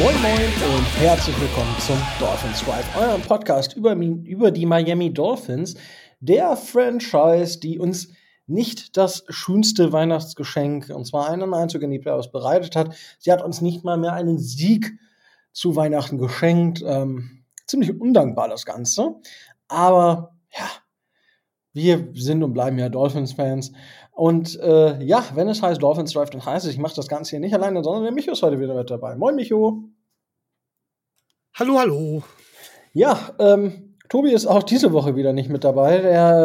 Moin Moin und herzlich willkommen zum Dolphins Drive, eurem Podcast über die Miami Dolphins, der Franchise, die uns nicht das schönste Weihnachtsgeschenk, und zwar einen Einzug in die Playoffs, bereitet hat. Sie hat uns nicht mal mehr einen Sieg zu Weihnachten geschenkt. Ziemlich undankbar das Ganze. Aber ja, wir sind und bleiben ja Dolphins-Fans. Und wenn es heißt Dolphins Drive, dann heißt es, ich mache das Ganze hier nicht alleine, sondern der Micho ist heute wieder mit dabei. Moin, Micho. Hallo, hallo. Ja, Tobi ist auch diese Woche wieder nicht mit dabei.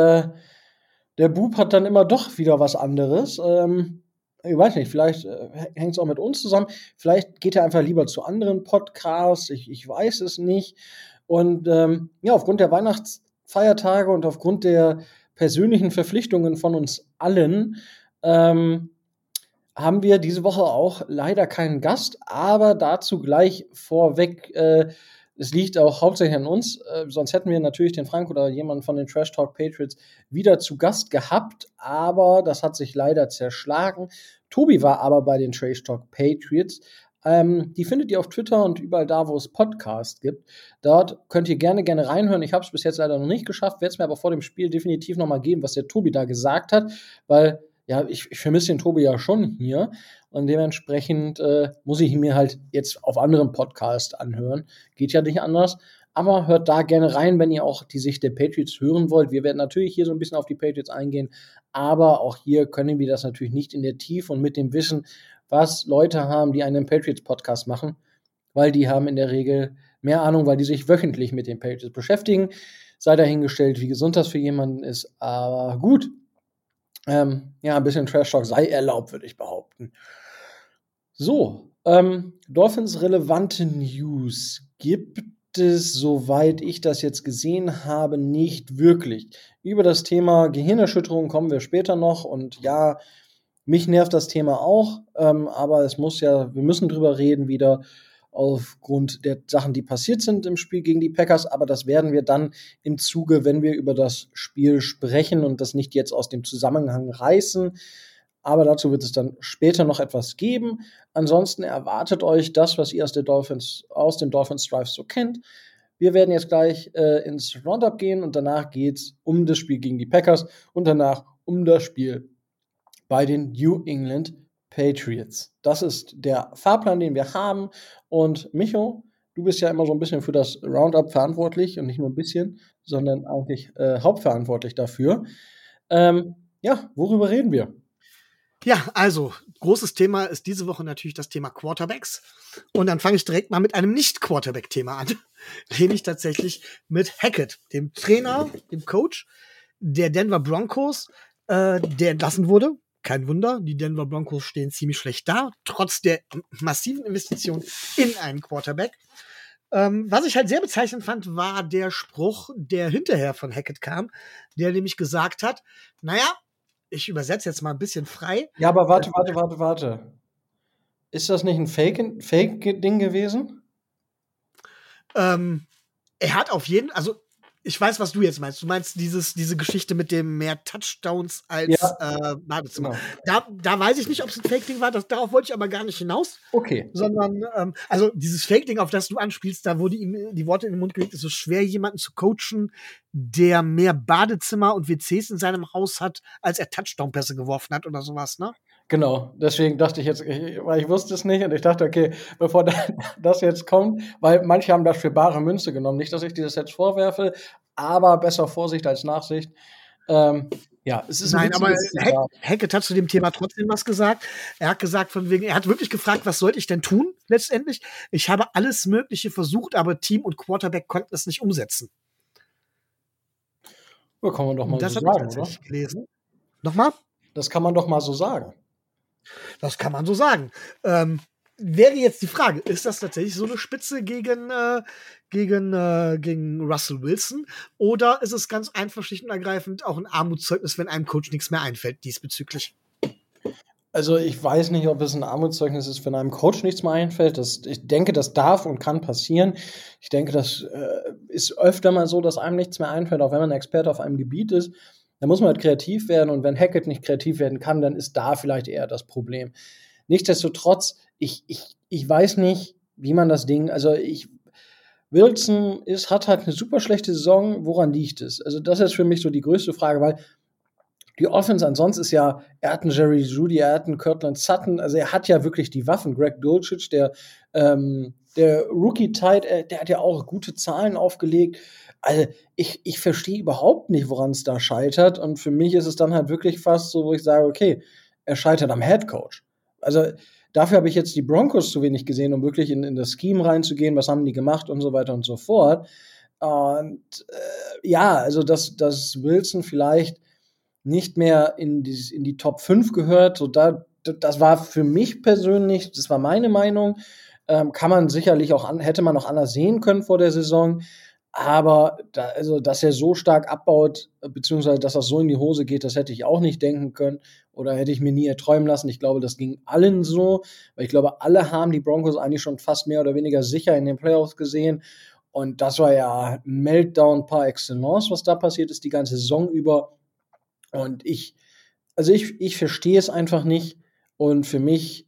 Der Bub hat dann immer doch wieder was anderes. Ich weiß nicht, vielleicht hängt es auch mit uns zusammen. Vielleicht geht er einfach lieber zu anderen Podcasts. Ich weiß es nicht. Und aufgrund der Weihnachtsfeiertage und aufgrund der persönlichen Verpflichtungen von uns allen haben wir diese Woche auch leider keinen Gast, aber dazu gleich vorweg, es liegt auch hauptsächlich an uns, sonst hätten wir natürlich den Frank oder jemanden von den Trash Talk Patriots wieder zu Gast gehabt, aber das hat sich leider zerschlagen. Tobi war aber bei den Trash Talk Patriots. Die findet ihr auf Twitter und überall da, wo es Podcasts gibt. Dort könnt ihr gerne reinhören. Ich habe es bis jetzt leider noch nicht geschafft, werde es mir aber vor dem Spiel definitiv nochmal geben, was der Tobi da gesagt hat, weil ja, ich vermisse den Tobi ja schon hier und dementsprechend muss ich ihn mir halt jetzt auf anderen Podcasts anhören. Geht ja nicht anders. Aber hört da gerne rein, wenn ihr auch die Sicht der Patriots hören wollt. Wir werden natürlich hier so ein bisschen auf die Patriots eingehen, aber auch hier können wir das natürlich nicht in der Tiefe und mit dem Wissen, was Leute haben, die einen Patriots-Podcast machen, weil die haben in der Regel mehr Ahnung, weil die sich wöchentlich mit den Patriots beschäftigen. Sei dahingestellt, wie gesund das für jemanden ist, aber gut. Ein bisschen Trash-Talk sei erlaubt, würde ich behaupten. So, Dolphins-relevante News gibt es, soweit ich das jetzt gesehen habe, nicht wirklich. Über das Thema Gehirnerschütterung kommen wir später noch und ja, mich nervt das Thema auch, aber wir müssen drüber reden wieder aufgrund der Sachen, die passiert sind im Spiel gegen die Packers, aber das werden wir dann im Zuge, wenn wir über das Spiel sprechen und das nicht jetzt aus dem Zusammenhang reißen. Aber dazu wird es dann später noch etwas geben. Ansonsten erwartet euch das, was ihr aus dem Dolphins Drive so kennt. Wir werden jetzt gleich ins Roundup gehen und danach geht's um das Spiel gegen die Packers und danach um das Spiel bei den New England Patriots. Das ist der Fahrplan, den wir haben. Und Micho, du bist ja immer so ein bisschen für das Roundup verantwortlich und nicht nur ein bisschen, sondern eigentlich hauptverantwortlich dafür. Worüber reden wir? Ja, also, großes Thema ist diese Woche natürlich das Thema Quarterbacks. Und dann fange ich direkt mal mit einem Nicht-Quarterback-Thema an. Nämlich tatsächlich mit Hackett, dem Trainer, dem Coach der Denver Broncos, der entlassen wurde. Kein Wunder, die Denver Broncos stehen ziemlich schlecht da, trotz der massiven Investition in einen Quarterback. Was ich halt sehr bezeichnend fand, war der Spruch, der hinterher von Hackett kam, der nämlich gesagt hat, naja, ich übersetze jetzt mal ein bisschen frei. Ja, aber warte. Ist das nicht ein Fake-Ding gewesen? Er hat auf jeden, also ich weiß, was du jetzt meinst. Du meinst diese Geschichte mit dem mehr Touchdowns als Badezimmer. Genau. Da weiß ich nicht, ob es ein Fake-Ding war. Darauf wollte ich aber gar nicht hinaus. Okay. Sondern, also dieses Fake-Ding, auf das du anspielst, da wurde ihm die Worte in den Mund gelegt, es ist schwer, jemanden zu coachen, der mehr Badezimmer und WCs in seinem Haus hat, als er Touchdown-Pässe geworfen hat oder sowas, ne? Genau, deswegen dachte ich jetzt, weil ich wusste es nicht und ich dachte, okay, bevor das jetzt kommt, weil manche haben das für bare Münze genommen. Nicht, dass ich dir das jetzt vorwerfe, aber besser Vorsicht als Nachsicht. Es ist Nein, aber Hackett hat zu dem Thema trotzdem was gesagt. Er hat gesagt, er hat wirklich gefragt, was sollte ich denn tun, letztendlich? Ich habe alles Mögliche versucht, aber Team und Quarterback konnten es nicht umsetzen. Ja, kann man doch mal das so sagen, sagen, das habe ich tatsächlich gelesen. Nochmal? Das kann man doch mal so sagen. Das kann man so sagen. Wäre jetzt die Frage, ist das tatsächlich so eine Spitze gegen Russell Wilson? Oder ist es ganz einfach, schlicht und ergreifend auch ein Armutszeugnis, wenn einem Coach nichts mehr einfällt diesbezüglich? Also ich weiß nicht, ob es ein Armutszeugnis ist, wenn einem Coach nichts mehr einfällt. Ich denke, das darf und kann passieren. Ich denke, das ist öfter mal so, dass einem nichts mehr einfällt, auch wenn man ein Experte auf einem Gebiet ist. Da muss man halt kreativ werden und wenn Hackett nicht kreativ werden kann, dann ist da vielleicht eher das Problem. Nichtsdestotrotz, ich weiß nicht, wie man das Ding, also Wilson hat halt eine super schlechte Saison. Woran liegt es? Also, das ist für mich so die größte Frage, weil die Offense ansonsten ist ja, er hat einen Jerry Jeudy, er hat einen Cortland Sutton, also er hat ja wirklich die Waffen. Greg Dulcich, der Rookie-Tight, der hat ja auch gute Zahlen aufgelegt. Also, ich verstehe überhaupt nicht, woran es da scheitert. Und für mich ist es dann halt wirklich fast so, wo ich sage, okay, er scheitert am Headcoach. Also, dafür habe ich jetzt die Broncos zu wenig gesehen, um wirklich in das Scheme reinzugehen, was haben die gemacht und so weiter und so fort. Und ja, also dass Wilson vielleicht nicht mehr in die Top 5 gehört, das war für mich persönlich, das war meine Meinung, kann man sicherlich auch hätte man auch anders sehen können vor der Saison. Aber also, dass er so stark abbaut, beziehungsweise dass das so in die Hose geht, das hätte ich auch nicht denken können oder hätte ich mir nie erträumen lassen. Ich glaube, das ging allen so, weil ich glaube, alle haben die Broncos eigentlich schon fast mehr oder weniger sicher in den Playoffs gesehen. Und das war ja ein Meltdown par excellence, was da passiert ist, die ganze Saison über. Und ich verstehe es einfach nicht. Und für mich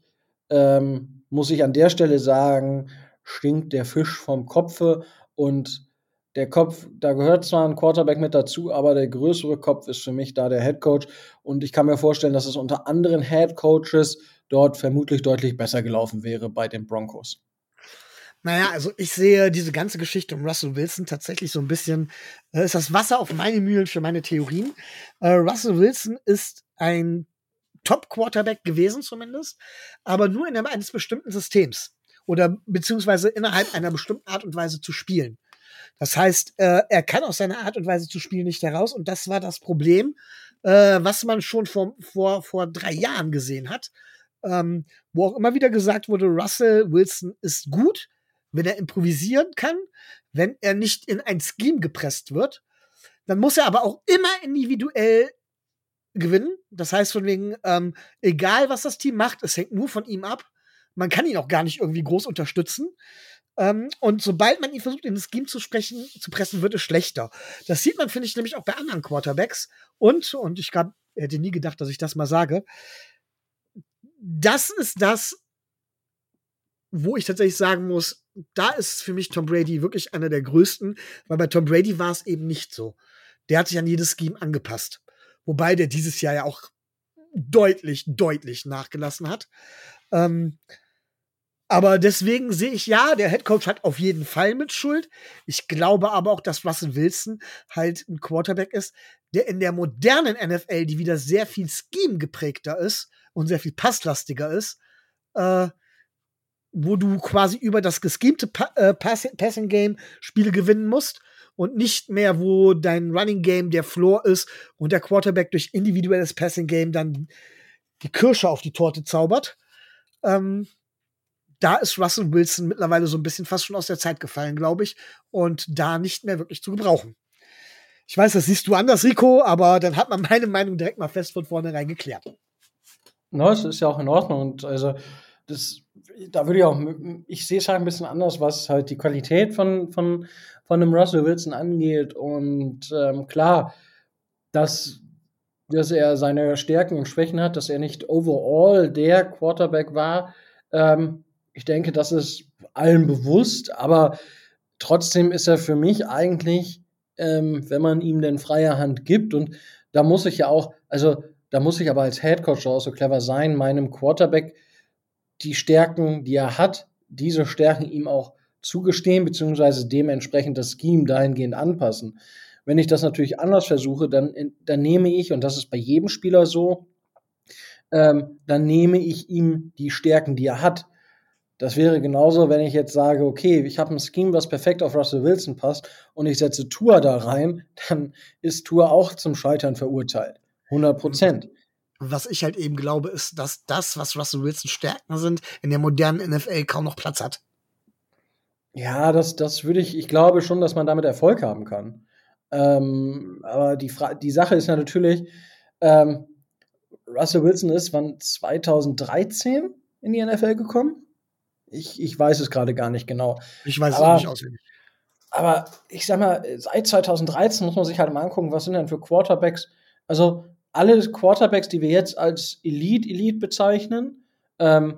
muss ich an der Stelle sagen, stinkt der Fisch vom Kopfe. Und der Kopf, da gehört zwar ein Quarterback mit dazu, aber der größere Kopf ist für mich da der Head Coach. Und ich kann mir vorstellen, dass es unter anderen Head Coaches dort vermutlich deutlich besser gelaufen wäre bei den Broncos. Naja, also ich sehe diese ganze Geschichte um Russell Wilson tatsächlich so ein bisschen, ist das Wasser auf meine Mühlen für meine Theorien. Russell Wilson ist ein Top-Quarterback gewesen zumindest, aber nur innerhalb eines bestimmten Systems oder beziehungsweise innerhalb einer bestimmten Art und Weise zu spielen. Das heißt, er kann aus seiner Art und Weise zu spielen nicht heraus und das war das Problem, was man schon vor 3 Jahren gesehen hat, wo auch immer wieder gesagt wurde, Russell Wilson ist gut, wenn er improvisieren kann, wenn er nicht in ein Scheme gepresst wird, dann muss er aber auch immer individuell gewinnen. Das heißt von wegen, egal was das Team macht, es hängt nur von ihm ab. Man kann ihn auch gar nicht irgendwie groß unterstützen. Und sobald man ihn versucht, in das Scheme zu pressen, wird es schlechter. Das sieht man, finde ich, nämlich auch bei anderen Quarterbacks. Und ich hätte nie gedacht, dass ich das mal sage. Das ist das, wo ich tatsächlich sagen muss, da ist für mich Tom Brady wirklich einer der größten, weil bei Tom Brady war es eben nicht so. Der hat sich an jedes Scheme angepasst. Wobei der dieses Jahr ja auch deutlich nachgelassen hat. Aber deswegen sehe ich, ja, der Headcoach hat auf jeden Fall mit Schuld. Ich glaube aber auch, dass Russell Wilson halt ein Quarterback ist, der in der modernen NFL, die wieder sehr viel Scheme geprägter ist und sehr viel passlastiger ist, wo du quasi über das geschemte Passing Game Spiele gewinnen musst und nicht mehr, wo dein Running Game der Floor ist und der Quarterback durch individuelles Passing Game dann die Kirsche auf die Torte zaubert. Da ist Russell Wilson mittlerweile so ein bisschen fast schon aus der Zeit gefallen, glaube ich, und da nicht mehr wirklich zu gebrauchen. Ich weiß, das siehst du anders, Rico, aber dann hat man meine Meinung direkt mal fest von vornherein geklärt. Das ist ja auch in Ordnung. Und also da würde ich sehe es halt ein bisschen anders, was halt die Qualität von einem Russell Wilson angeht. Und klar, dass er seine Stärken und Schwächen hat, dass er nicht overall der Quarterback war. Ich denke, das ist allen bewusst, aber trotzdem ist er für mich eigentlich, wenn man ihm denn freie Hand gibt, und da muss ich aber als Headcoach auch so clever sein, meinem Quarterback die Stärken, die er hat, diese Stärken ihm auch zugestehen, beziehungsweise dementsprechend das Scheme dahingehend anpassen. Wenn ich das natürlich anders versuche, dann nehme ich, und das ist bei jedem Spieler so, dann nehme ich ihm die Stärken, die er hat. Das wäre genauso, wenn ich jetzt sage, okay, ich habe ein Scheme, was perfekt auf Russell Wilson passt, und ich setze Tua da rein, dann ist Tua auch zum Scheitern verurteilt. 100%. Was ich halt eben glaube, ist, dass das, was Russell Wilson Stärken sind, in der modernen NFL kaum noch Platz hat. Ja, ich glaube schon, dass man damit Erfolg haben kann. Aber die Sache ist ja natürlich, Russell Wilson ist wann 2013 in die NFL gekommen? Ich weiß es gerade gar nicht genau. Ich weiß es auch nicht auswendig. Aber ich sag mal, seit 2013 muss man sich halt mal angucken, was sind denn für Quarterbacks. Also alle Quarterbacks, die wir jetzt als Elite bezeichnen,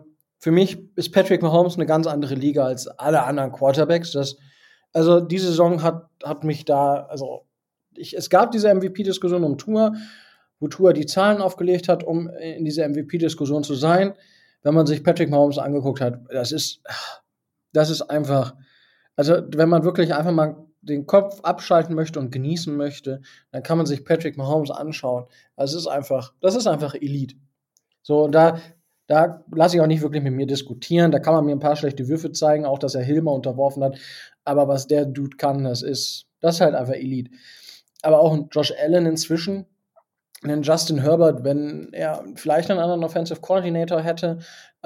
für mich ist Patrick Mahomes eine ganz andere Liga als alle anderen Quarterbacks. Also diese Saison hat mich da, es gab diese MVP-Diskussion um Tua, wo Tua die Zahlen aufgelegt hat, um in dieser MVP-Diskussion zu sein. Wenn man sich Patrick Mahomes angeguckt hat, das ist einfach, also wenn man wirklich einfach mal den Kopf abschalten möchte und genießen möchte, dann kann man sich Patrick Mahomes anschauen. Das ist einfach Elite. So, und da lasse ich auch nicht wirklich mit mir diskutieren. Da kann man mir ein paar schlechte Würfe zeigen, auch dass er Hilmer unterworfen hat. Aber was der Dude kann, das ist halt einfach Elite. Aber auch ein Josh Allen inzwischen, einen Justin Herbert, wenn er vielleicht einen anderen Offensive Coordinator hätte,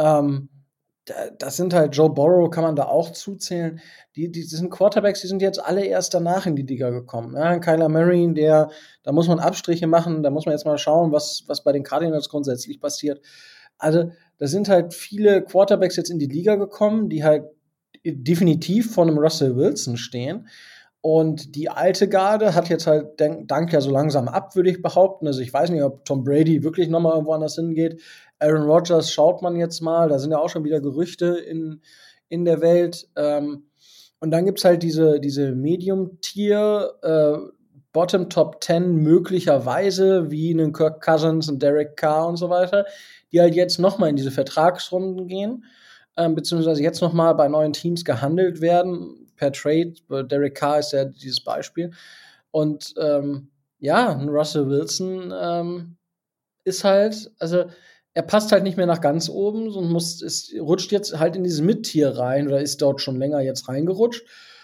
das sind halt Joe Burrow, kann man da auch zuzählen. Die sind Quarterbacks, die sind jetzt alle erst danach in die Liga gekommen. Ja, Kyler Murray, da muss man Abstriche machen, da muss man jetzt mal schauen, was bei den Cardinals grundsätzlich passiert. Also, da sind halt viele Quarterbacks jetzt in die Liga gekommen, die halt definitiv vor einem Russell Wilson stehen. Und die alte Garde hat jetzt halt dank ja so langsam ab, würde ich behaupten. Also ich weiß nicht, ob Tom Brady wirklich nochmal irgendwo anders hingeht. Aaron Rodgers schaut man jetzt mal. Da sind ja auch schon wieder Gerüchte in der Welt. Und dann gibt's halt diese Medium-Tier, Bottom Top 10 möglicherweise, wie einen Kirk Cousins und Derek Carr und so weiter, die halt jetzt nochmal in diese Vertragsrunden gehen, beziehungsweise jetzt nochmal bei neuen Teams gehandelt werden per Trade. Derek Carr ist ja dieses Beispiel. Und ein Russell Wilson ist halt, also er passt halt nicht mehr nach ganz oben und rutscht jetzt halt in dieses Mid-Tier rein oder ist dort schon länger jetzt reingerutscht.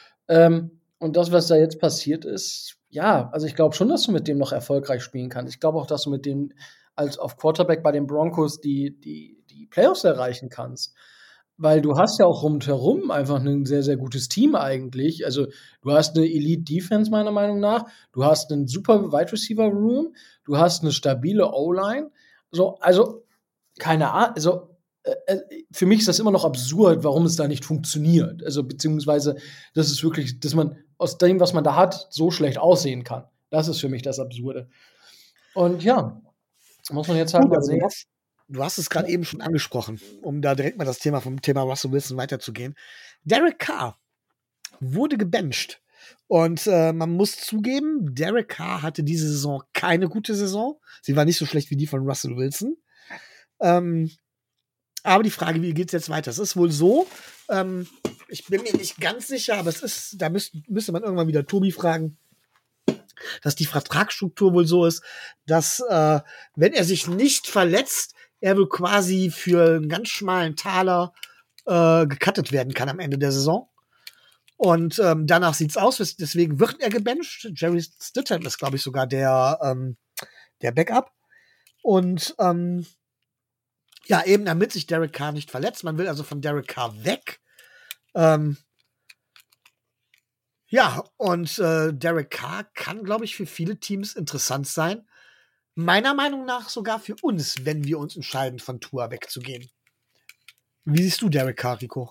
Und das, was da jetzt passiert ist, ja, also ich glaube schon, dass du mit dem noch erfolgreich spielen kannst. Ich glaube auch, dass du mit dem als auf Quarterback bei den Broncos die Playoffs erreichen kannst. Weil du hast ja auch rundherum einfach ein sehr, sehr gutes Team eigentlich. Also, du hast eine Elite-Defense meiner Meinung nach. Du hast einen super Wide-Receiver-Room. Du hast eine stabile O-Line. Also, keine Ahnung. Für mich ist das immer noch absurd, warum es da nicht funktioniert. Also, beziehungsweise, das ist wirklich, dass man aus dem, was man da hat, so schlecht aussehen kann. Das ist für mich das Absurde. Und ja, muss man jetzt halt mal sehen. Du hast es gerade eben schon angesprochen, um da direkt mal das Thema vom Thema Russell Wilson weiterzugehen. Derek Carr wurde gebencht. Und man muss zugeben, Derek Carr hatte diese Saison keine gute Saison. Sie war nicht so schlecht wie die von Russell Wilson. Aber die Frage, wie geht's jetzt weiter? Es ist wohl so, ich bin mir nicht ganz sicher, aber da müsste man irgendwann wieder Tobi fragen, dass die Vertragsstruktur wohl so ist, dass wenn er sich nicht verletzt, er wohl quasi für einen ganz schmalen Taler gecuttet werden kann am Ende der Saison. Und danach sieht's aus, deswegen wird er gebencht. Jerry Stidham ist, glaube ich, sogar der Backup. Und eben damit sich Derek Carr nicht verletzt. Man will also von Derek Carr weg. Derek Carr kann, glaube ich, für viele Teams interessant sein. Meiner Meinung nach sogar für uns, wenn wir uns entscheiden, von Tua wegzugehen. Wie siehst du Derek Carr, Rico?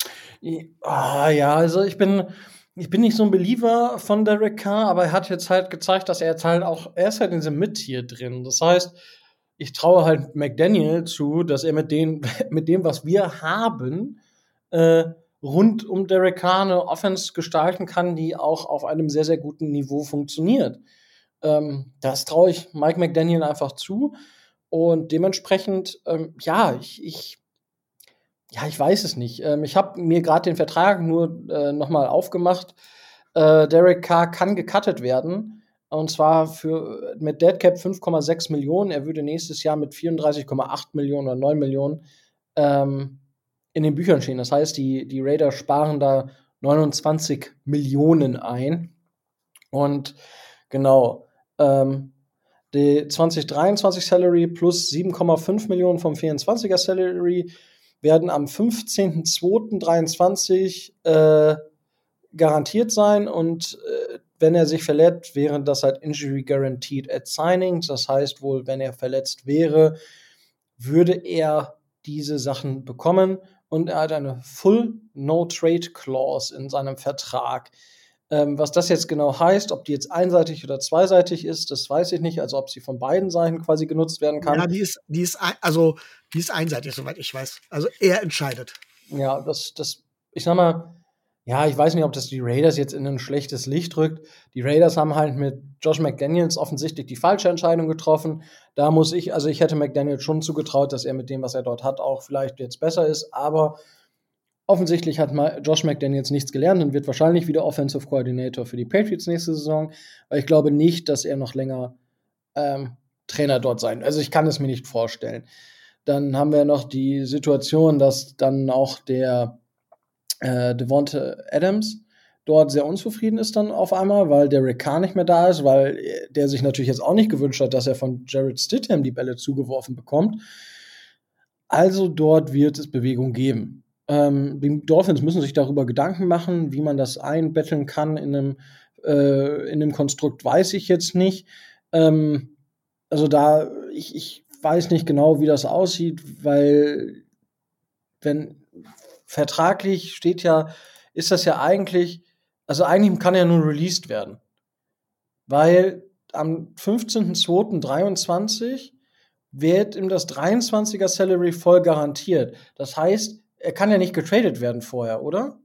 Also ich bin nicht so ein Believer von Derek Carr, aber er hat jetzt halt gezeigt, dass er ist halt in diesem Mid-Tier drin. Das heißt, ich traue halt McDaniel zu, dass er mit dem, was wir haben, rund um Derek Carr eine Offense gestalten kann, die auch auf einem sehr, sehr guten Niveau funktioniert. Das traue ich Mike McDaniel einfach zu. Und dementsprechend, ich weiß es nicht. Ich habe mir gerade den Vertrag nur noch mal aufgemacht. Derek Carr kann gecuttet werden. Und zwar mit Deadcap 5,6 Millionen. Er würde nächstes Jahr mit 34,8 Millionen oder 9 Millionen in den Büchern stehen. Das heißt, die Raiders sparen da 29 Millionen ein. Und genau, die 2023 Salary plus 7,5 Millionen vom 24er Salary werden am 15.02.23 garantiert sein und wenn er sich verletzt, wäre das halt Injury Guaranteed at Signing. Das heißt wohl, wenn er verletzt wäre, würde er diese Sachen bekommen und er hat eine Full No-Trade Clause in seinem Vertrag. Was das jetzt genau heißt, ob die jetzt einseitig oder zweiseitig ist, das weiß ich nicht. Also ob sie von beiden Seiten quasi genutzt werden kann. Ja, die ist einseitig, soweit ich weiß. Also er entscheidet. Ja, ich sag mal, ja, ich weiß nicht, ob das die Raiders jetzt in ein schlechtes Licht rückt. Die Raiders haben halt mit Josh McDaniels offensichtlich die falsche Entscheidung getroffen. Also ich hätte McDaniels schon zugetraut, dass er mit dem, was er dort hat, auch vielleicht jetzt besser ist. Aber offensichtlich hat mal Josh McDaniels nichts gelernt und wird wahrscheinlich wieder Offensive Coordinator für die Patriots nächste Saison. Weil ich glaube nicht, dass er noch länger Trainer dort sein. Also ich kann es mir nicht vorstellen. Dann haben wir noch die Situation, dass dann auch der Devonta Adams dort sehr unzufrieden ist dann auf einmal, weil Derek Carr nicht mehr da ist, weil der sich natürlich jetzt auch nicht gewünscht hat, dass er von Jarrett Stidham die Bälle zugeworfen bekommt. Also dort wird es Bewegung geben. Die Dolphins müssen sich darüber Gedanken machen, wie man das einbetteln kann in einem Konstrukt, weiß ich jetzt nicht. Also ich weiß nicht genau, wie das aussieht, weil wenn vertraglich steht ja, ist das ja eigentlich, also eigentlich kann er nur released werden. Weil am 15.02.23 wird ihm das 23er Salary voll garantiert. Das heißt, er kann ja nicht getradet werden vorher, oder?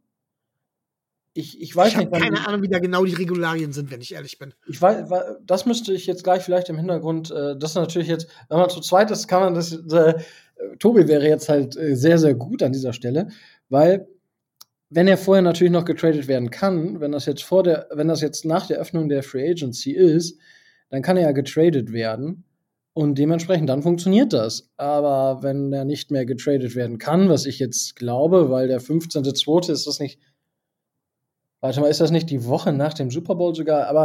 Ich weiß nicht. Ich habe keine Ahnung, wie da genau die Regularien sind, wenn ich ehrlich bin. Ich weiß, das müsste ich jetzt gleich vielleicht im Hintergrund, das ist natürlich jetzt, wenn man zu zweit ist, kann man das, Tobi wäre jetzt halt sehr, sehr gut an dieser Stelle, weil wenn er vorher natürlich noch getradet werden kann, wenn das jetzt nach der Öffnung der Free Agency ist, dann kann er ja getradet werden und dementsprechend dann funktioniert das. Aber wenn er nicht mehr getradet werden kann, was ich jetzt glaube, weil der 15.2. ist das nicht, warte mal, ist das nicht die Woche nach dem Super Bowl sogar? Aber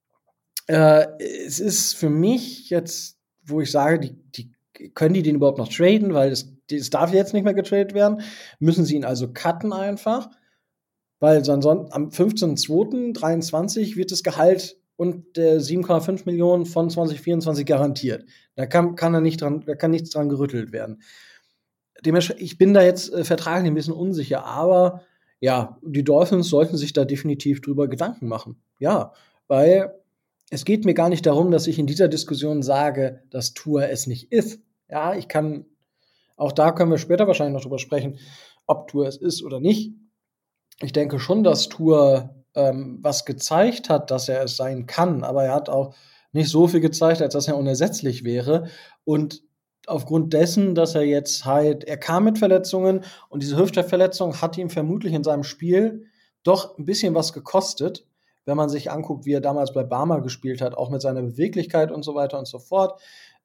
es ist für mich jetzt, wo ich sage, können die den überhaupt noch traden, weil es darf jetzt nicht mehr getradet werden, müssen sie ihn also cutten einfach, weil sonst am 15.02.23 wird das Gehalt und der 7,5 Millionen von 2024 garantiert. Da kann nichts dran gerüttelt werden. Ich bin da jetzt vertraglich ein bisschen unsicher, aber ja, die Dolphins sollten sich da definitiv drüber Gedanken machen. Ja, weil es geht mir gar nicht darum, dass ich in dieser Diskussion sage, dass Tua es nicht ist. Ja, auch da können wir später wahrscheinlich noch drüber sprechen, ob Tua es ist oder nicht. Ich denke schon, dass Tua was gezeigt hat, dass er es sein kann, aber er hat auch nicht so viel gezeigt, als dass er unersetzlich wäre. Und aufgrund dessen, dass er kam mit Verletzungen und diese Hüftverletzung hat ihm vermutlich in seinem Spiel doch ein bisschen was gekostet, wenn man sich anguckt, wie er damals bei Bama gespielt hat, auch mit seiner Beweglichkeit und so weiter und so fort.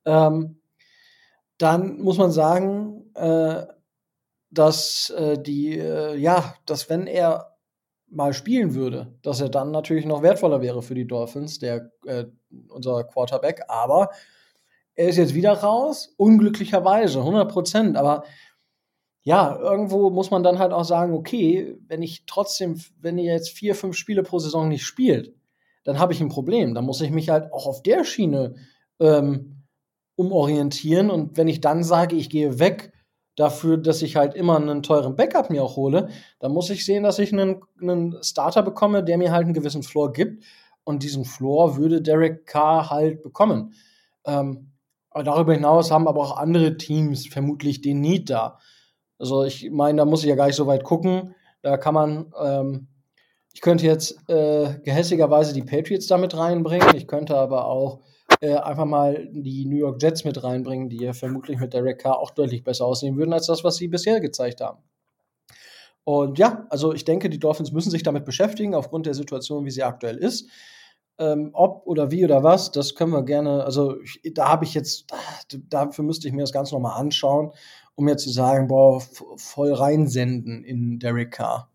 Dann muss man sagen, dass dass wenn er mal spielen würde, dass er dann natürlich noch wertvoller wäre für die Dolphins, unser Quarterback. Aber er ist jetzt wieder raus, unglücklicherweise, 100%. Aber ja, irgendwo muss man dann halt auch sagen, okay, wenn ihr jetzt 4, 5 Spiele pro Saison nicht spielt, dann habe ich ein Problem. Dann muss ich mich halt auch auf der Schiene umorientieren. Und wenn ich dann sage, ich gehe weg dafür, dass ich halt immer einen teuren Backup mir auch hole, dann muss ich sehen, dass ich einen Starter bekomme, der mir halt einen gewissen Floor gibt. Und diesen Floor würde Derek Carr halt bekommen. Aber darüber hinaus haben aber auch andere Teams vermutlich den Need da. Also ich meine, da muss ich ja gar nicht so weit gucken. Da kann man, ich könnte jetzt gehässigerweise die Patriots damit reinbringen. Ich könnte aber auch einfach mal die New York Jets mit reinbringen, die ja vermutlich mit Derek Carr auch deutlich besser aussehen würden als das, was sie bisher gezeigt haben. Und ja, also ich denke, die Dolphins müssen sich damit beschäftigen, aufgrund der Situation, wie sie aktuell ist. Ob oder wie oder was, das können wir gerne, dafür müsste ich mir das Ganze nochmal anschauen, um mir zu sagen, voll reinsenden in Derek Carr.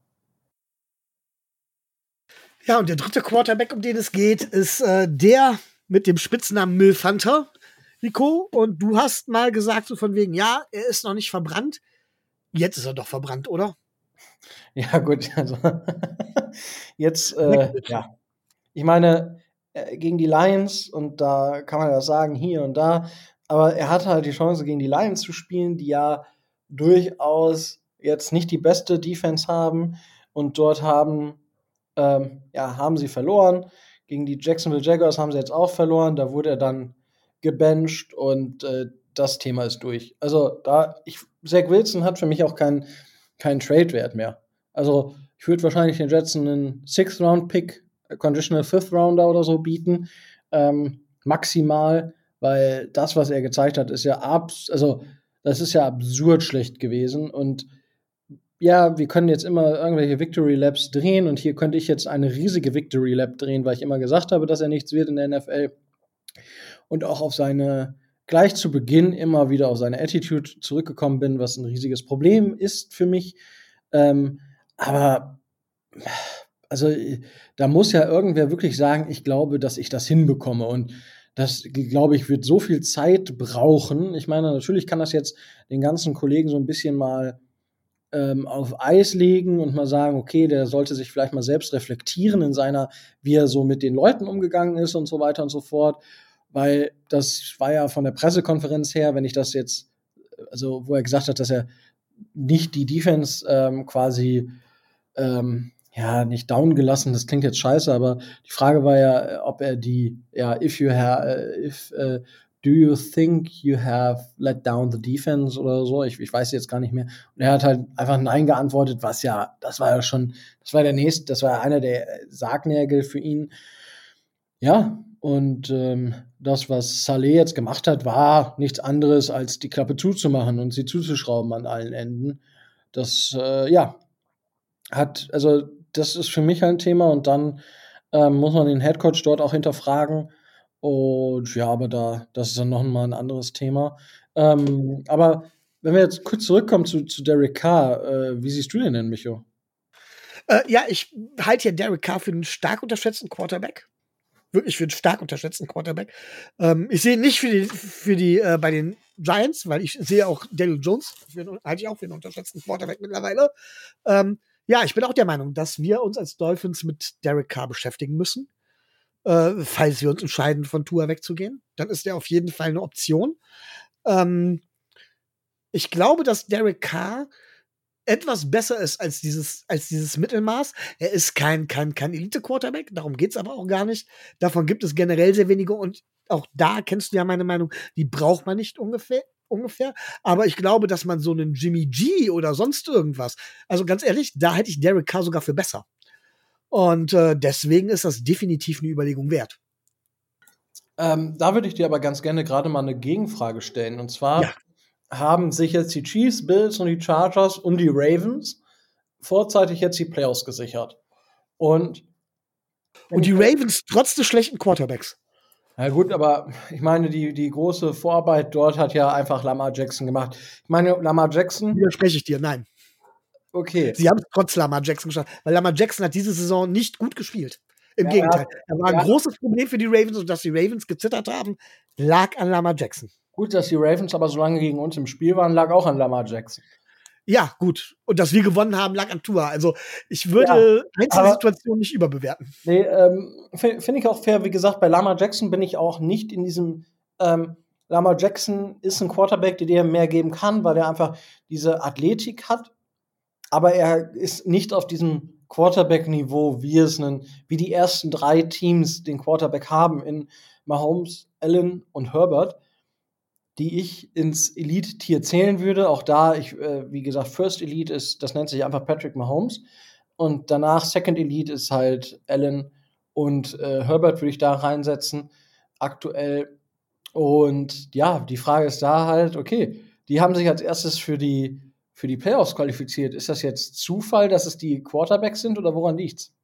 Ja, und der dritte Quarterback, um den es geht, ist der mit dem Spitznamen Milfanta, Nico. Und du hast mal gesagt, so von wegen, ja, er ist noch nicht verbrannt. Jetzt ist er doch verbrannt, oder? Ja, gut, also jetzt, ja. Ich meine, gegen die Lions, und da kann man ja sagen, hier und da, aber er hatte halt die Chance, gegen die Lions zu spielen, die ja durchaus jetzt nicht die beste Defense haben. Und dort haben ja, haben sie verloren. Gegen die Jacksonville Jaguars haben sie jetzt auch verloren. Da wurde er dann gebencht und das Thema ist durch. Also Zach Wilson hat für mich auch keinen Trade-Wert mehr. Also ich würde wahrscheinlich den Jets einen Sixth-Round-Pick, Conditional Fifth-Rounder oder so bieten, maximal, weil das, was er gezeigt hat, ist ja das ist ja absurd schlecht gewesen und ja, wir können jetzt immer irgendwelche Victory Laps drehen und hier könnte ich jetzt eine riesige Victory Lap drehen, weil ich immer gesagt habe, dass er nichts wird in der NFL und auch gleich zu Beginn immer wieder auf seine Attitude zurückgekommen bin, was ein riesiges Problem ist für mich. Aber also da muss ja irgendwer wirklich sagen, ich glaube, dass ich das hinbekomme und das, glaube ich, wird so viel Zeit brauchen. Ich meine, natürlich kann das jetzt den ganzen Kollegen so ein bisschen mal auf Eis legen und mal sagen, okay, der sollte sich vielleicht mal selbst reflektieren wie er so mit den Leuten umgegangen ist und so weiter und so fort. Weil das war ja von der Pressekonferenz her, wenn ich das jetzt, also wo er gesagt hat, dass er nicht die Defense quasi ja, nicht down gelassen, das klingt jetzt scheiße, aber die Frage war ja, ob er do you think you have let down the defense oder so? Ich weiß jetzt gar nicht mehr. Und er hat halt einfach Nein geantwortet, das war ja einer der Sargnägel für ihn. Ja, und das, was Saleh jetzt gemacht hat, war nichts anderes, als die Klappe zuzumachen und sie zuzuschrauben an allen Enden. Ja, also das ist für mich ein Thema und dann muss man den Headcoach dort auch hinterfragen. Und ja, aber das ist dann noch mal ein anderes Thema. Aber wenn wir jetzt kurz zurückkommen zu Derek Carr, wie siehst du den denn, Micho? Ja, ich halte ja Derek Carr für einen stark unterschätzten Quarterback. Wirklich für einen stark unterschätzten Quarterback. Ich sehe ihn nicht für die bei den Giants, weil ich sehe auch Daniel Jones, halte ich auch für einen unterschätzten Quarterback mittlerweile. Ja, ich bin auch der Meinung, dass wir uns als Dolphins mit Derek Carr beschäftigen müssen. Falls wir uns entscheiden, von Tua wegzugehen, dann ist der auf jeden Fall eine Option. Ich glaube, dass Derek Carr etwas besser ist als dieses Mittelmaß. Er ist kein Elite-Quarterback, darum geht's aber auch gar nicht. Davon gibt es generell sehr wenige und auch da kennst du ja meine Meinung, die braucht man nicht ungefähr. Aber ich glaube, dass man so einen Jimmy G oder sonst irgendwas, also ganz ehrlich, da hätte ich Derek Carr sogar für besser. Und deswegen ist das definitiv eine Überlegung wert. Da würde ich dir aber ganz gerne gerade mal eine Gegenfrage stellen. Und zwar Ja. haben sich jetzt die Chiefs, Bills und die Chargers und die Ravens vorzeitig jetzt die Playoffs gesichert. Und die Ravens trotz des schlechten Quarterbacks. Ja gut, aber ich meine, die große Vorarbeit dort hat ja einfach Lamar Jackson gemacht. Ich meine, Lamar Jackson. Widerspreche ich dir, nein. Okay. Sie haben es trotz Lamar Jackson geschafft, weil Lamar Jackson hat diese Saison nicht gut gespielt. Im Gegenteil. Er war ein großes Problem für die Ravens und dass die Ravens gezittert haben, lag an Lamar Jackson. Gut, dass die Ravens aber so lange gegen uns im Spiel waren, lag auch an Lamar Jackson. Ja, gut. Und dass wir gewonnen haben, lag an Tua. Also ich würde Einzelsituationen nicht überbewerten. Nee, finde ich auch fair. Wie gesagt, bei Lamar Jackson bin ich auch nicht in diesem Lamar Jackson ist ein Quarterback, der dir mehr geben kann, weil er einfach diese Athletik hat. Aber er ist nicht auf diesem Quarterback-Niveau, wie die ersten 3 Teams den Quarterback haben in Mahomes, Allen und Herbert, die ich ins Elite-Tier zählen würde. Auch da, wie gesagt, First Elite das nennt sich einfach Patrick Mahomes. Und danach Second Elite ist halt Allen und Herbert würde ich da reinsetzen, aktuell. Und ja, die Frage ist da halt, okay, die haben sich als erstes für die Playoffs qualifiziert. Ist das jetzt Zufall, dass es die Quarterbacks sind oder woran liegt's?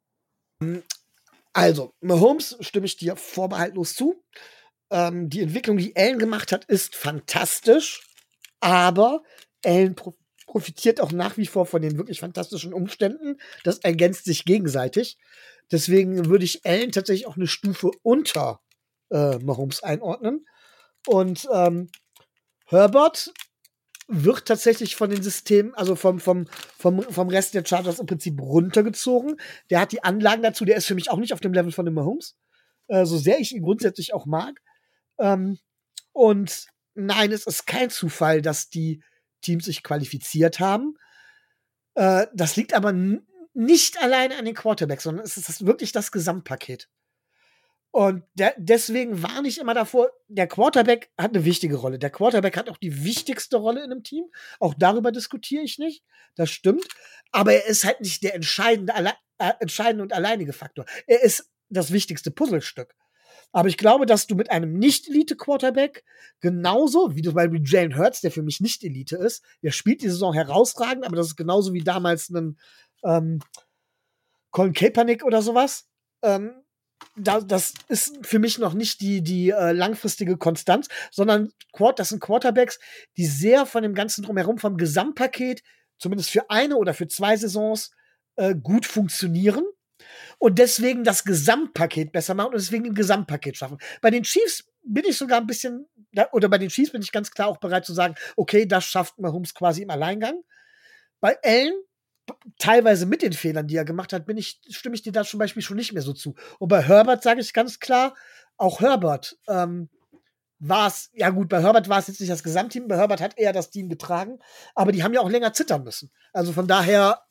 Also, Mahomes stimme ich dir vorbehaltlos zu. Die Entwicklung, die Allen gemacht hat, ist fantastisch, aber Allen profitiert auch nach wie vor von den wirklich fantastischen Umständen. Das ergänzt sich gegenseitig. Deswegen würde ich Allen tatsächlich auch eine Stufe unter Mahomes einordnen. Und Herbert wird tatsächlich von den Systemen, also vom Rest der Chargers im Prinzip runtergezogen. Der hat die Anlagen dazu, der ist für mich auch nicht auf dem Level von dem Mahomes. So sehr ich ihn grundsätzlich auch mag. Und nein, es ist kein Zufall, dass die Teams sich qualifiziert haben. Das liegt aber nicht alleine an den Quarterback, sondern es ist wirklich das Gesamtpaket. Und deswegen warne ich immer davor, der Quarterback hat eine wichtige Rolle. Der Quarterback hat auch die wichtigste Rolle in einem Team. Auch darüber diskutiere ich nicht. Das stimmt. Aber er ist halt nicht der entscheidende und alleinige Faktor. Er ist das wichtigste Puzzlestück. Aber ich glaube, dass du mit einem Nicht-Elite-Quarterback genauso, wie du bei Jalen Hurts, der für mich nicht Elite ist, der spielt die Saison herausragend, aber das ist genauso wie damals ein Colin Kaepernick oder sowas. Das ist für mich noch nicht die langfristige Konstanz, sondern das sind Quarterbacks, die sehr von dem Ganzen drumherum, vom Gesamtpaket, zumindest für eine oder für 2 Saisons, gut funktionieren und deswegen das Gesamtpaket besser machen und deswegen ein Gesamtpaket schaffen. Bei den Chiefs bin ich sogar ein bisschen, oder bei den Chiefs bin ich ganz klar auch bereit zu sagen, okay, das schafft Mahomes quasi im Alleingang. Bei Allen, teilweise mit den Fehlern, die er gemacht hat, stimme ich dir da zum Beispiel schon nicht mehr so zu. Und bei Herbert sage ich ganz klar, auch Herbert war es, ja gut, bei Herbert war es jetzt nicht das Gesamtteam, bei Herbert hat er das Team getragen, aber die haben ja auch länger zittern müssen. Also von daher,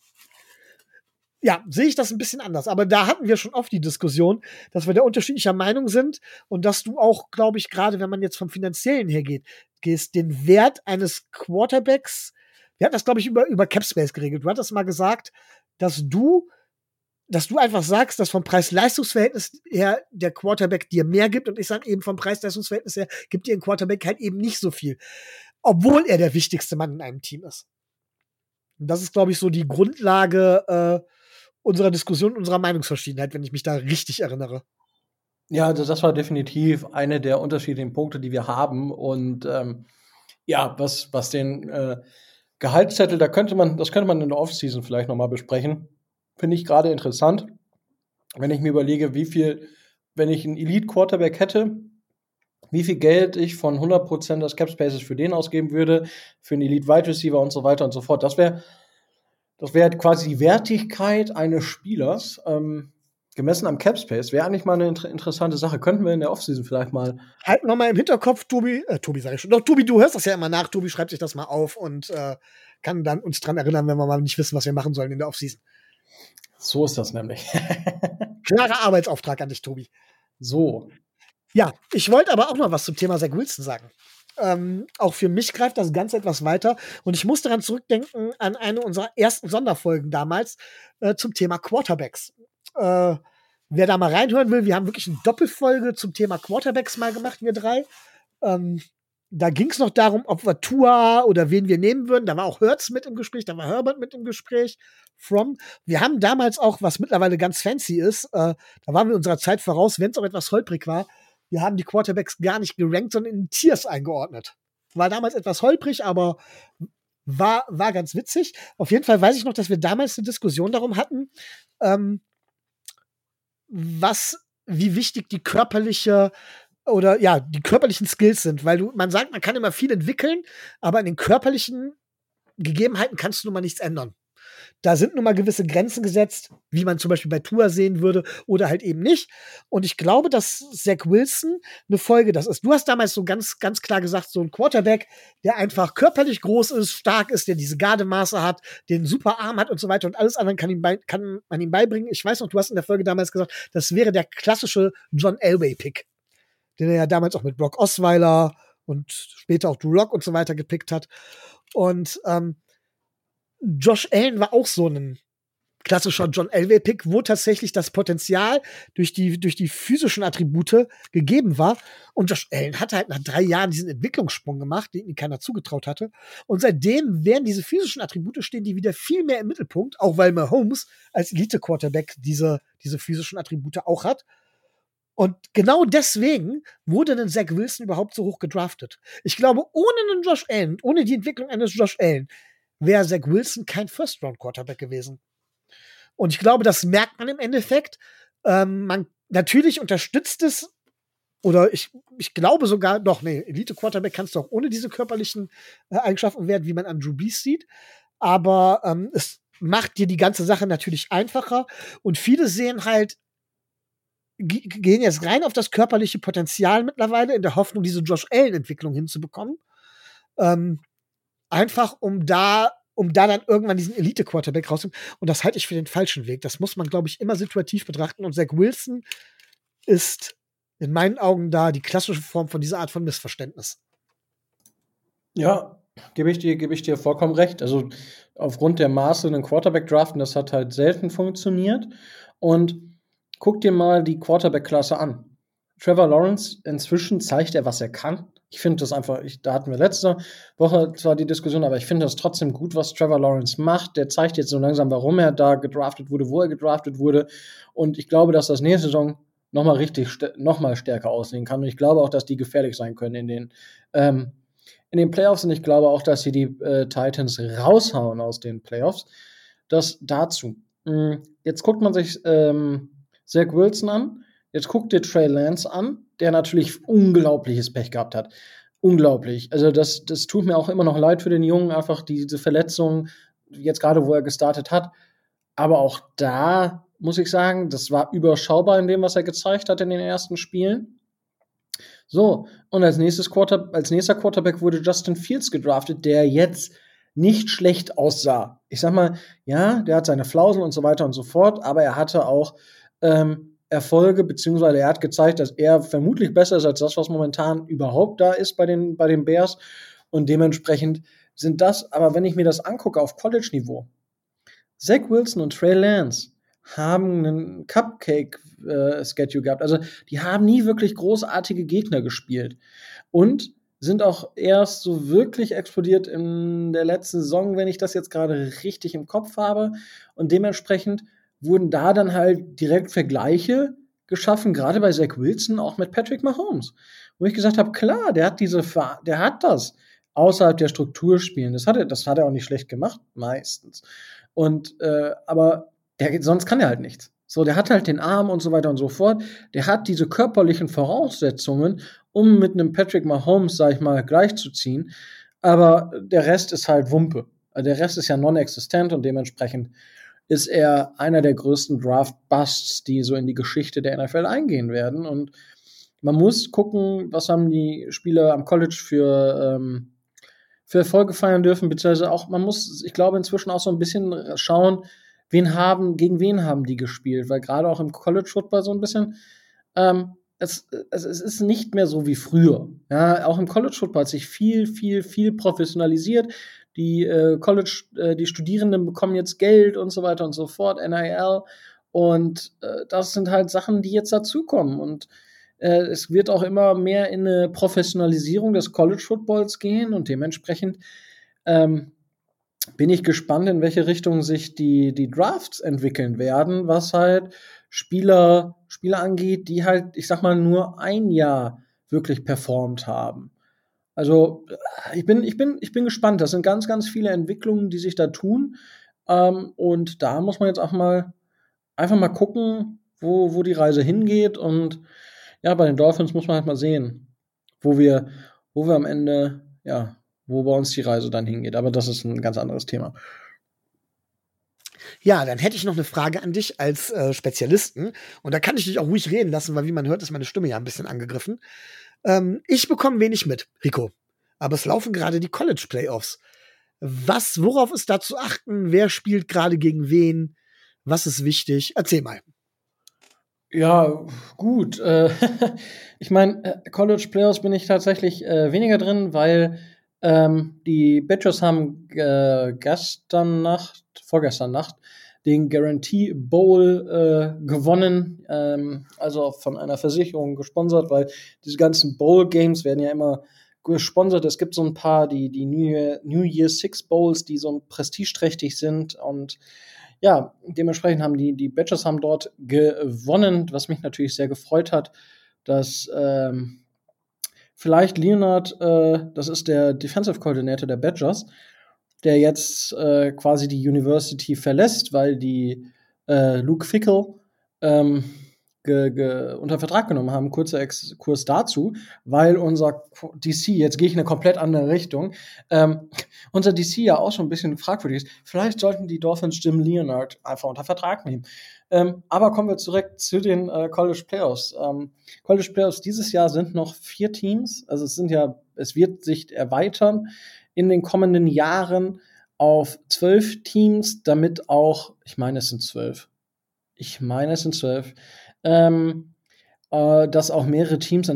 ja, sehe ich das ein bisschen anders. Aber da hatten wir schon oft die Diskussion, dass wir da unterschiedlicher Meinung sind und dass du auch, glaube ich, gerade wenn man jetzt vom Finanziellen her gehst, den Wert eines Quarterbacks, wir hatten das, glaube ich, über Capspace geregelt. Du hattest mal gesagt, dass du einfach sagst, dass vom Preis-Leistungs-Verhältnis her der Quarterback dir mehr gibt und ich sage eben vom Preis-Leistungs-Verhältnis her gibt dir ein Quarterback halt eben nicht so viel. Obwohl er der wichtigste Mann in einem Team ist. Und das ist, glaube ich, so die Grundlage unserer Diskussion, unserer Meinungsverschiedenheit, wenn ich mich da richtig erinnere. Ja, das war definitiv eine der unterschiedlichen Punkte, die wir haben. Und was den Gehaltszettel, das könnte man in der Offseason vielleicht nochmal besprechen. Finde ich gerade interessant, wenn ich mir überlege, wenn ich einen Elite-Quarterback hätte, wie viel Geld ich von 100% des Cap-Spaces für den ausgeben würde, für einen Elite-Wide-Receiver und so weiter und so fort. Das wäre quasi die Wertigkeit eines Spielers, gemessen am Cap-Space. Wäre eigentlich mal eine interessante Sache. Könnten wir in der Offseason vielleicht mal. Halt nochmal im Hinterkopf, Tobi sag ich schon. Doch, Tobi, du hörst das ja immer nach. Tobi schreibt sich das mal auf und kann dann uns dran erinnern, wenn wir mal nicht wissen, was wir machen sollen in der Offseason. So ist das nämlich. Klarer Arbeitsauftrag an dich, Tobi. So. Ja, ich wollte aber auch noch was zum Thema Zach Wilson sagen. Auch für mich greift das Ganze etwas weiter. Und ich muss daran zurückdenken an eine unserer ersten Sonderfolgen damals zum Thema Quarterbacks. Wer da mal reinhören will, wir haben wirklich eine Doppelfolge zum Thema Quarterbacks mal gemacht, wir 3. Da ging es noch darum, ob wir Tua oder wen wir nehmen würden. Da war auch Hurts mit im Gespräch, da war Herbert mit im Gespräch. Wir haben damals auch, was mittlerweile ganz fancy ist, da waren wir unserer Zeit voraus, wenn es auch etwas holprig war, wir haben die Quarterbacks gar nicht gerankt, sondern in Tiers eingeordnet. War damals etwas holprig, aber war ganz witzig. Auf jeden Fall weiß ich noch, dass wir damals eine Diskussion darum hatten, wie wichtig die körperlichen Skills sind, weil man sagt, man kann immer viel entwickeln, aber an den körperlichen Gegebenheiten kannst du nun mal nichts ändern. Da sind nun mal gewisse Grenzen gesetzt, wie man zum Beispiel bei Tua sehen würde oder halt eben nicht. Und ich glaube, dass Zach Wilson eine Folge das ist. Du hast damals so ganz, ganz klar gesagt, so ein Quarterback, der einfach körperlich groß ist, stark ist, der diese Gardemaße hat, den super Arm hat und so weiter und alles andere kann man ihm beibringen. Ich weiß noch, du hast in der Folge damals gesagt, das wäre der klassische John Elway-Pick, den er ja damals auch mit Brock Osweiler und später auch Drew Lock und so weiter gepickt hat. Und Josh Allen war auch so ein klassischer John Elway-Pick, wo tatsächlich das Potenzial durch die physischen Attribute gegeben war. Und Josh Allen hat halt nach 3 Jahren diesen Entwicklungssprung gemacht, den ihm keiner zugetraut hatte. Und seitdem werden diese physischen Attribute stehen die wieder viel mehr im Mittelpunkt, auch weil Mahomes als Elite-Quarterback diese physischen Attribute auch hat. Und genau deswegen wurde ein Zach Wilson überhaupt so hoch gedraftet. Ich glaube, ohne einen Josh Allen, ohne die Entwicklung eines Josh Allen, wäre Zach Wilson kein First-Round-Quarterback gewesen. Und ich glaube, das merkt man im Endeffekt. Man natürlich unterstützt es, oder ich glaube sogar, Elite-Quarterback kannst du auch ohne diese körperlichen Eigenschaften werden, wie man an Drew Brees sieht. Aber es macht dir die ganze Sache natürlich einfacher. Und viele gehen jetzt rein auf das körperliche Potenzial mittlerweile, in der Hoffnung, diese Josh Allen-Entwicklung hinzubekommen. Einfach um da um da dann irgendwann diesen Elite-Quarterback rauszunehmen. Und das halte ich für den falschen Weg. Das muss man, glaube ich, immer situativ betrachten. Und Zach Wilson ist in meinen Augen da die klassische Form von dieser Art von Missverständnis. Ja, gebe ich dir vollkommen recht. Also aufgrund der Maße einen Quarterback draften, das hat halt selten funktioniert. Und guck dir mal die Quarterback-Klasse an. Trevor Lawrence, inzwischen zeigt er, was er kann. Ich finde das einfach, da hatten wir letzte Woche zwar die Diskussion, aber ich finde das trotzdem gut, was Trevor Lawrence macht. Der zeigt jetzt so langsam, warum er da gedraftet wurde, wo er gedraftet wurde. Und ich glaube, dass das nächste Saison noch mal stärker aussehen kann. Und ich glaube auch, dass die gefährlich sein können in den Playoffs. Und ich glaube auch, dass sie die Titans raushauen aus den Playoffs. Das dazu. Jetzt guckt man sich Zach Wilson an. Jetzt guckt dir Trey Lance an, der natürlich unglaubliches Pech gehabt hat. Unglaublich. Also das tut mir auch immer noch leid für den Jungen, einfach diese Verletzung, jetzt gerade, wo er gestartet hat. Aber auch da muss ich sagen, das war überschaubar in dem, was er gezeigt hat in den ersten Spielen. So, und als nächster Quarterback wurde Justin Fields gedraftet, der jetzt nicht schlecht aussah. Ich sag mal, ja, der hat seine Flausen und so weiter und so fort, aber er hatte auch Erfolge, beziehungsweise er hat gezeigt, dass er vermutlich besser ist als das, was momentan überhaupt da ist bei den Bears. Und dementsprechend sind das, aber wenn ich mir das angucke auf College-Niveau, Zach Wilson und Trey Lance haben einen Cupcake-Schedule gehabt. Also die haben nie wirklich großartige Gegner gespielt. Und sind auch erst so wirklich explodiert in der letzten Saison, wenn ich das jetzt gerade richtig im Kopf habe. Und dementsprechend wurden da dann halt direkt Vergleiche geschaffen, gerade bei Zach Wilson, auch mit Patrick Mahomes. Wo ich gesagt habe, klar, der hat das außerhalb der Struktur spielen. Das hat er auch nicht schlecht gemacht, meistens. Und aber sonst kann er halt nichts. So, der hat halt den Arm und so weiter und so fort. Der hat diese körperlichen Voraussetzungen, um mit einem Patrick Mahomes, sag ich mal, gleichzuziehen. Aber der Rest ist halt Wumpe. Der Rest ist ja non-existent und dementsprechend ist er einer der größten Draft-Busts, die so in die Geschichte der NFL eingehen werden. Und man muss gucken, was haben die Spieler am College für Erfolge feiern dürfen, beziehungsweise auch, man muss, ich glaube, inzwischen auch so ein bisschen schauen, gegen wen haben die gespielt, weil gerade auch im College Football so ein bisschen, es ist nicht mehr so wie früher. Ja, auch im College Football hat sich viel professionalisiert. Die die Studierenden bekommen jetzt Geld und so weiter und so fort, NIL. Und das sind halt Sachen, die jetzt dazukommen. Und es wird auch immer mehr in eine Professionalisierung des College Footballs gehen und dementsprechend bin ich gespannt, in welche Richtung sich die Drafts entwickeln werden, was halt Spieler angeht, die halt, ich sag mal, nur ein Jahr wirklich performt haben. Also ich bin gespannt. Das sind ganz viele Entwicklungen, die sich da tun. Und da muss man jetzt auch einfach mal gucken, wo die Reise hingeht. Und ja, bei den Dolphins muss man halt mal sehen, wo wir am Ende, ja, wo bei uns die Reise dann hingeht. Aber das ist ein ganz anderes Thema. Ja, dann hätte ich noch eine Frage an dich als Spezialisten. Und da kann ich dich auch ruhig reden lassen, weil wie man hört, ist meine Stimme ja ein bisschen angegriffen. Ich bekomme wenig mit, Rico. Aber es laufen gerade die College-Playoffs. Worauf ist da zu achten? Wer spielt gerade gegen wen? Was ist wichtig? Erzähl mal. Ja, gut. Ich meine, College Playoffs bin ich tatsächlich weniger drin, weil die Badgers haben vorgestern Nacht, den Guarantee Bowl gewonnen, also von einer Versicherung gesponsert, weil diese ganzen Bowl Games werden ja immer gesponsert. Es gibt so ein paar, die New Year Six Bowls, die so prestigeträchtig sind und ja, dementsprechend haben die Badgers haben dort gewonnen, was mich natürlich sehr gefreut hat, dass vielleicht Leonard, das ist der Defensive Coordinator der Badgers, der jetzt quasi die University verlässt, weil die Luke Fickell unter Vertrag genommen haben. Kurzer Exkurs dazu, weil unser DC, jetzt gehe ich in eine komplett andere Richtung, unser DC ja auch schon ein bisschen fragwürdig ist. Vielleicht sollten die Dolphins Jim Leonard einfach unter Vertrag nehmen. Aber kommen wir zurück zu den College Playoffs. College Playoffs dieses Jahr sind noch 4 Teams. Also es wird sich erweitern in den kommenden Jahren. auf 12 Teams, damit auch, ich meine, es sind 12. Dass auch mehrere Teams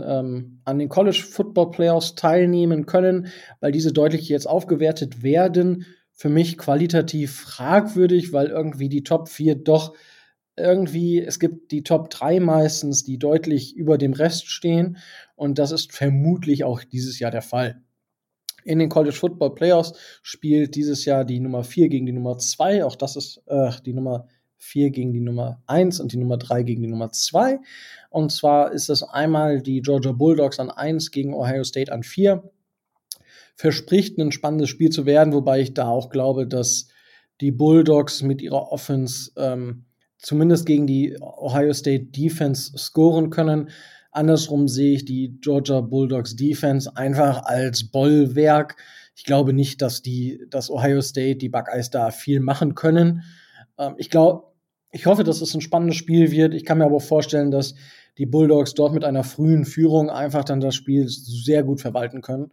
an den College Football Playoffs teilnehmen können, weil diese deutlich jetzt aufgewertet werden. Für mich qualitativ fragwürdig, weil irgendwie die Top 4 doch irgendwie, es gibt die Top 3 meistens, die deutlich über dem Rest stehen. Und das ist vermutlich auch dieses Jahr der Fall. In den College Football Playoffs spielt dieses Jahr die Nummer 4 gegen die Nummer 2. Auch das ist die Nummer 4 gegen die Nummer 1 und die Nummer 3 gegen die Nummer 2. Und zwar ist es einmal die Georgia Bulldogs an 1 gegen Ohio State an 4. Verspricht ein spannendes Spiel zu werden, wobei ich da auch glaube, dass die Bulldogs mit ihrer Offense zumindest gegen die Ohio State Defense scoren können. Andersrum sehe ich die Georgia Bulldogs Defense einfach als Bollwerk. Ich glaube nicht, dass Ohio State, die Buckeyes da viel machen können. Ich hoffe, dass es ein spannendes Spiel wird. Ich kann mir aber vorstellen, dass die Bulldogs dort mit einer frühen Führung einfach dann das Spiel sehr gut verwalten können.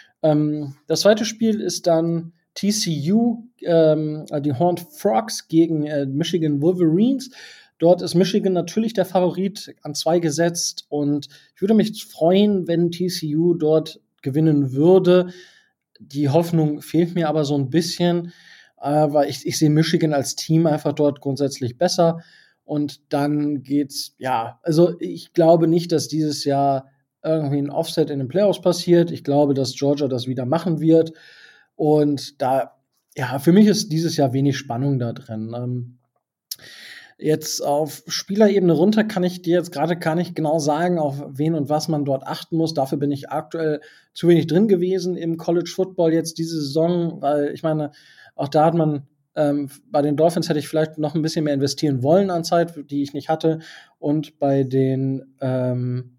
Das zweite Spiel ist dann TCU, die Horned Frogs gegen Michigan Wolverines. Dort ist Michigan natürlich der Favorit an 2 gesetzt und ich würde mich freuen, wenn TCU dort gewinnen würde. Die Hoffnung fehlt mir aber so ein bisschen, weil ich sehe Michigan als Team einfach dort grundsätzlich besser. Und dann geht's, also ich glaube nicht, dass dieses Jahr irgendwie ein Offset in den Playoffs passiert. Ich glaube, dass Georgia das wieder machen wird. Und für mich ist dieses Jahr wenig Spannung da drin. Jetzt auf Spielerebene runter kann ich dir jetzt gerade gar nicht genau sagen, auf wen und was man dort achten muss. Dafür bin ich aktuell zu wenig drin gewesen im College Football jetzt diese Saison, weil ich meine, auch da hat man bei den Dolphins hätte ich vielleicht noch ein bisschen mehr investieren wollen an Zeit, die ich nicht hatte. Und beim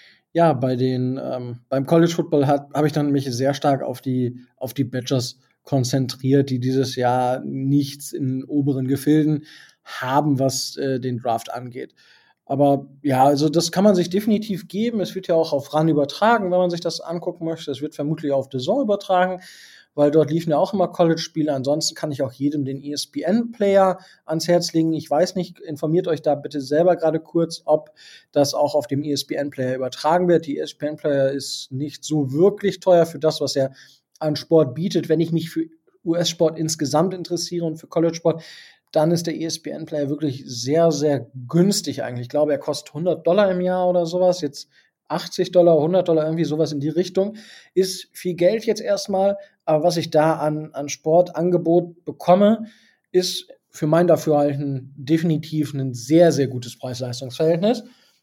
College Football habe ich dann mich sehr stark auf die Badgers konzentriert, die dieses Jahr nichts in oberen Gefilden haben, was den Draft angeht. Aber ja, also das kann man sich definitiv geben. Es wird ja auch auf RAN übertragen, wenn man sich das angucken möchte. Es wird vermutlich auf The Zone übertragen, weil dort liefen ja auch immer College-Spiele. Ansonsten kann ich auch jedem den ESPN-Player ans Herz legen. Ich weiß nicht, informiert euch da bitte selber gerade kurz, ob das auch auf dem ESPN-Player übertragen wird. Die ESPN-Player ist nicht so wirklich teuer für das, was er an Sport bietet. Wenn ich mich für US-Sport insgesamt interessiere und für College-Sport, dann ist der ESPN-Player wirklich sehr, sehr günstig eigentlich. Ich glaube, er kostet $100 im Jahr oder sowas. Jetzt $80, $100, irgendwie sowas in die Richtung. Ist viel Geld jetzt erstmal, aber was ich da an Sportangebot bekomme, ist für mein Dafürhalten definitiv ein sehr, sehr gutes Preis-Leistungs-Verhältnis.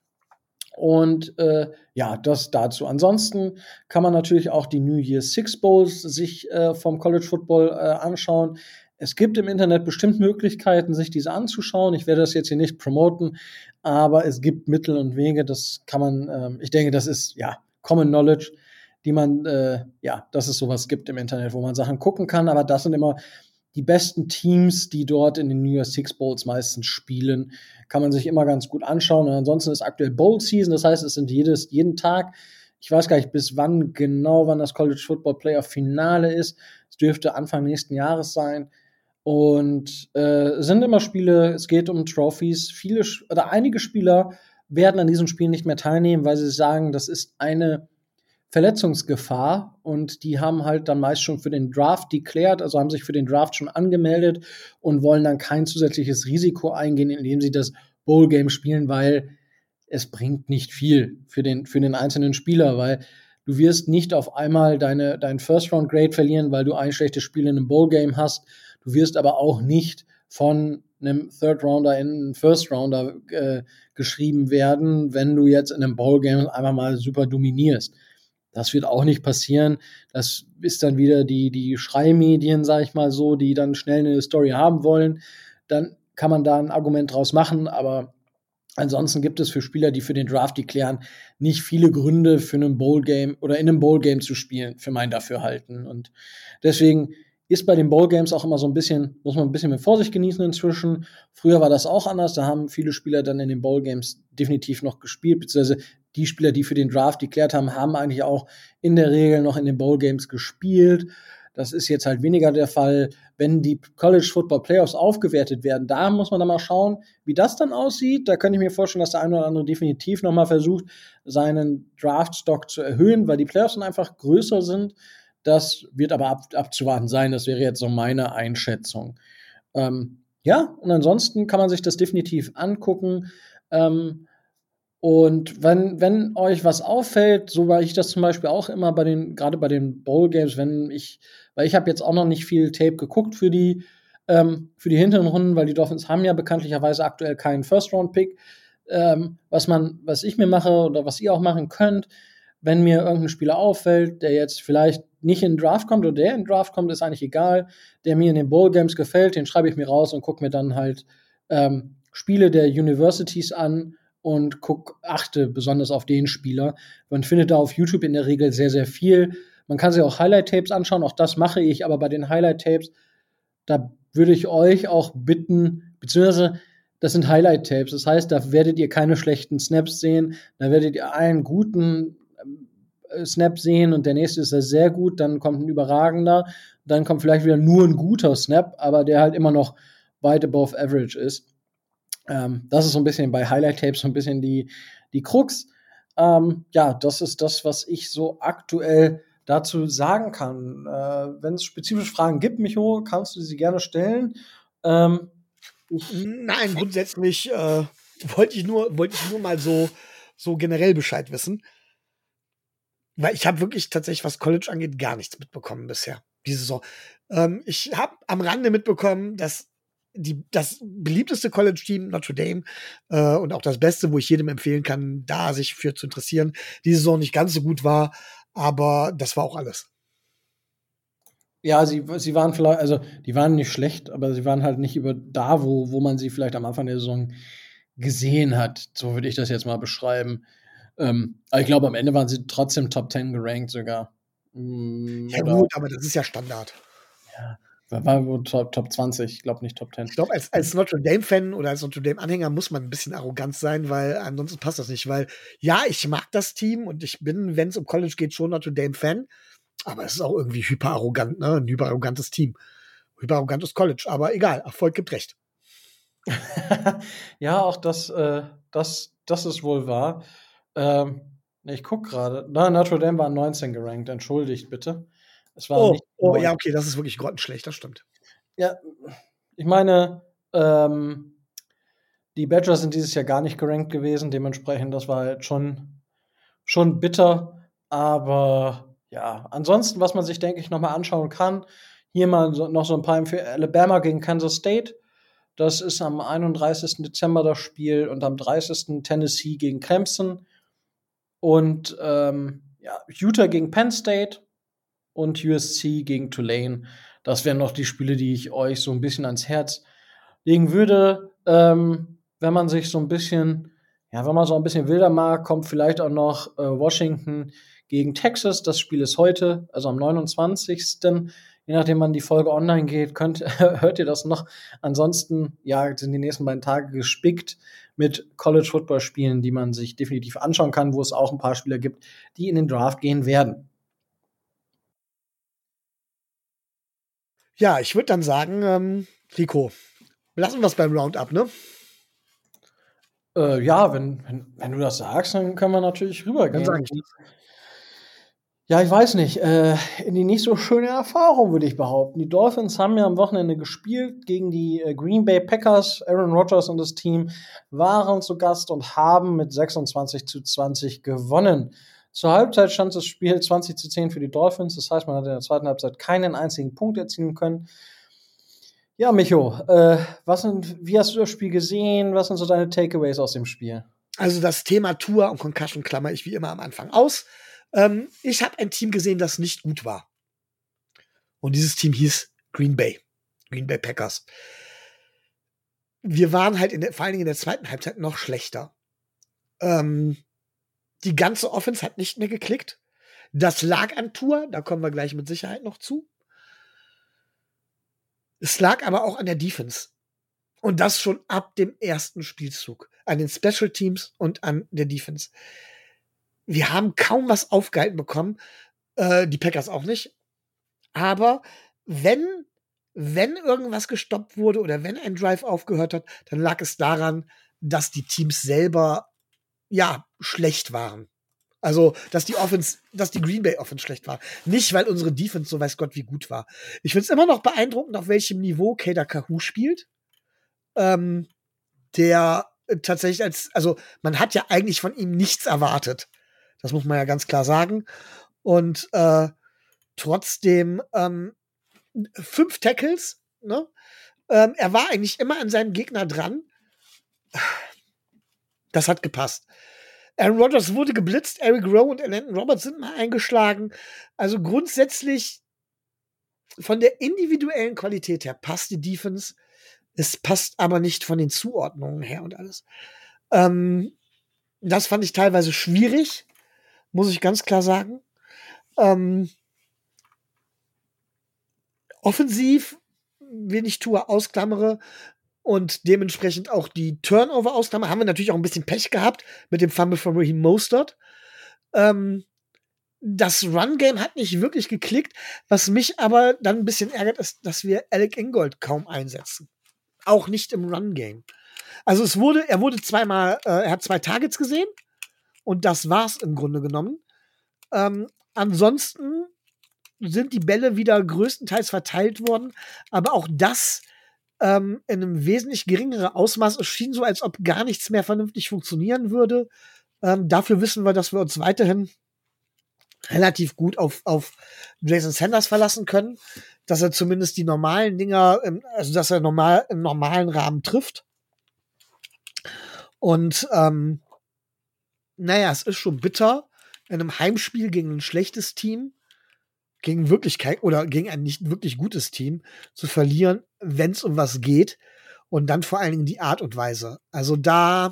Und das dazu. Ansonsten kann man natürlich auch die New Year's Six Bowls sich vom College Football anschauen. Es gibt im Internet bestimmt Möglichkeiten, sich diese anzuschauen. Ich werde das jetzt hier nicht promoten, aber es gibt Mittel und Wege. Das kann man, ich denke, das ist Common Knowledge, die man, dass es sowas gibt im Internet, wo man Sachen gucken kann. Aber das sind immer die besten Teams, die dort in den New Year's Six Bowls meistens spielen, kann man sich immer ganz gut anschauen. Und ansonsten ist aktuell Bowl Season, das heißt, es sind jeden Tag, ich weiß gar nicht bis wann das College Football Playoff Finale ist. Es dürfte Anfang nächsten Jahres sein. Und sind immer Spiele, es geht um Trophies. Einige Spieler werden an diesen Spielen nicht mehr teilnehmen, weil sie sagen, das ist eine Verletzungsgefahr und die haben halt dann meist schon für den Draft declared, also haben sich für den Draft schon angemeldet und wollen dann kein zusätzliches Risiko eingehen, indem sie das Bowl-Game spielen, weil es bringt nicht viel für den einzelnen Spieler, weil du wirst nicht auf einmal dein First-Round-Grade verlieren, weil du ein schlechtes Spiel in einem Bowl-Game hast. Du wirst aber auch nicht von einem Third-Rounder in einen First-Rounder geschrieben werden, wenn du jetzt in einem Bowl-Game einfach mal super dominierst. Das wird auch nicht passieren. Das ist dann wieder die Schreimedien, sag ich mal so, die dann schnell eine Story haben wollen. Dann kann man da ein Argument draus machen, aber ansonsten gibt es für Spieler, die für den Draft declaren, nicht viele Gründe für ein Bowl-Game oder in einem Bowl-Game zu spielen, für mein Dafürhalten. Und deswegen ist bei den Bowl-Games auch immer muss man ein bisschen mit Vorsicht genießen inzwischen. Früher war das auch anders, da haben viele Spieler dann in den Bowl-Games definitiv noch gespielt, beziehungsweise die Spieler, die für den Draft declared haben, haben eigentlich auch in der Regel noch in den Bowl-Games gespielt. Das ist jetzt halt weniger der Fall, wenn die College Football Playoffs aufgewertet werden. Da muss man dann mal schauen, wie das dann aussieht. Da könnte ich mir vorstellen, dass der eine oder andere definitiv noch mal versucht, seinen Draftstock zu erhöhen, weil die Playoffs dann einfach größer sind. Das wird aber abzuwarten sein. Das wäre jetzt so meine Einschätzung. Ja, und ansonsten kann man sich das definitiv angucken. Und wenn euch was auffällt, so war ich das zum Beispiel auch immer gerade bei den Bowl Games, weil ich habe jetzt auch noch nicht viel Tape geguckt für die hinteren Runden, weil die Dolphins haben ja bekanntlicherweise aktuell keinen First-Round-Pick. Was ich mir mache oder was ihr auch machen könnt, wenn mir irgendein Spieler auffällt, der jetzt vielleicht nicht in den Draft kommt oder der in den Draft kommt, ist eigentlich egal, der mir in den Bowl Games gefällt, den schreibe ich mir raus und gucke mir dann halt Spiele der Universities an und achte besonders auf den Spieler. Man findet da auf YouTube in der Regel sehr, sehr viel. Man kann sich auch Highlight-Tapes anschauen, auch das mache ich, aber bei den Highlight-Tapes, da würde ich euch auch bitten, beziehungsweise das sind Highlight-Tapes, das heißt, da werdet ihr keine schlechten Snaps sehen, da werdet ihr einen guten Snap sehen und der nächste ist sehr gut, dann kommt ein überragender, dann kommt vielleicht wieder nur ein guter Snap, aber der halt immer noch weit above average ist. Das ist so ein bisschen bei Highlight-Tapes so ein bisschen die Krux. Ja, das ist das, was ich so aktuell dazu sagen kann. Wenn es spezifische Fragen gibt, Micho, kannst du sie gerne stellen. Nein, grundsätzlich wollte ich nur mal so generell Bescheid wissen. Weil ich habe wirklich tatsächlich, was College angeht, gar nichts mitbekommen bisher, diese Saison. Ich habe am Rande mitbekommen, dass das beliebteste College-Team, Notre Dame, und auch das Beste, wo ich jedem empfehlen kann, da sich für zu interessieren, diese Saison nicht ganz so gut war, aber das war auch alles. Ja, sie waren vielleicht, also die waren nicht schlecht, aber sie waren halt nicht über da, wo man sie vielleicht am Anfang der Saison gesehen hat. So würde ich das jetzt mal beschreiben. Aber ich glaube, am Ende waren sie trotzdem Top 10 gerankt sogar. Ja gut, aber das ist ja Standard. Ja, war wohl Top 20, ich glaube nicht Top 10. Ich glaube, als Notre Dame-Fan oder als Notre Dame-Anhänger muss man ein bisschen arrogant sein, weil ansonsten passt das nicht. Weil ja, ich mag das Team und ich bin, wenn es um College geht, schon Notre Dame-Fan. Aber es ist auch irgendwie hyperarrogant, ne? Ein hyperarrogantes Team. Hyperarrogantes College. Aber egal, Erfolg gibt recht. Ja, auch das ist wohl wahr. Ich gucke gerade. Notre Dame war 19 gerankt, entschuldigt bitte. Es war nicht Ja, okay, das ist wirklich grottenschlecht, das stimmt. Ja, ich meine, die Badgers sind dieses Jahr gar nicht gerankt gewesen, dementsprechend, das war halt schon bitter. Aber ja, ansonsten, was man sich, denke ich, noch mal anschauen kann, hier mal noch so ein paar Empfehlungen. Alabama gegen Kansas State. Das ist am 31. Dezember das Spiel und am 30. Tennessee gegen Clemson. Und ja, Utah gegen Penn State und USC gegen Tulane. Das wären noch die Spiele, die ich euch so ein bisschen ans Herz legen würde. Wenn man sich so ein bisschen, ja, wenn man so ein bisschen wilder mag, kommt vielleicht auch noch Washington gegen Texas. Das Spiel ist heute, also am 29. Je nachdem, wann die Folge online geht, hört ihr das noch. Ansonsten, ja, sind die nächsten beiden Tage gespickt mit College-Football-Spielen, die man sich definitiv anschauen kann, wo es auch ein paar Spieler gibt, die in den Draft gehen werden. Ja, ich würde dann sagen, Rico, lassen wir es beim Roundup, ne? Ja, wenn du das sagst, dann können wir natürlich Dann rübergehen. sage ich das. Ja, ich weiß nicht, in die nicht so schöne Erfahrung, würde ich behaupten. Die Dolphins haben ja am Wochenende gespielt gegen die Green Bay Packers. Aaron Rodgers und das Team waren zu Gast und haben mit 26:20 gewonnen. Zur Halbzeit stand das Spiel 20:10 für die Dolphins. Das heißt, man hat in der zweiten Halbzeit keinen einzigen Punkt erzielen können. Ja, Micho, wie hast du das Spiel gesehen? Was sind so deine Takeaways aus dem Spiel? Also das Thema Tour und Concussion klammer ich wie immer am Anfang aus. Ich habe ein Team gesehen, das nicht gut war. Und dieses Team hieß Green Bay Packers. Wir waren halt vor allen Dingen in der zweiten Halbzeit noch schlechter. Die ganze Offense hat nicht mehr geklickt. Das lag an Tour, da kommen wir gleich mit Sicherheit noch zu. Es lag aber auch an der Defense. Und das schon ab dem ersten Spielzug. An den Special Teams und an der Defense. Wir haben kaum was aufgehalten bekommen. Die Packers auch nicht. Aber wenn irgendwas gestoppt wurde oder wenn ein Drive aufgehört hat, dann lag es daran, dass die Teams selber schlecht waren. Also, dass die Green Bay Offense schlecht war. Nicht, weil unsere Defense so weiß Gott wie gut war. Ich finde es immer noch beeindruckend, auf welchem Niveau Kader Kahu spielt. Der tatsächlich man hat ja eigentlich von ihm nichts erwartet. Das muss man ja ganz klar sagen. Und trotzdem 5 Tackles, ne? Er war eigentlich immer an seinem Gegner dran. Das hat gepasst. Aaron Rodgers wurde geblitzt, Eric Rowe und Landon Roberts sind mal eingeschlagen. Also grundsätzlich von der individuellen Qualität her passt die Defense. Es passt aber nicht von den Zuordnungen her und alles. Das fand ich teilweise schwierig, muss ich ganz klar sagen. Offensiv, wenn ich Tua ausklammere und dementsprechend auch die Turnover ausklammere, haben wir natürlich auch ein bisschen Pech gehabt mit dem Fumble von Raheem Mostert. Das Run-Game hat nicht wirklich geklickt. Was mich aber dann ein bisschen ärgert, ist, dass wir Alec Ingold kaum einsetzen. Auch nicht im Run-Game. Also er wurde zweimal, er hat 2 Targets gesehen und das war's im Grunde genommen. Ansonsten sind die Bälle wieder größtenteils verteilt worden, aber auch das in einem wesentlich geringeren Ausmaß. Es schien so, als ob gar nichts mehr vernünftig funktionieren würde. Dafür wissen wir, dass wir uns weiterhin relativ gut auf Jason Sanders verlassen können, dass er zumindest die normalen Dinger, dass er im normalen Rahmen trifft. Und es ist schon bitter, in einem Heimspiel gegen ein schlechtes Team, gegen ein nicht wirklich gutes Team zu verlieren, wenn es um was geht. Und dann vor allen Dingen die Art und Weise. Also da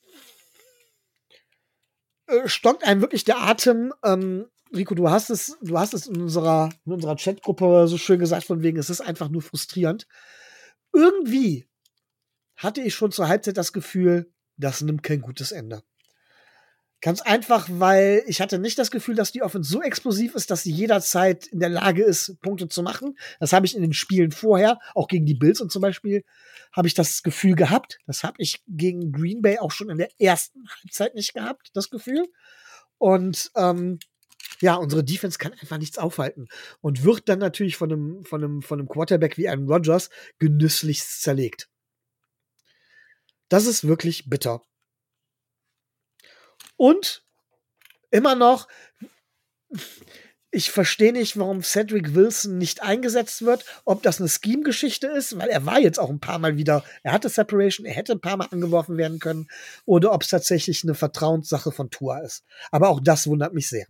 stockt einem wirklich der Atem. Rico, du hast es in unserer Chatgruppe so schön gesagt, von wegen, es ist einfach nur frustrierend. Irgendwie hatte ich schon zur Halbzeit das Gefühl, das nimmt kein gutes Ende. Ganz einfach, weil ich hatte nicht das Gefühl, dass die Offense so explosiv ist, dass sie jederzeit in der Lage ist, Punkte zu machen. Das habe ich in den Spielen vorher, auch gegen die Bills und zum Beispiel, habe ich das Gefühl gehabt. Das habe ich gegen Green Bay auch schon in der ersten Halbzeit nicht gehabt, das Gefühl. Und unsere Defense kann einfach nichts aufhalten und wird dann natürlich von einem Quarterback wie Aaron Rodgers genüsslich zerlegt. Das ist wirklich bitter. Und immer noch, ich verstehe nicht, warum Cedric Wilson nicht eingesetzt wird, ob das eine Scheme-Geschichte ist, weil er war jetzt auch ein paar Mal wieder, er hatte Separation, er hätte ein paar Mal angeworfen werden können, oder ob es tatsächlich eine Vertrauenssache von Tua ist. Aber auch das wundert mich sehr.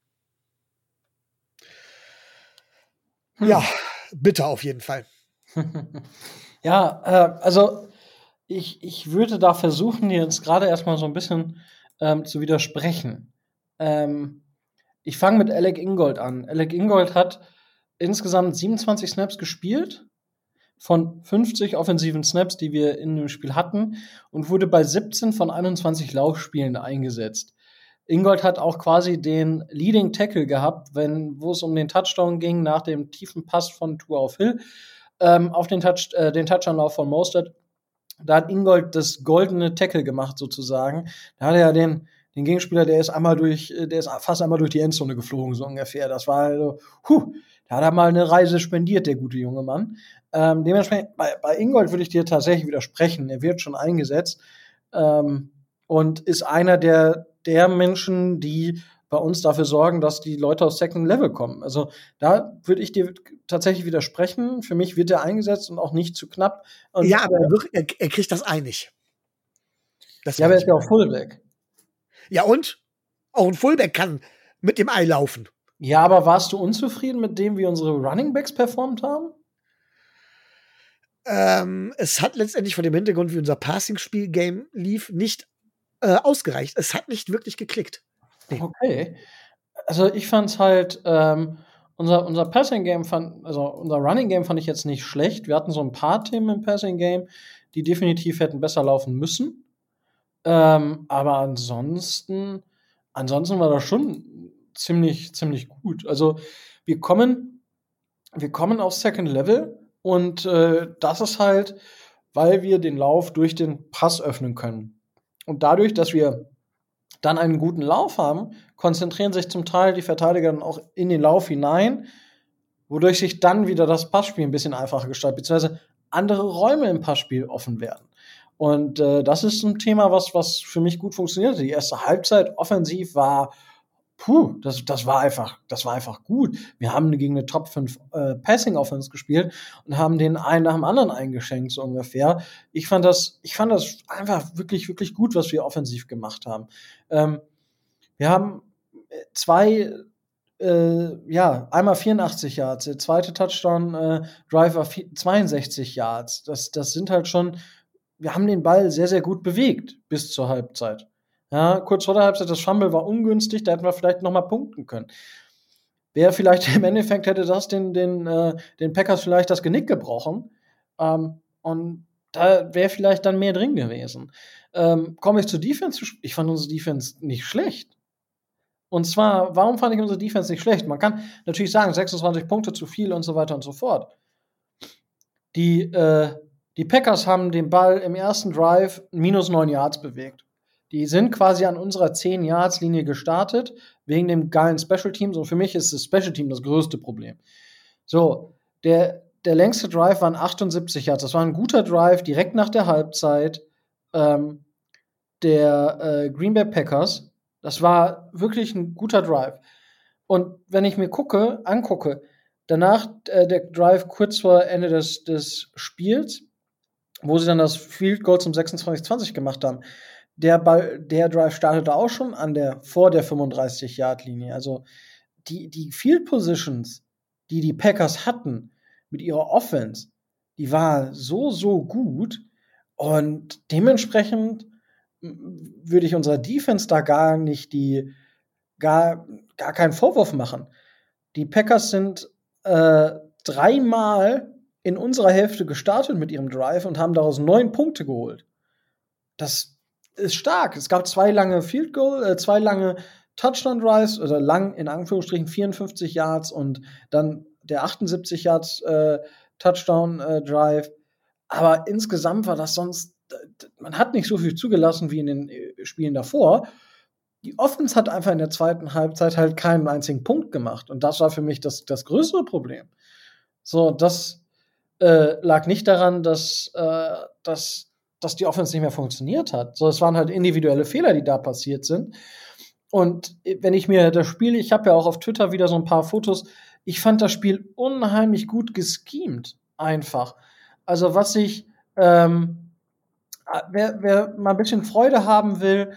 Ja, bitter auf jeden Fall. Ja, also ich würde da versuchen, dir jetzt gerade erstmal so ein bisschen zu widersprechen. Ich fange mit Alec Ingold an. Alec Ingold hat insgesamt 27 Snaps gespielt von 50 offensiven Snaps, die wir in dem Spiel hatten, und wurde bei 17 von 21 Laufspielen eingesetzt. Ingold hat auch quasi den Leading Tackle gehabt, wo es um den Touchdown ging, nach dem tiefen Pass von Tua auf Hill, auf den Touchdown-Lauf von Mostert. Da hat Ingold das goldene Tackle gemacht, sozusagen. Da hat er den Gegenspieler, der ist fast einmal durch die Endzone geflogen, so ungefähr. Das war also, da hat er mal eine Reise spendiert, der gute junge Mann. Dementsprechend, bei Ingold würde ich dir tatsächlich widersprechen. Er wird schon eingesetzt und ist einer der Menschen, die bei uns dafür sorgen, dass die Leute aus Second Level kommen. Also da würde ich dir tatsächlich widersprechen. Für mich wird er eingesetzt und auch nicht zu knapp. Und ja, aber er kriegt das einig. Ja, aber er ist ja auch Fullback. Ja, und? Auch ein Fullback kann mit dem Ei laufen. Ja, aber warst du unzufrieden mit dem, wie unsere Runningbacks performt haben? Es hat letztendlich von dem Hintergrund, wie unser Passing-Spiel-Game lief, nicht ausgereicht. Es hat nicht wirklich geklickt. Nee. Okay. Also ich fand's halt, unser Passing-Game unser Running-Game fand ich jetzt nicht schlecht. Wir hatten so ein paar Themen im Passing-Game, die definitiv hätten besser laufen müssen. Aber ansonsten war das schon ziemlich gut. Also wir kommen wir kommen aufs Second Level und das ist halt, weil wir den Lauf durch den Pass öffnen können. Und dadurch, dass wir dann einen guten Lauf haben, konzentrieren sich zum Teil die Verteidiger dann auch in den Lauf hinein, wodurch sich dann wieder das Passspiel ein bisschen einfacher gestaltet, beziehungsweise andere Räume im Passspiel offen werden. Und das ist ein Thema, was für mich gut funktioniert. Die erste Halbzeit offensiv war das war einfach gut. Wir haben gegen eine Top 5 Passing Offense gespielt und haben den einen nach dem anderen eingeschenkt, so ungefähr. Ich fand das einfach wirklich, wirklich gut, was wir offensiv gemacht haben. Wir haben einmal 84 Yards, der zweite Touchdown-Drive war 62 Yards. Das sind halt schon, wir haben den Ball sehr, sehr gut bewegt bis zur Halbzeit. Ja, kurz vor der Halbzeit, das Fumble war ungünstig, da hätten wir vielleicht noch mal punkten können. Vielleicht im Endeffekt hätte das den Packers vielleicht das Genick gebrochen. Und da wäre vielleicht dann mehr drin gewesen. Komme ich zur Defense? Ich fand unsere Defense nicht schlecht. Und zwar, warum fand ich unsere Defense nicht schlecht? Man kann natürlich sagen, 26 Punkte zu viel und so weiter und so fort. Die Packers haben den Ball im ersten Drive -9 Yards bewegt. Die sind quasi an unserer 10-Yards-Linie gestartet, wegen dem geilen Special Teams. Und für mich ist das Special Team das größte Problem. So, der längste Drive waren 78 Yards. Das war ein guter Drive, direkt nach der Halbzeit der Green Bay Packers. Das war wirklich ein guter Drive. Und wenn ich mir angucke, danach der Drive kurz vor Ende des Spiels, wo sie dann das Field Goal zum 26-20 gemacht haben, der Drive startete auch schon vor der 35-Yard-Linie. Also die Field Positions, die Packers hatten mit ihrer Offense, die war so gut. Und dementsprechend würde ich unserer Defense da gar keinen Vorwurf machen. Die Packers sind 3-mal in unserer Hälfte gestartet mit ihrem Drive und haben daraus 9 Punkte geholt. Das ist stark. Es gab 2 lange Field Goal, 2 lange Touchdown Drives, oder lang in Anführungsstrichen 54 Yards und dann der 78 Yards Touchdown Drive. Aber insgesamt war das sonst, man hat nicht so viel zugelassen wie in den Spielen davor. Die Offense hat einfach in der zweiten Halbzeit halt keinen einzigen Punkt gemacht. Und das war für mich das größere Problem. So, das lag nicht daran, dass die Offense nicht mehr funktioniert hat. So, es waren halt individuelle Fehler, die da passiert sind. Und wenn ich mir das Spiel, ich habe ja auch auf Twitter wieder so ein paar Fotos, ich fand das Spiel unheimlich gut geschemt, einfach. Also wer mal ein bisschen Freude haben will,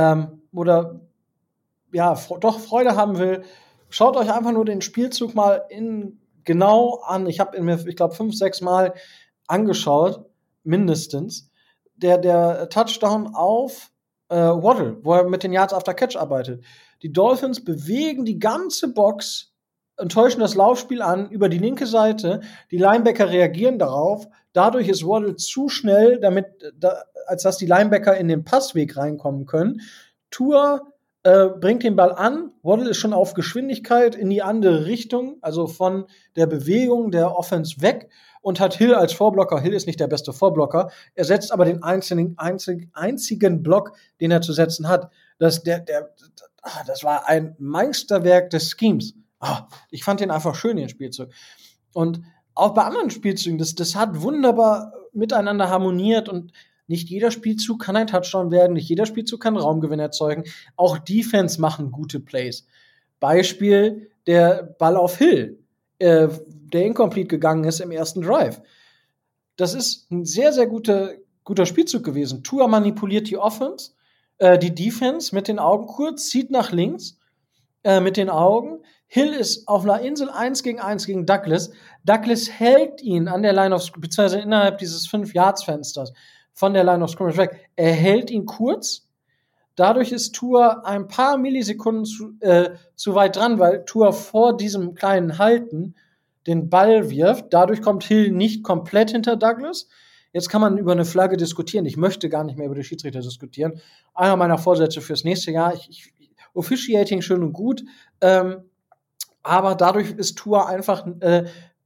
Freude haben will, schaut euch einfach nur den Spielzug mal genau an. Ich habe ihn mir, ich glaube, 5-6 Mal angeschaut, mindestens. Der Touchdown auf Waddle, wo er mit den Yards after Catch arbeitet. Die Dolphins bewegen die ganze Box, enttäuschen das Laufspiel an über die linke Seite. Die Linebacker reagieren darauf. Dadurch ist Waddle zu schnell, als dass die Linebacker in den Passweg reinkommen können. Tua bringt den Ball an. Waddle ist schon auf Geschwindigkeit in die andere Richtung, also von der Bewegung der Offense weg, und hat Hill als Vorblocker. Hill ist nicht der beste Vorblocker. Er setzt aber den einzigen Block, den er zu setzen hat. Das war ein Meisterwerk des Schemes. Ich fand den einfach schön, den Spielzug. Und auch bei anderen Spielzügen, das hat wunderbar miteinander harmoniert, und nicht jeder Spielzug kann ein Touchdown werden, nicht jeder Spielzug kann Raumgewinn erzeugen. Auch Defense machen gute Plays. Beispiel der Ball auf Hill, der incomplete gegangen ist im ersten Drive. Das ist ein sehr, sehr guter Spielzug gewesen. Tua manipuliert die Offense, die Defense mit den Augen kurz, zieht nach links mit den Augen. Hill ist auf einer Insel 1 gegen 1 gegen Douglas. Douglas hält ihn an der Line of Scrimmage, beziehungsweise innerhalb dieses 5-Yards-Fensters von der Line of Scrimmage weg. Er hält ihn kurz. Dadurch ist Tua ein paar Millisekunden zu weit dran, weil Tua vor diesem kleinen Halten den Ball wirft. Dadurch kommt Hill nicht komplett hinter Douglas. Jetzt kann man über eine Flagge diskutieren. Ich möchte gar nicht mehr über die Schiedsrichter diskutieren. Einer meiner Vorsätze fürs nächste Jahr. Officiating schön und gut. Aber dadurch ist Tua einfach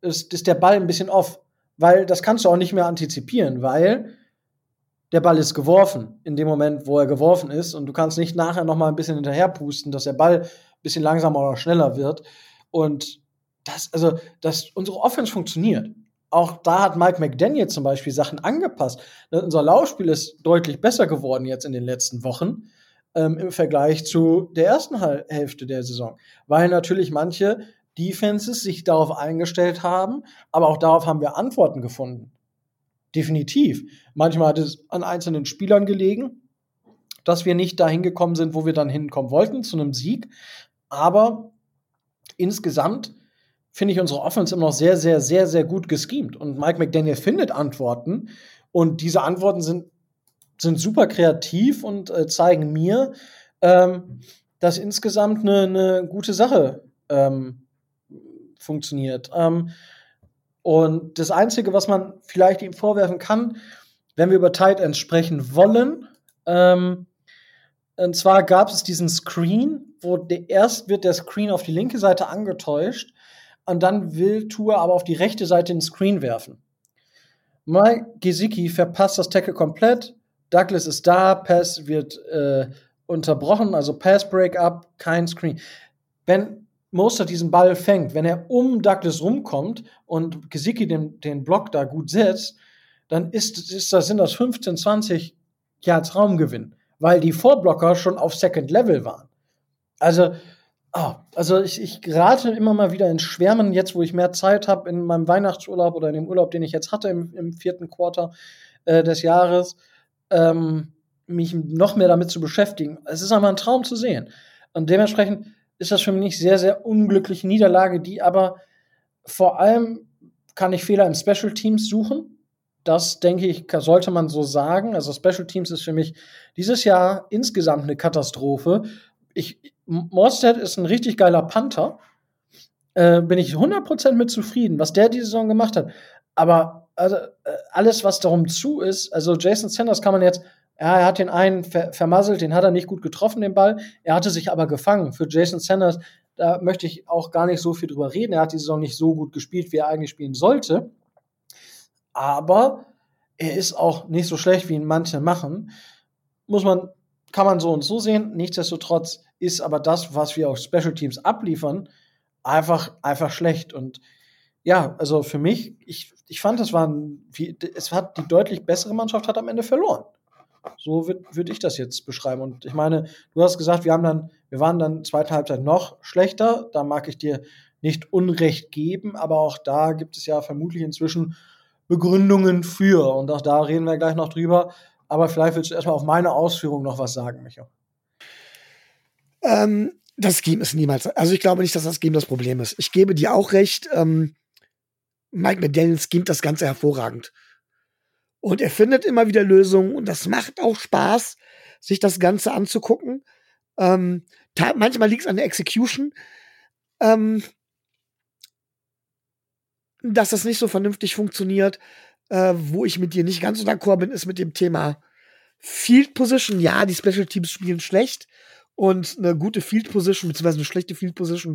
ist der Ball ein bisschen off, weil das kannst du auch nicht mehr antizipieren, weil der Ball ist geworfen in dem Moment, wo er geworfen ist und du kannst nicht nachher noch mal ein bisschen hinterher pusten, dass der Ball ein bisschen langsamer oder schneller wird und unsere Offense funktioniert. Auch da hat Mike McDaniel zum Beispiel Sachen angepasst. Unser Laufspiel ist deutlich besser geworden jetzt in den letzten Wochen im Vergleich zu der ersten Hälfte der Saison, weil natürlich manche Defenses sich darauf eingestellt haben, aber auch darauf haben wir Antworten gefunden. Definitiv. Manchmal hat es an einzelnen Spielern gelegen, dass wir nicht dahin gekommen sind, wo wir dann hinkommen wollten, zu einem Sieg. Aber insgesamt finde ich unsere Offense immer noch sehr, sehr, sehr, sehr gut geschemt. Und Mike McDaniel findet Antworten. Und diese Antworten sind super kreativ und zeigen mir, dass insgesamt eine gute Sache funktioniert. Und das Einzige, was man vielleicht ihm vorwerfen kann, wenn wir über Tight Ends sprechen wollen, und zwar gab es diesen Screen, wo erst wird der Screen auf die linke Seite angetäuscht und dann will Tua aber auf die rechte Seite den Screen werfen. Mike Gesicki verpasst das Tackle komplett. Douglas ist da, Pass wird unterbrochen, also Pass Breakup, kein Screen. Wenn Mostert diesen Ball fängt, wenn er um Douglas rumkommt und Gesicki den Block da gut setzt, dann sind das 15, 20 Yards Raumgewinn, weil die Vorblocker schon auf Second Level waren. Also ich gerate immer mal wieder ins Schwärmen, jetzt wo ich mehr Zeit habe in meinem Weihnachtsurlaub oder in dem Urlaub, den ich jetzt hatte im 4. Quarter des Jahres, mich noch mehr damit zu beschäftigen. Es ist einfach ein Traum zu sehen. Und dementsprechend ist das für mich eine sehr, sehr unglückliche Niederlage, die aber vor allem kann ich Fehler im Special Teams suchen. Das, denke ich, sollte man so sagen. Also Special Teams ist für mich dieses Jahr insgesamt eine Katastrophe. Mostert ist ein richtig geiler Panther. Bin ich 100% mit zufrieden, was der diese Saison gemacht hat. Aber alles, was darum zu ist, also Jason Sanders kann man jetzt, er hat den einen vermasselt, den hat er nicht gut getroffen, den Ball. Er hatte sich aber gefangen. Für Jason Sanders, da möchte ich auch gar nicht so viel drüber reden. Er hat die Saison nicht so gut gespielt, wie er eigentlich spielen sollte. Aber er ist auch nicht so schlecht, wie ihn manche machen. Kann man so und so sehen. Nichtsdestotrotz ist aber das, was wir auf Special Teams abliefern, einfach schlecht. Und ja, also für mich, ich fand, es hat die deutlich bessere Mannschaft hat am Ende verloren. So würde ich das jetzt beschreiben. Und ich meine, du hast gesagt, wir waren dann zweite Halbzeit noch schlechter. Da mag ich dir nicht Unrecht geben, aber auch da gibt es ja vermutlich inzwischen Begründungen für. Und auch da reden wir gleich noch drüber. Aber vielleicht willst du erstmal auf meine Ausführung noch was sagen, Micho. Das Scheme ist niemals, also ich glaube nicht, dass das Scheme das Problem ist. Ich gebe dir auch recht, Mike McDaniel schemt das Ganze hervorragend. Und er findet immer wieder Lösungen und das macht auch Spaß, sich das Ganze anzugucken. Manchmal liegt es an der Execution, dass das nicht so vernünftig funktioniert. Wo ich mit dir nicht ganz so d'accord bin, ist mit dem Thema Field Position. Ja, die Special Teams spielen schlecht und eine gute Field Position, beziehungsweise eine schlechte Field Position,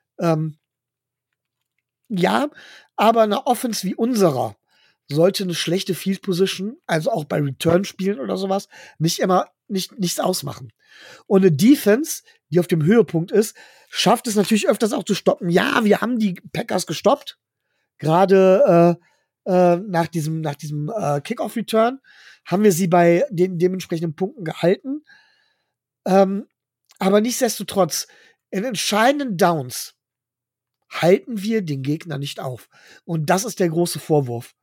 ja, aber eine Offense wie unserer sollte eine schlechte Field Position, also auch bei Return-Spielen oder sowas, nichts ausmachen. Und eine Defense, die auf dem Höhepunkt ist, schafft es natürlich öfters auch zu stoppen. Ja, wir haben die Packers gestoppt, gerade nach diesem Kickoff-Return haben wir sie bei den dementsprechenden Punkten gehalten. Aber nichtsdestotrotz, in entscheidenden Downs halten wir den Gegner nicht auf. Und das ist der große Vorwurf.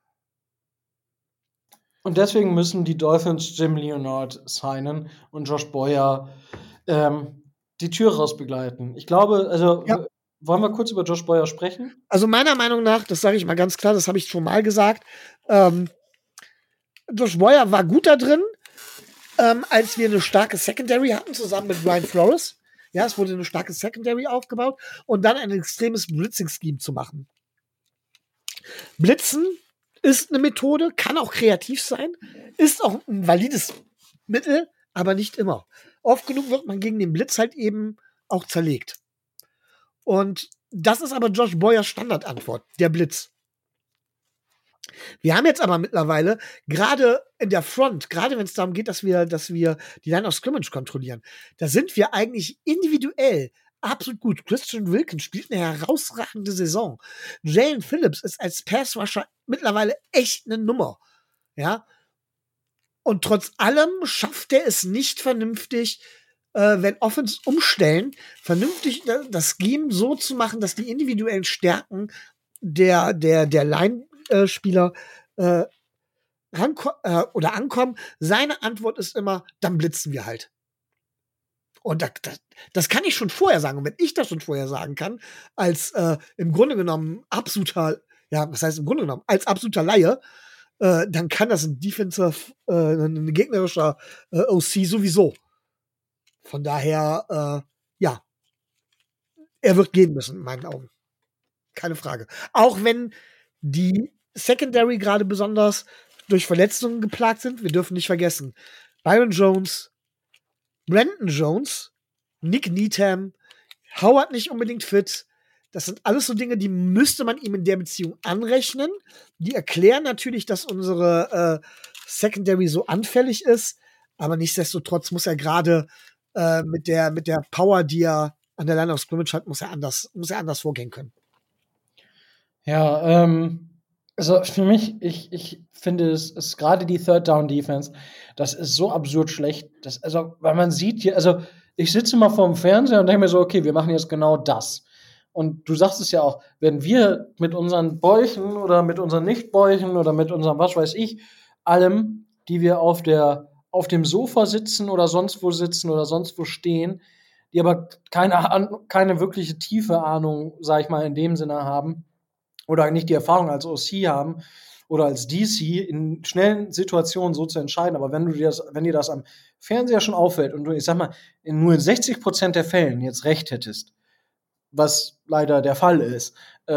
Und deswegen müssen die Dolphins Jim Leonard signen und Josh Boyer die Tür rausbegleiten. Ich glaube, also ja. Wollen wir kurz über Josh Boyer sprechen? Also meiner Meinung nach, das sage ich mal ganz klar, das habe ich schon mal gesagt, Josh Boyer war gut da drin, als wir eine starke Secondary hatten, zusammen mit Brian Flores. Ja, es wurde eine starke Secondary aufgebaut und dann ein extremes Blitzing-Scheme zu machen. Blitzen ist eine Methode, kann auch kreativ sein, ist auch ein valides Mittel, aber nicht immer. Oft genug wird man gegen den Blitz halt eben auch zerlegt. Und das ist aber Josh Boyers Standardantwort, der Blitz. Wir haben jetzt aber mittlerweile, gerade in der Front, gerade wenn es darum geht, dass wir die Line of Scrimmage kontrollieren, da sind wir eigentlich individuell absolut gut. Christian Wilkins spielt eine herausragende Saison. Jalen Phillips ist als Pass-Rusher mittlerweile echt eine Nummer. Ja. Und trotz allem schafft er es nicht vernünftig, wenn Offense umstellen, vernünftig das Scheme so zu machen, dass die individuellen Stärken der Line-Spieler oder ankommen. Seine Antwort ist immer, dann blitzen wir halt. Und das kann ich schon vorher sagen. Und wenn ich das schon vorher sagen kann, als im Grunde genommen was heißt im Grunde genommen, als absoluter Laie, dann kann das ein ein gegnerischer OC sowieso. Von daher, er wird gehen müssen, in meinen Augen. Keine Frage. Auch wenn die Secondary gerade besonders durch Verletzungen geplagt sind. Wir dürfen nicht vergessen, Byron Jones, Brandon Jones, Nick Needham, Howard nicht unbedingt fit. Das sind alles so Dinge, die müsste man ihm in der Beziehung anrechnen. Die erklären natürlich, dass unsere Secondary so anfällig ist. Aber nichtsdestotrotz muss er gerade mit der Power, die er an der Line of Scrimmage hat, muss er anders vorgehen können. Ja, also für mich, ich finde, es ist gerade die Third Down Defense, das ist so absurd schlecht. Weil man sieht hier, also ich sitze mal vorm Fernseher und denke mir so, okay, wir machen jetzt genau das. Und du sagst es ja auch, wenn wir mit unseren Bäuchen oder mit unseren Nichtbäuchen oder mit unserem, was weiß ich, allem, die wir auf dem Sofa sitzen oder sonst wo stehen, die aber keine wirkliche tiefe Ahnung, sag ich mal, in dem Sinne haben, oder nicht die Erfahrung als OC haben oder als DC in schnellen Situationen so zu entscheiden. Aber wenn dir das am Fernseher schon auffällt und du, ich sag mal, nur in 60% der Fällen jetzt recht hättest, was leider der Fall ist,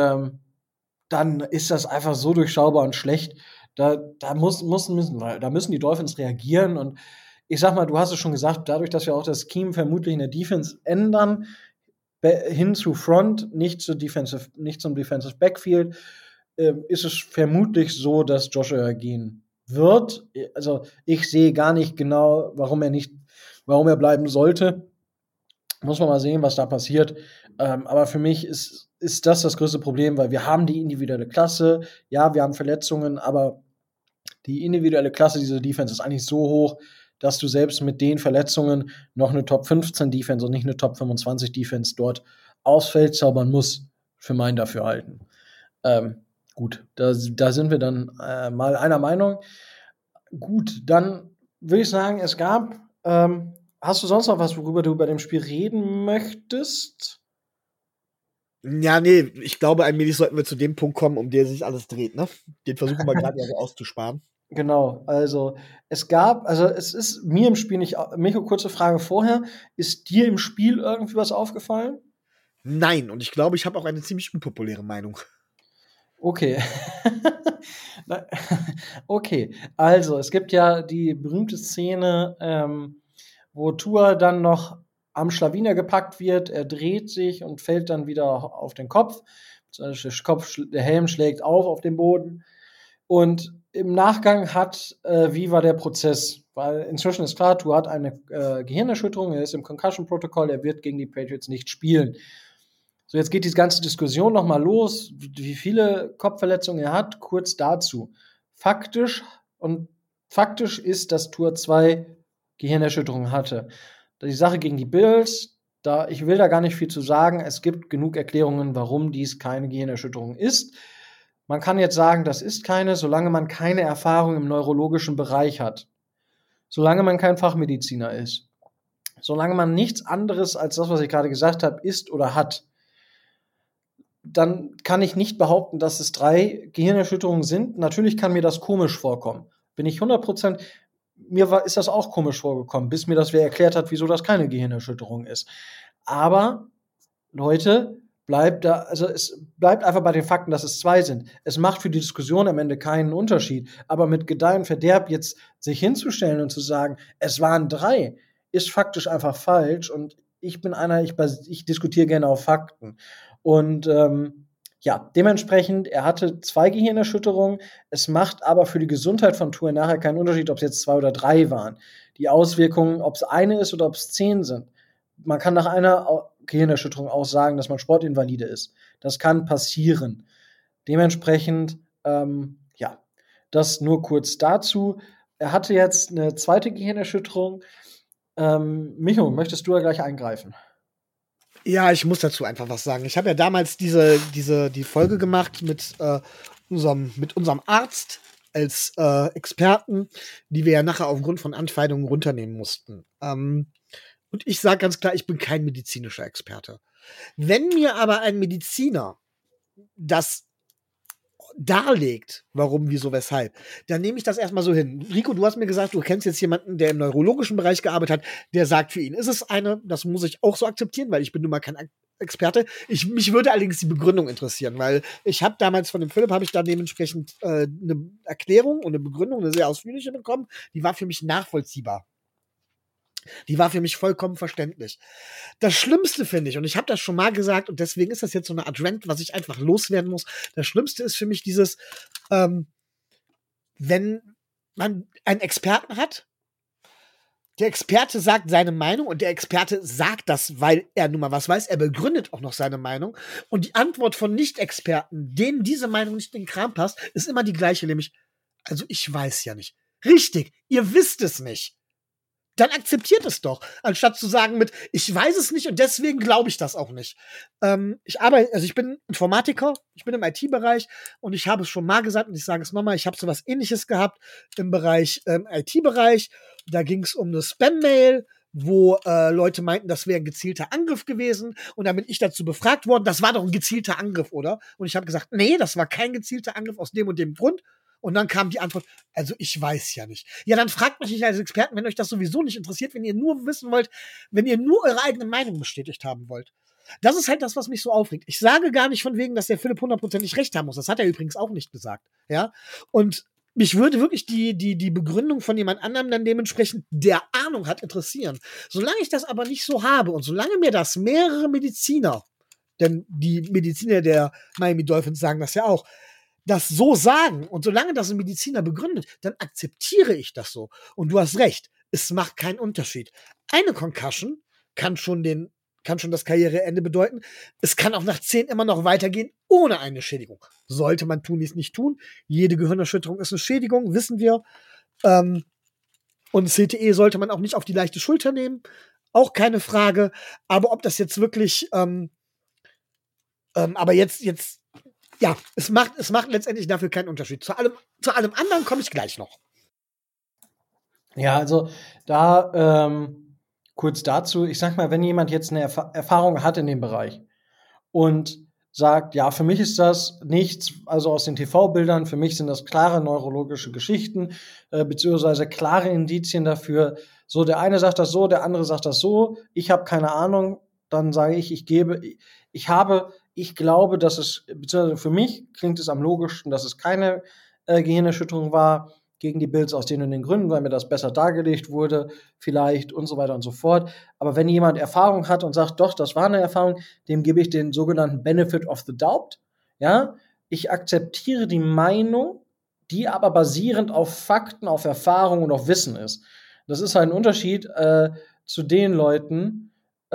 dann ist das einfach so durchschaubar und schlecht. Da müssen die Dolphins reagieren. Und ich sag mal, du hast es schon gesagt, dadurch, dass wir auch das Scheme vermutlich in der Defense ändern, hin zu Front, nicht zum Defensive Backfield, ist es vermutlich so, dass Joshua gehen wird. Also ich sehe gar nicht genau, warum er bleiben sollte. Muss man mal sehen, was da passiert. Aber für mich ist das größte Problem, weil wir haben die individuelle Klasse. Ja, wir haben Verletzungen, aber die individuelle Klasse dieser Defense ist eigentlich so hoch, dass du selbst mit den Verletzungen noch eine Top 15 Defense und nicht eine Top 25 Defense dort aufs Feld zaubern musst, für mein Dafürhalten. Gut, da sind wir dann mal einer Meinung. Gut, dann würde ich sagen, es gab, hast du sonst noch was, worüber du bei dem Spiel reden möchtest? Ja, nee, ich glaube, allmählich sollten wir zu dem Punkt kommen, um den sich alles dreht, ne? Den versuchen wir gerade ja so auszusparen. Genau, also es ist mir im Spiel nicht, Micho, kurze Frage vorher, ist dir im Spiel irgendwie was aufgefallen? Nein, und ich glaube, ich habe auch eine ziemlich unpopuläre Meinung. Okay. Okay, also es gibt ja die berühmte Szene, wo Tua dann noch am Schlawiner gepackt wird, er dreht sich und fällt dann wieder auf den Kopf. Der Helm schlägt auf den Boden. Und im Nachgang wie war der Prozess? Weil inzwischen ist klar, Tua hat eine Gehirnerschütterung, er ist im Concussion-Protokoll, er wird gegen die Patriots nicht spielen. So, jetzt geht die ganze Diskussion nochmal los, wie viele Kopfverletzungen er hat. Kurz dazu. Faktisch ist, dass Tua 2 Gehirnerschütterungen hatte. Die Sache gegen die Bills, ich will da gar nicht viel zu sagen. Es gibt genug Erklärungen, warum dies keine Gehirnerschütterung ist. Man kann jetzt sagen, das ist keine, solange man keine Erfahrung im neurologischen Bereich hat. Solange man kein Fachmediziner ist. Solange man nichts anderes als das, was ich gerade gesagt habe, ist oder hat. Dann kann ich nicht behaupten, dass es 3 Gehirnerschütterungen sind. Natürlich kann mir das komisch vorkommen. Bin ich 100%, ist das auch komisch vorgekommen, bis mir das wer erklärt hat, wieso das keine Gehirnerschütterung ist. Aber, Leute, es bleibt einfach bei den Fakten, dass es 2 sind. Es macht für die Diskussion am Ende keinen Unterschied. Aber mit Gedeih und Verderb jetzt sich hinzustellen und zu sagen, es waren 3, ist faktisch einfach falsch. Und ich bin ich diskutiere gerne auf Fakten. Und ja, dementsprechend, er hatte 2 Gehirnerschütterungen. Es macht aber für die Gesundheit von Tour nachher keinen Unterschied, ob es jetzt 2 oder 3 waren. Die Auswirkungen, ob es eine ist oder ob es 10 sind. Man kann nach einer Gehirnerschütterung auch sagen, dass man Sportinvalide ist. Das kann passieren. Dementsprechend, ja, das nur kurz dazu. Er hatte jetzt eine zweite Gehirnerschütterung. Micho, möchtest du ja gleich eingreifen? Ja, ich muss dazu einfach was sagen. Ich habe ja damals die Folge gemacht mit unserem Arzt als Experten, die wir ja nachher aufgrund von Anfeindungen runternehmen mussten. Und ich sage ganz klar, ich bin kein medizinischer Experte. Wenn mir aber ein Mediziner das darlegt, warum, wieso, weshalb, dann nehme ich das erstmal so hin. Rico, du hast mir gesagt, du kennst jetzt jemanden, der im neurologischen Bereich gearbeitet hat, der sagt, für ihn ist es eine, das muss ich auch so akzeptieren, weil ich bin nun mal kein Experte. Mich würde allerdings die Begründung interessieren, weil ich habe damals von dem Philipp, habe ich dann dementsprechend eine Erklärung und eine Begründung, eine sehr ausführliche bekommen, die war für mich nachvollziehbar. Die war für mich vollkommen verständlich. Das Schlimmste finde ich, und ich habe das schon mal gesagt, und deswegen ist das jetzt so eine Art Rant, was ich einfach loswerden muss. Das Schlimmste ist für mich dieses, wenn man einen Experten hat, der Experte sagt seine Meinung und der Experte sagt das, weil er nun mal was weiß. Er begründet auch noch seine Meinung. Und die Antwort von Nicht-Experten, denen diese Meinung nicht in den Kram passt, ist immer die gleiche, nämlich, also ich weiß ja nicht. Richtig, ihr wisst es nicht. Dann akzeptiert es doch, anstatt zu sagen mit, ich weiß es nicht und deswegen glaube ich das auch nicht. Ich bin Informatiker, ich bin im IT-Bereich und ich habe es schon mal gesagt und ich sage es nochmal, ich habe so was Ähnliches gehabt im Bereich IT-Bereich. Da ging es um eine Spam-Mail, wo Leute meinten, das wäre ein gezielter Angriff gewesen und dann bin ich dazu befragt worden, das war doch ein gezielter Angriff, oder? Und ich habe gesagt, nee, das war kein gezielter Angriff aus dem und dem Grund. Und dann kam die Antwort, also ich weiß ja nicht. Ja, dann fragt mich nicht als Experten, wenn euch das sowieso nicht interessiert, wenn ihr nur wissen wollt, wenn ihr nur eure eigene Meinung bestätigt haben wollt. Das ist halt das, was mich so aufregt. Ich sage gar nicht von wegen, dass der Philipp 100%ig recht haben muss. Das hat er übrigens auch nicht gesagt. Ja. Und mich würde wirklich die Begründung von jemand anderem dann dementsprechend, der Ahnung hat, interessieren. Solange ich das aber nicht so habe und solange mir das mehrere Mediziner, denn die Mediziner der Miami Dolphins sagen das ja auch, das so sagen und solange das ein Mediziner begründet, dann akzeptiere ich das so. Und du hast recht, es macht keinen Unterschied. Eine Concussion kann schon das Karriereende bedeuten. Es kann auch nach 10 immer noch weitergehen, ohne eine Schädigung. Sollte man tun, dies nicht tun. Jede Gehirnerschütterung ist eine Schädigung, wissen wir. Und CTE sollte man auch nicht auf die leichte Schulter nehmen. Auch keine Frage. Aber ob das jetzt wirklich, aber jetzt ja, es macht letztendlich dafür keinen Unterschied. Zu allem anderen komme ich gleich noch. Ja, also da kurz dazu, ich sag mal, wenn jemand jetzt eine Erfahrung hat in dem Bereich und sagt, ja, für mich ist das nichts, also aus den TV-Bildern, für mich sind das klare neurologische Geschichten, beziehungsweise klare Indizien dafür, so der eine sagt das so, der andere sagt das so, ich habe keine Ahnung, dann sage ich, ich glaube, dass es, beziehungsweise für mich klingt es am logischsten, dass es keine Gehirnerschütterung war gegen die Bills aus den und den Gründen, weil mir das besser dargelegt wurde, vielleicht und so weiter und so fort. Aber wenn jemand Erfahrung hat und sagt, doch, das war eine Erfahrung, dem gebe ich den sogenannten Benefit of the Doubt. Ja, ich akzeptiere die Meinung, die aber basierend auf Fakten, auf Erfahrung und auf Wissen ist. Das ist halt ein Unterschied zu den Leuten,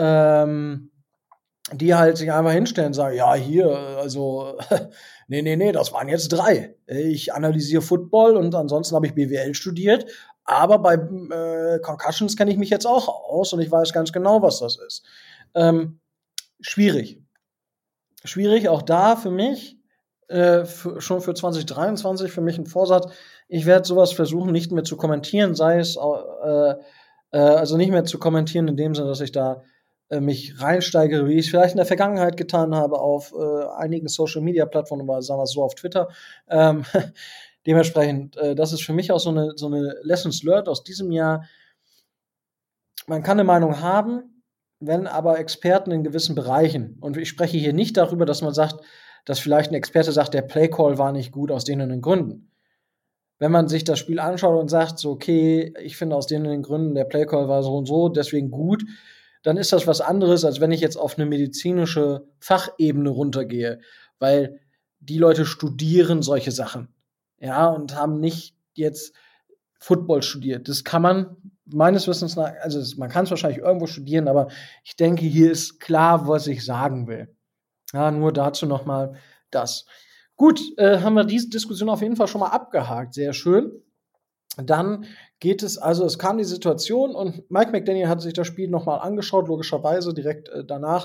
die halt sich einfach hinstellen und sagen, ja, hier, also, nee, das waren jetzt 3. Ich analysiere Football und ansonsten habe ich BWL studiert, aber bei Concussions kenne ich mich jetzt auch aus und ich weiß ganz genau, was das ist. Schwierig. Schwierig, auch da für mich, schon für 2023, für mich ein Vorsatz, ich werde sowas versuchen, nicht mehr zu kommentieren, sei es, also nicht mehr zu kommentieren in dem Sinne, dass ich da mich reinsteigere, wie ich es vielleicht in der Vergangenheit getan habe auf einigen Social-Media-Plattformen, oder sagen wir es so auf Twitter. Dementsprechend, das ist für mich auch so eine Lessons learned aus diesem Jahr. Man kann eine Meinung haben, wenn aber Experten in gewissen Bereichen, und ich spreche hier nicht darüber, dass man sagt, dass vielleicht ein Experte sagt, der Playcall war nicht gut aus den und den Gründen. Wenn man sich das Spiel anschaut und sagt, so, okay, ich finde aus den und den Gründen, der Playcall war so und so, deswegen gut, dann ist das was anderes, als wenn ich jetzt auf eine medizinische Fachebene runtergehe, weil die Leute studieren solche Sachen, ja, und haben nicht jetzt Football studiert. Das kann man meines Wissens nach, also man kann es wahrscheinlich irgendwo studieren, aber ich denke, hier ist klar, was ich sagen will. Ja, nur dazu noch mal das. Gut, haben wir diese Diskussion auf jeden Fall schon mal abgehakt. Sehr schön. Dann geht es, also es kam die Situation und Mike McDaniel hat sich das Spiel noch mal angeschaut, logischerweise direkt danach.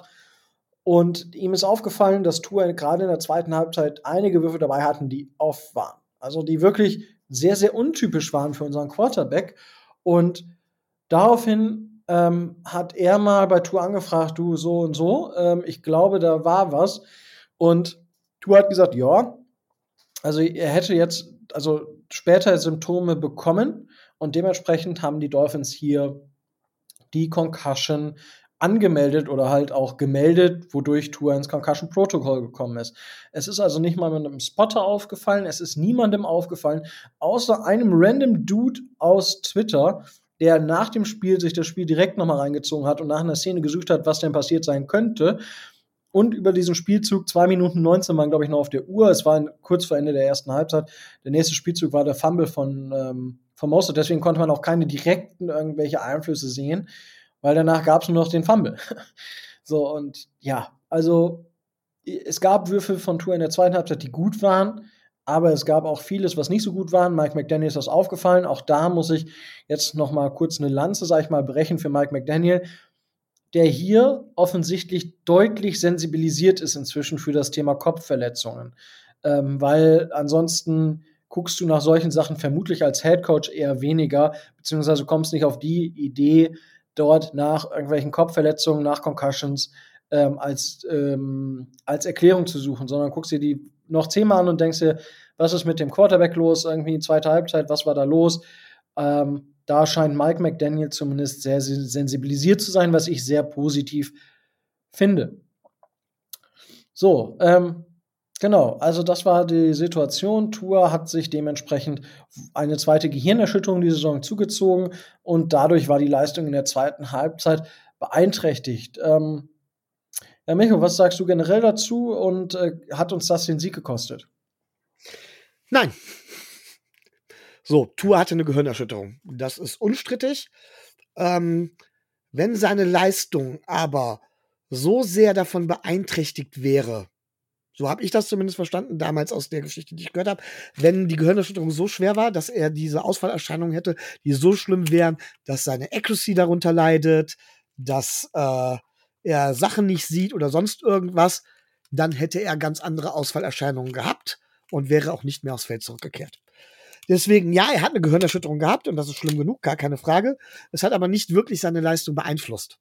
Und ihm ist aufgefallen, dass Tua gerade in der zweiten Halbzeit einige Würfe dabei hatten, die off waren. Also die wirklich sehr, sehr untypisch waren für unseren Quarterback. Und daraufhin hat er mal bei Tua angefragt, du so und so, ich glaube, da war was. Und Tua hat gesagt, ja, also er hätte jetzt, also später Symptome bekommen und dementsprechend haben die Dolphins hier die Concussion angemeldet oder halt auch gemeldet, wodurch Tua ins Concussion Protocol gekommen ist. Es ist also nicht mal mit einem Spotter aufgefallen, es ist niemandem aufgefallen, außer einem random Dude aus Twitter, der nach dem Spiel sich das Spiel direkt nochmal reingezogen hat und nach einer Szene gesucht hat, was denn passiert sein könnte. Und über diesen Spielzug, 2 Minuten 19 waren, glaube ich, noch auf der Uhr. Es war kurz vor Ende der ersten Halbzeit. Der nächste Spielzug war der Fumble von Mostert. Deswegen konnte man auch keine direkten irgendwelche Einflüsse sehen, weil danach gab es nur noch den Fumble. So, und ja, also es gab Würfe von Tua in der zweiten Halbzeit, die gut waren, aber es gab auch vieles, was nicht so gut war. Mike McDaniel ist das aufgefallen. Auch da muss ich jetzt noch mal kurz eine Lanze, sag ich mal, brechen für Mike McDaniel, der hier offensichtlich deutlich sensibilisiert ist inzwischen für das Thema Kopfverletzungen. Weil ansonsten guckst du nach solchen Sachen vermutlich als Headcoach eher weniger, beziehungsweise kommst nicht auf die Idee, dort nach irgendwelchen Kopfverletzungen, nach Concussions als Erklärung zu suchen, sondern guckst dir die noch 10-mal an und denkst dir, was ist mit dem Quarterback los, irgendwie zweite Halbzeit, was war da los? Da scheint Mike McDaniel zumindest sehr sensibilisiert zu sein, was ich sehr positiv finde. So, genau, also das war die Situation. Tua hat sich dementsprechend eine zweite Gehirnerschütterung die Saison zugezogen und dadurch war die Leistung in der zweiten Halbzeit beeinträchtigt. Ja, Micho, was sagst du generell dazu und hat uns das den Sieg gekostet? Nein. So, Tua hatte eine Gehirnerschütterung. Das ist unstrittig. Wenn seine Leistung aber so sehr davon beeinträchtigt wäre, so habe ich das zumindest verstanden, damals aus der Geschichte, die ich gehört habe, wenn die Gehirnerschütterung so schwer war, dass er diese Ausfallerscheinungen hätte, die so schlimm wären, dass seine Accuracy darunter leidet, dass er Sachen nicht sieht oder sonst irgendwas, dann hätte er ganz andere Ausfallerscheinungen gehabt und wäre auch nicht mehr aufs Feld zurückgekehrt. Deswegen, ja, er hat eine Gehirnerschütterung gehabt und das ist schlimm genug, gar keine Frage. Es hat aber nicht wirklich seine Leistung beeinflusst.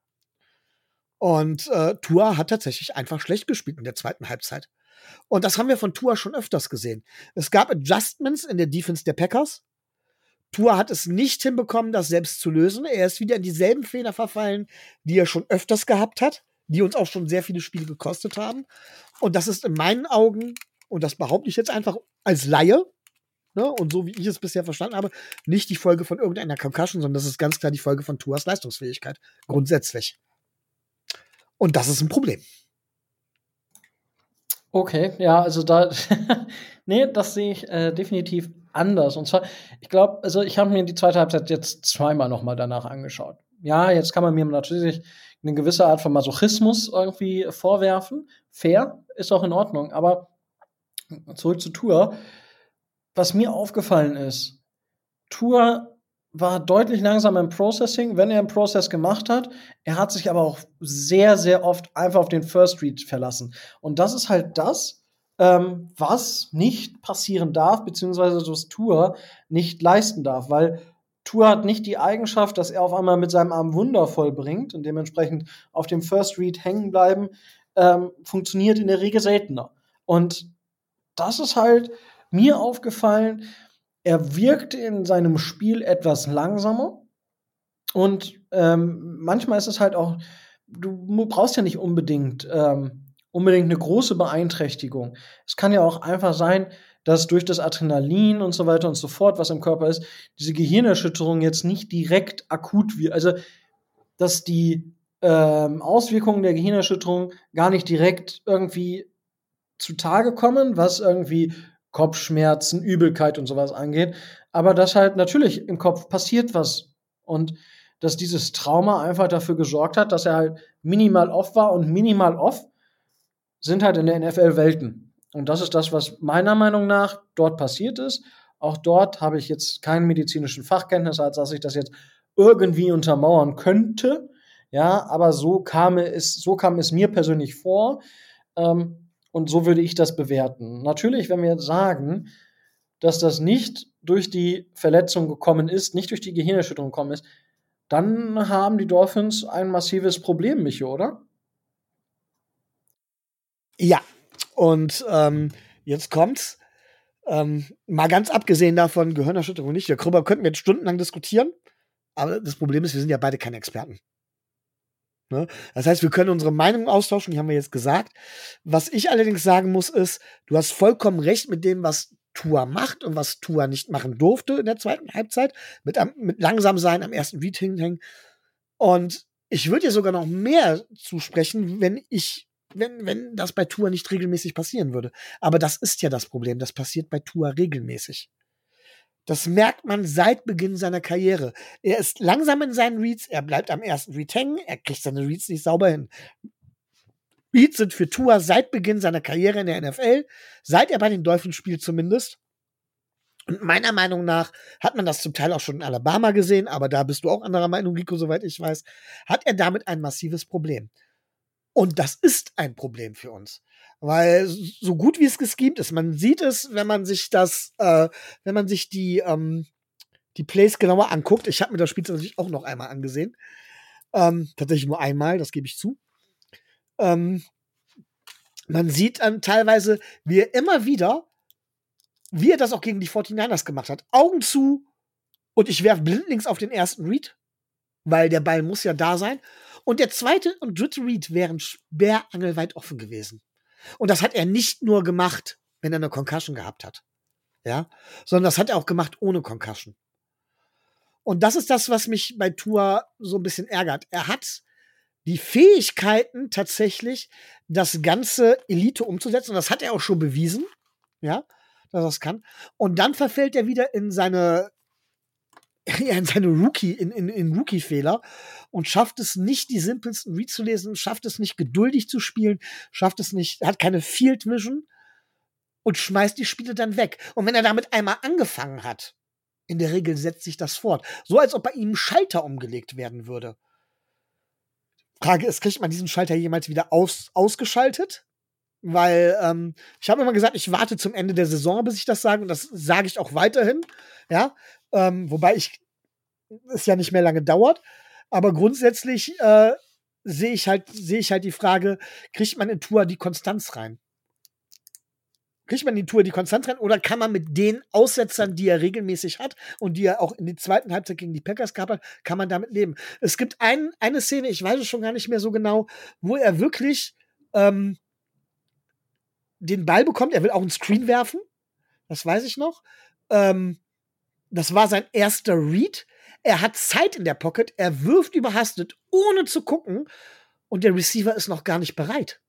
Und Tua hat tatsächlich einfach schlecht gespielt in der zweiten Halbzeit. Und das haben wir von Tua schon öfters gesehen. Es gab Adjustments in der Defense der Packers. Tua hat es nicht hinbekommen, das selbst zu lösen. Er ist wieder in dieselben Fehler verfallen, die er schon öfters gehabt hat, die uns auch schon sehr viele Spiele gekostet haben. Und das ist in meinen Augen, und das behaupte ich jetzt einfach als Laie, ne, und so wie ich es bisher verstanden habe, nicht die Folge von irgendeiner Concussion, sondern das ist ganz klar die Folge von Tuas Leistungsfähigkeit. Grundsätzlich. Und das ist ein Problem. Okay, ja, also da, nee, das sehe ich definitiv anders. Und zwar, ich glaube, also ich habe mir die zweite Halbzeit jetzt zweimal nochmal danach angeschaut. Ja, jetzt kann man mir natürlich eine gewisse Art von Masochismus irgendwie vorwerfen. Fair, ist auch in Ordnung. Aber zurück zu Tua. Was mir aufgefallen ist, Tua war deutlich langsamer im Processing, wenn er einen Process gemacht hat. Er hat sich aber auch sehr, sehr oft einfach auf den First Read verlassen. Und das ist halt das, was nicht passieren darf, beziehungsweise was Tua nicht leisten darf, weil Tua hat nicht die Eigenschaft, dass er auf einmal mit seinem Arm Wunder vollbringt und dementsprechend auf dem First Read hängen bleiben, funktioniert in der Regel seltener. Und das ist halt mir aufgefallen, er wirkte in seinem Spiel etwas langsamer und manchmal ist es halt auch, du brauchst ja nicht unbedingt eine große Beeinträchtigung. Es kann ja auch einfach sein, dass durch das Adrenalin und so weiter und so fort, was im Körper ist, diese Gehirnerschütterung jetzt nicht direkt akut wird. Also, dass die Auswirkungen der Gehirnerschütterung gar nicht direkt irgendwie zutage kommen, was irgendwie Kopfschmerzen, Übelkeit und sowas angeht. Aber dass halt natürlich im Kopf passiert was. Und dass dieses Trauma einfach dafür gesorgt hat, dass er halt minimal off war. Und minimal off sind halt in der NFL Welten. Und das ist das, was meiner Meinung nach dort passiert ist. Auch dort habe ich jetzt keinen medizinischen Fachkenntnis, als dass ich das jetzt irgendwie untermauern könnte. Ja, aber so kam es mir persönlich vor. Und so würde ich das bewerten. Natürlich, wenn wir jetzt sagen, dass das nicht durch die Verletzung gekommen ist, nicht durch die Gehirnerschütterung gekommen ist, dann haben die Dolphins ein massives Problem, Micho, oder? Ja, und jetzt kommt's. Mal ganz abgesehen davon, Gehirnerschütterung nicht. Darüber könnten wir jetzt stundenlang diskutieren. Aber das Problem ist, wir sind ja beide keine Experten. Ne? Das heißt, wir können unsere Meinung austauschen, die haben wir jetzt gesagt. Was ich allerdings sagen muss, ist, du hast vollkommen recht mit dem, was Tua macht und was Tua nicht machen durfte in der zweiten Halbzeit. Mit langsam sein, am ersten Read hinhängen. Und ich würde dir sogar noch mehr zusprechen, wenn das bei Tua nicht regelmäßig passieren würde. Aber das ist ja das Problem. Das passiert bei Tua regelmäßig. Das merkt man seit Beginn seiner Karriere. Er ist langsam in seinen Reads, er bleibt am ersten Read hängen, er kriegt seine Reads nicht sauber hin. Reads sind für Tua seit Beginn seiner Karriere in der NFL, seit er bei den Dolphins spielt zumindest. Und meiner Meinung nach hat man das zum Teil auch schon in Alabama gesehen, aber da bist du auch anderer Meinung, Rico, soweit ich weiß, hat er damit ein massives Problem. Und das ist ein Problem für uns. Weil so gut wie es geschemt ist, man sieht es, wenn man sich die Plays genauer anguckt. Ich habe mir das Spiel natürlich auch noch einmal angesehen. Tatsächlich nur einmal, das gebe ich zu. Man sieht dann teilweise, wie er das auch gegen die 49ers gemacht hat. Augen zu und ich werfe blindlings auf den ersten Read, weil der Ball muss ja da sein. Und der zweite und dritte Read wären sperrangelweit offen gewesen. Und das hat er nicht nur gemacht, wenn er eine Concussion gehabt hat. Ja, sondern das hat er auch gemacht ohne Concussion. Und das ist das, was mich bei Tua so ein bisschen ärgert. Er hat die Fähigkeiten tatsächlich, das ganze Elite umzusetzen. Und das hat er auch schon bewiesen, ja, dass er das kann. Und dann verfällt er wieder in seine Rookie-Fehler und schafft es nicht, die simpelsten Reads zu lesen, schafft es nicht, geduldig zu spielen, hat keine Field Vision und schmeißt die Spiele dann weg. Und wenn er damit einmal angefangen hat, in der Regel setzt sich das fort. So als ob bei ihm ein Schalter umgelegt werden würde. Frage ist, kriegt man diesen Schalter jemals wieder ausgeschaltet? Weil ich habe immer gesagt, ich warte zum Ende der Saison, bis ich das sage. Und das sage ich auch weiterhin. Ja, wobei es ja nicht mehr lange dauert. Aber grundsätzlich sehe ich halt die Frage, kriegt man in Tua die Konstanz rein? Oder kann man mit den Aussetzern, die er regelmäßig hat und die er auch in die zweiten Halbzeit gegen die Packers gehabt hat, kann man damit leben? Es gibt eine Szene, ich weiß es schon gar nicht mehr so genau, wo er wirklich den Ball bekommt. Er will auch einen Screen werfen. Das weiß ich noch. Das war sein erster Read. Er hat Zeit in der Pocket. Er wirft überhastet, ohne zu gucken. Und der Receiver ist noch gar nicht bereit.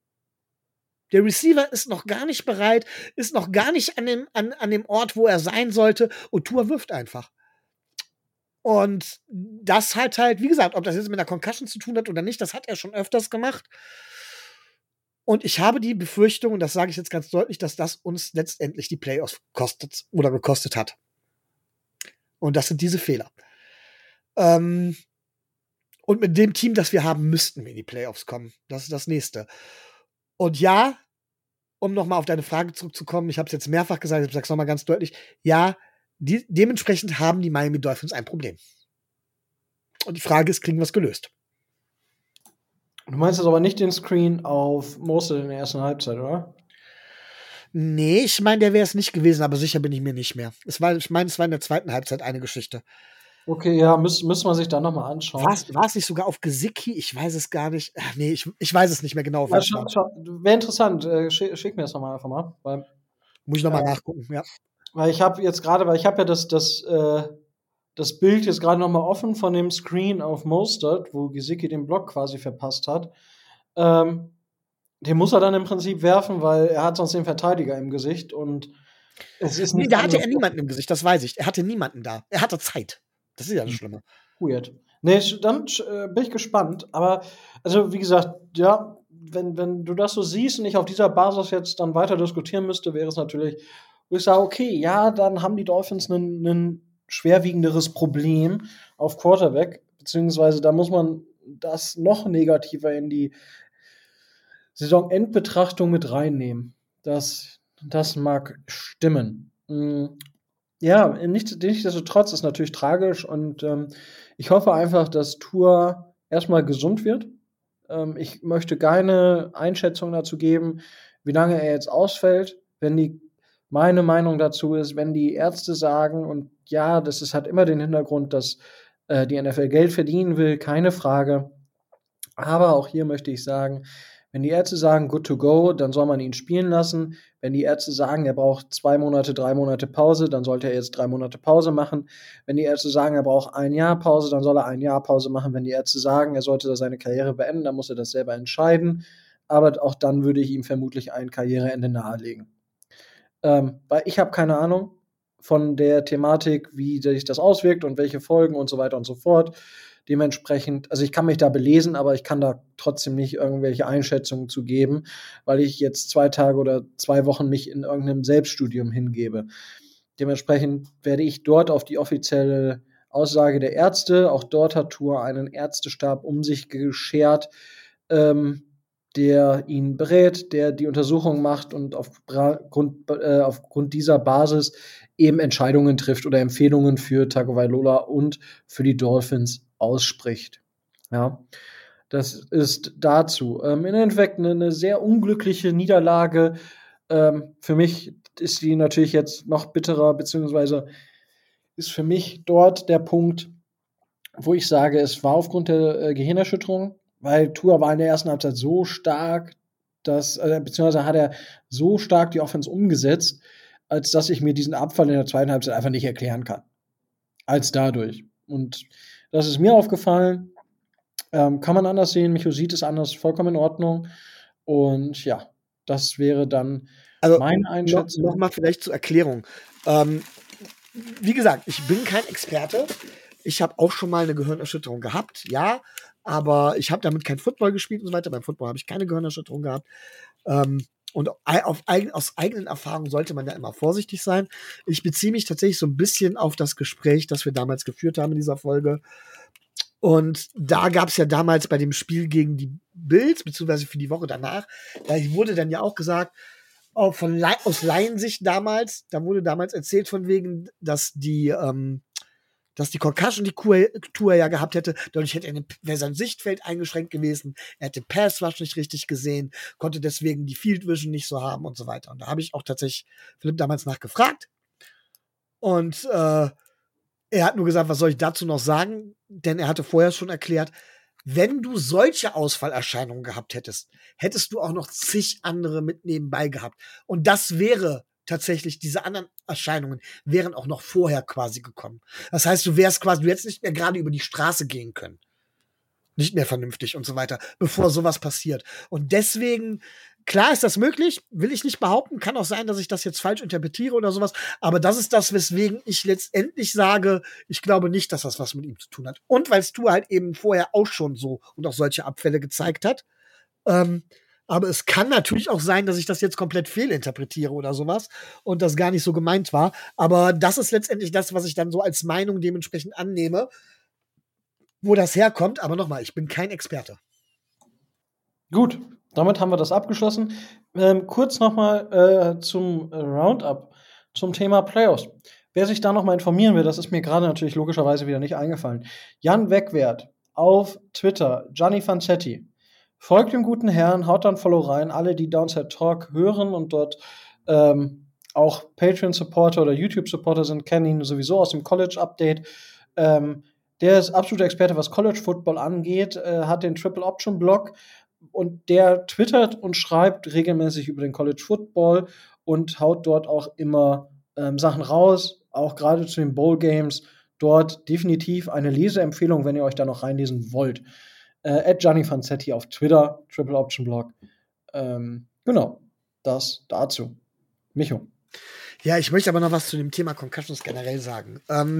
Ist noch gar nicht an dem Ort, wo er sein sollte. Und Tua wirft einfach. Und das hat halt, wie gesagt, ob das jetzt mit einer Concussion zu tun hat oder nicht, das hat er schon öfters gemacht. Und ich habe die Befürchtung, und das sage ich jetzt ganz deutlich, dass das uns letztendlich die Playoffs gekostet hat. Und das sind diese Fehler. Und mit dem Team, das wir haben, müssten wir in die Playoffs kommen. Das ist das Nächste. Und ja, um nochmal auf deine Frage zurückzukommen, ich habe es jetzt mehrfach gesagt, ich sage es nochmal ganz deutlich, ja, dementsprechend haben die Miami Dolphins ein Problem. Und die Frage ist, kriegen wir es gelöst? Du meinst jetzt aber nicht den Screen auf Mostert in der ersten Halbzeit, oder? Nee, ich meine, der wäre es nicht gewesen, aber sicher bin ich mir nicht mehr. Es war in der zweiten Halbzeit eine Geschichte. Okay, ja, müssen wir sich dann nochmal anschauen. War es nicht sogar auf Gesicki? Ich weiß es gar nicht. Ach, nee, ich weiß es nicht mehr genau. Ja, wäre interessant. Schick mir das nochmal einfach mal. Muss ich nochmal nachgucken, ja. Weil ich habe ja das Bild jetzt gerade nochmal offen von dem Screen auf Mostert, wo Gesicki den Block quasi verpasst hat. den muss er dann im Prinzip werfen, weil er hat sonst den Verteidiger im Gesicht und es ist nicht. Da hatte er niemanden im Gesicht, das weiß ich. Er hatte niemanden da. Er hatte Zeit. Das ist ja das Schlimme. Weird. Nee, dann bin ich gespannt. Aber, also wie gesagt, ja, wenn du das so siehst und ich auf dieser Basis jetzt dann weiter diskutieren müsste, wäre es natürlich, wo ich sage, okay, ja, dann haben die Dolphins ein schwerwiegenderes Problem auf Quarterback, beziehungsweise da muss man das noch negativer in die Saisonendbetrachtung mit reinnehmen. Das mag stimmen. Ja, nichtsdestotrotz ist natürlich tragisch und ich hoffe einfach, dass Tua erstmal gesund wird. Ich möchte keine Einschätzung dazu geben, wie lange er jetzt ausfällt. Meine Meinung dazu ist, wenn die Ärzte sagen, und ja, hat immer den Hintergrund, dass die NFL Geld verdienen will, keine Frage. Aber auch hier möchte ich sagen, wenn die Ärzte sagen, good to go, dann soll man ihn spielen lassen. Wenn die Ärzte sagen, er braucht 2 Monate, 3 Monate Pause, dann sollte er jetzt 3 Monate Pause machen. Wenn die Ärzte sagen, er braucht 1 Jahr Pause, dann soll er 1 Jahr Pause machen. Wenn die Ärzte sagen, er sollte seine Karriere beenden, dann muss er das selber entscheiden. Aber auch dann würde ich ihm vermutlich ein Karriereende nahelegen. Weil ich habe keine Ahnung von der Thematik, wie sich das auswirkt und welche Folgen und so weiter und so fort. Dementsprechend, also ich kann mich da belesen, aber ich kann da trotzdem nicht irgendwelche Einschätzungen zu geben, weil ich jetzt 2 Tage oder 2 Wochen mich in irgendeinem Selbststudium hingebe. Dementsprechend werde ich dort auf die offizielle Aussage der Ärzte, auch dort hat Tua einen Ärztestab um sich geschert, der ihn berät, der die Untersuchung macht und aufgrund dieser Basis eben Entscheidungen trifft oder Empfehlungen für Tagovailoa und für die Dolphins ausspricht. Ja, das ist dazu. Im Endeffekt eine sehr unglückliche Niederlage. Für mich ist die natürlich jetzt noch bitterer, beziehungsweise ist für mich dort der Punkt, wo ich sage, es war aufgrund der Gehirnerschütterung, weil Tua war in der ersten Halbzeit so stark, beziehungsweise hat er so stark die Offense umgesetzt, als dass ich mir diesen Abfall in der zweiten Halbzeit einfach nicht erklären kann. Als dadurch. Und das ist mir aufgefallen. Kann man anders sehen. Micho sieht es anders, vollkommen in Ordnung. Und ja, das wäre dann meine Einschätzung. Nochmal vielleicht zur Erklärung. Wie gesagt, ich bin kein Experte. Ich habe auch schon mal eine Gehirnerschütterung gehabt, ja, aber ich habe damit kein Football gespielt und so weiter. Beim Football habe ich keine Gehirnerschütterung gehabt. Und aus eigenen Erfahrungen sollte man da immer vorsichtig sein. Ich beziehe mich tatsächlich so ein bisschen auf das Gespräch, das wir damals geführt haben in dieser Folge. Und da gab es ja damals bei dem Spiel gegen die Bills, beziehungsweise für die Woche danach, da wurde dann ja auch gesagt, aus Laiensicht damals, da wurde damals erzählt von wegen, dass die Concussion, die Tua ja gehabt hätte, dadurch wäre sein Sichtfeld eingeschränkt gewesen, er hätte Pass Rush nicht richtig gesehen, konnte deswegen die Field Vision nicht so haben und so weiter. Und da habe ich auch tatsächlich Philipp damals nachgefragt. Und er hat nur gesagt, was soll ich dazu noch sagen? Denn er hatte vorher schon erklärt, wenn du solche Ausfallerscheinungen gehabt hättest, hättest du auch noch zig andere mit nebenbei gehabt. Und das wäre tatsächlich, diese anderen Erscheinungen wären auch noch vorher quasi gekommen. Das heißt, du hättest nicht mehr gerade über die Straße gehen können. Nicht mehr vernünftig und so weiter, bevor sowas passiert. Und deswegen, klar ist das möglich, will ich nicht behaupten, kann auch sein, dass ich das jetzt falsch interpretiere oder sowas, aber das ist das, weswegen ich letztendlich sage, ich glaube nicht, dass das was mit ihm zu tun hat. Und weil Tua halt eben vorher auch schon so und auch solche Abfälle gezeigt hat. Aber es kann natürlich auch sein, dass ich das jetzt komplett fehlinterpretiere oder sowas und das gar nicht so gemeint war. Aber das ist letztendlich das, was ich dann so als Meinung dementsprechend annehme, wo das herkommt. Aber nochmal, ich bin kein Experte. Gut, damit haben wir das abgeschlossen. Kurz nochmal zum Roundup, zum Thema Playoffs. Wer sich da nochmal informieren will, das ist mir gerade natürlich logischerweise wieder nicht eingefallen. Jan Wegwert auf Twitter, Gianni Fanzetti. Folgt dem guten Herrn, haut dann Follow rein. Alle, die Downside Talk hören und dort auch Patreon-Supporter oder YouTube-Supporter sind, kennen ihn sowieso aus dem College-Update. Der ist absoluter Experte, was College Football angeht, hat den Triple Option Blog und der twittert und schreibt regelmäßig über den College Football und haut dort auch immer Sachen raus, auch gerade zu den Bowl Games. Dort definitiv eine Leseempfehlung, wenn ihr euch da noch reinlesen wollt. Gianni Fanzetti auf Twitter, Triple Option Blog. Genau, das dazu. Micho. Ja, ich möchte aber noch was zu dem Thema Concussions generell sagen.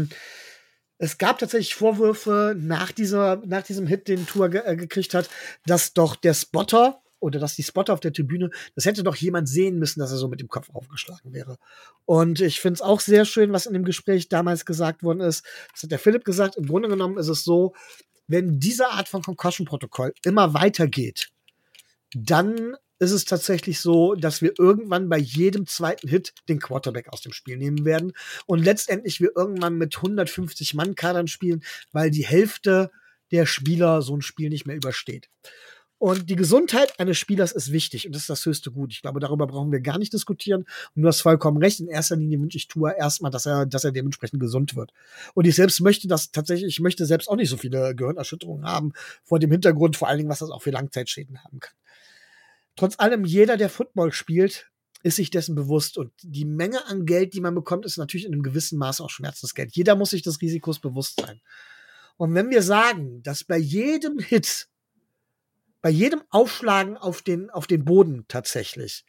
Es gab tatsächlich Vorwürfe nach diesem Hit, den Tour gekriegt hat, dass doch der Spotter oder dass die Spotter auf der Tribüne, das hätte doch jemand sehen müssen, dass er so mit dem Kopf aufgeschlagen wäre. Und ich finde es auch sehr schön, was in dem Gespräch damals gesagt worden ist. Das hat der Philipp gesagt. Im Grunde genommen ist es so, wenn diese Art von Concussion-Protokoll immer weitergeht, dann ist es tatsächlich so, dass wir irgendwann bei jedem zweiten Hit den Quarterback aus dem Spiel nehmen werden und letztendlich wir irgendwann mit 150-Mann-Kadern spielen, weil die Hälfte der Spieler so ein Spiel nicht mehr übersteht. Und die Gesundheit eines Spielers ist wichtig und das ist das höchste Gut. Ich glaube, darüber brauchen wir gar nicht diskutieren. Und du hast vollkommen recht. In erster Linie wünsche ich Tua erstmal, dass er dementsprechend gesund wird. Und ich selbst möchte das tatsächlich, ich möchte selbst auch nicht so viele Gehirnerschütterungen haben vor dem Hintergrund, vor allen Dingen, was das auch für Langzeitschäden haben kann. Trotz allem, jeder, der Football spielt, ist sich dessen bewusst. Und die Menge an Geld, die man bekommt, ist natürlich in einem gewissen Maße auch Schmerzensgeld. Jeder muss sich des Risikos bewusst sein. Und wenn wir sagen, dass bei jedem Hit, bei jedem Aufschlagen auf den Boden tatsächlich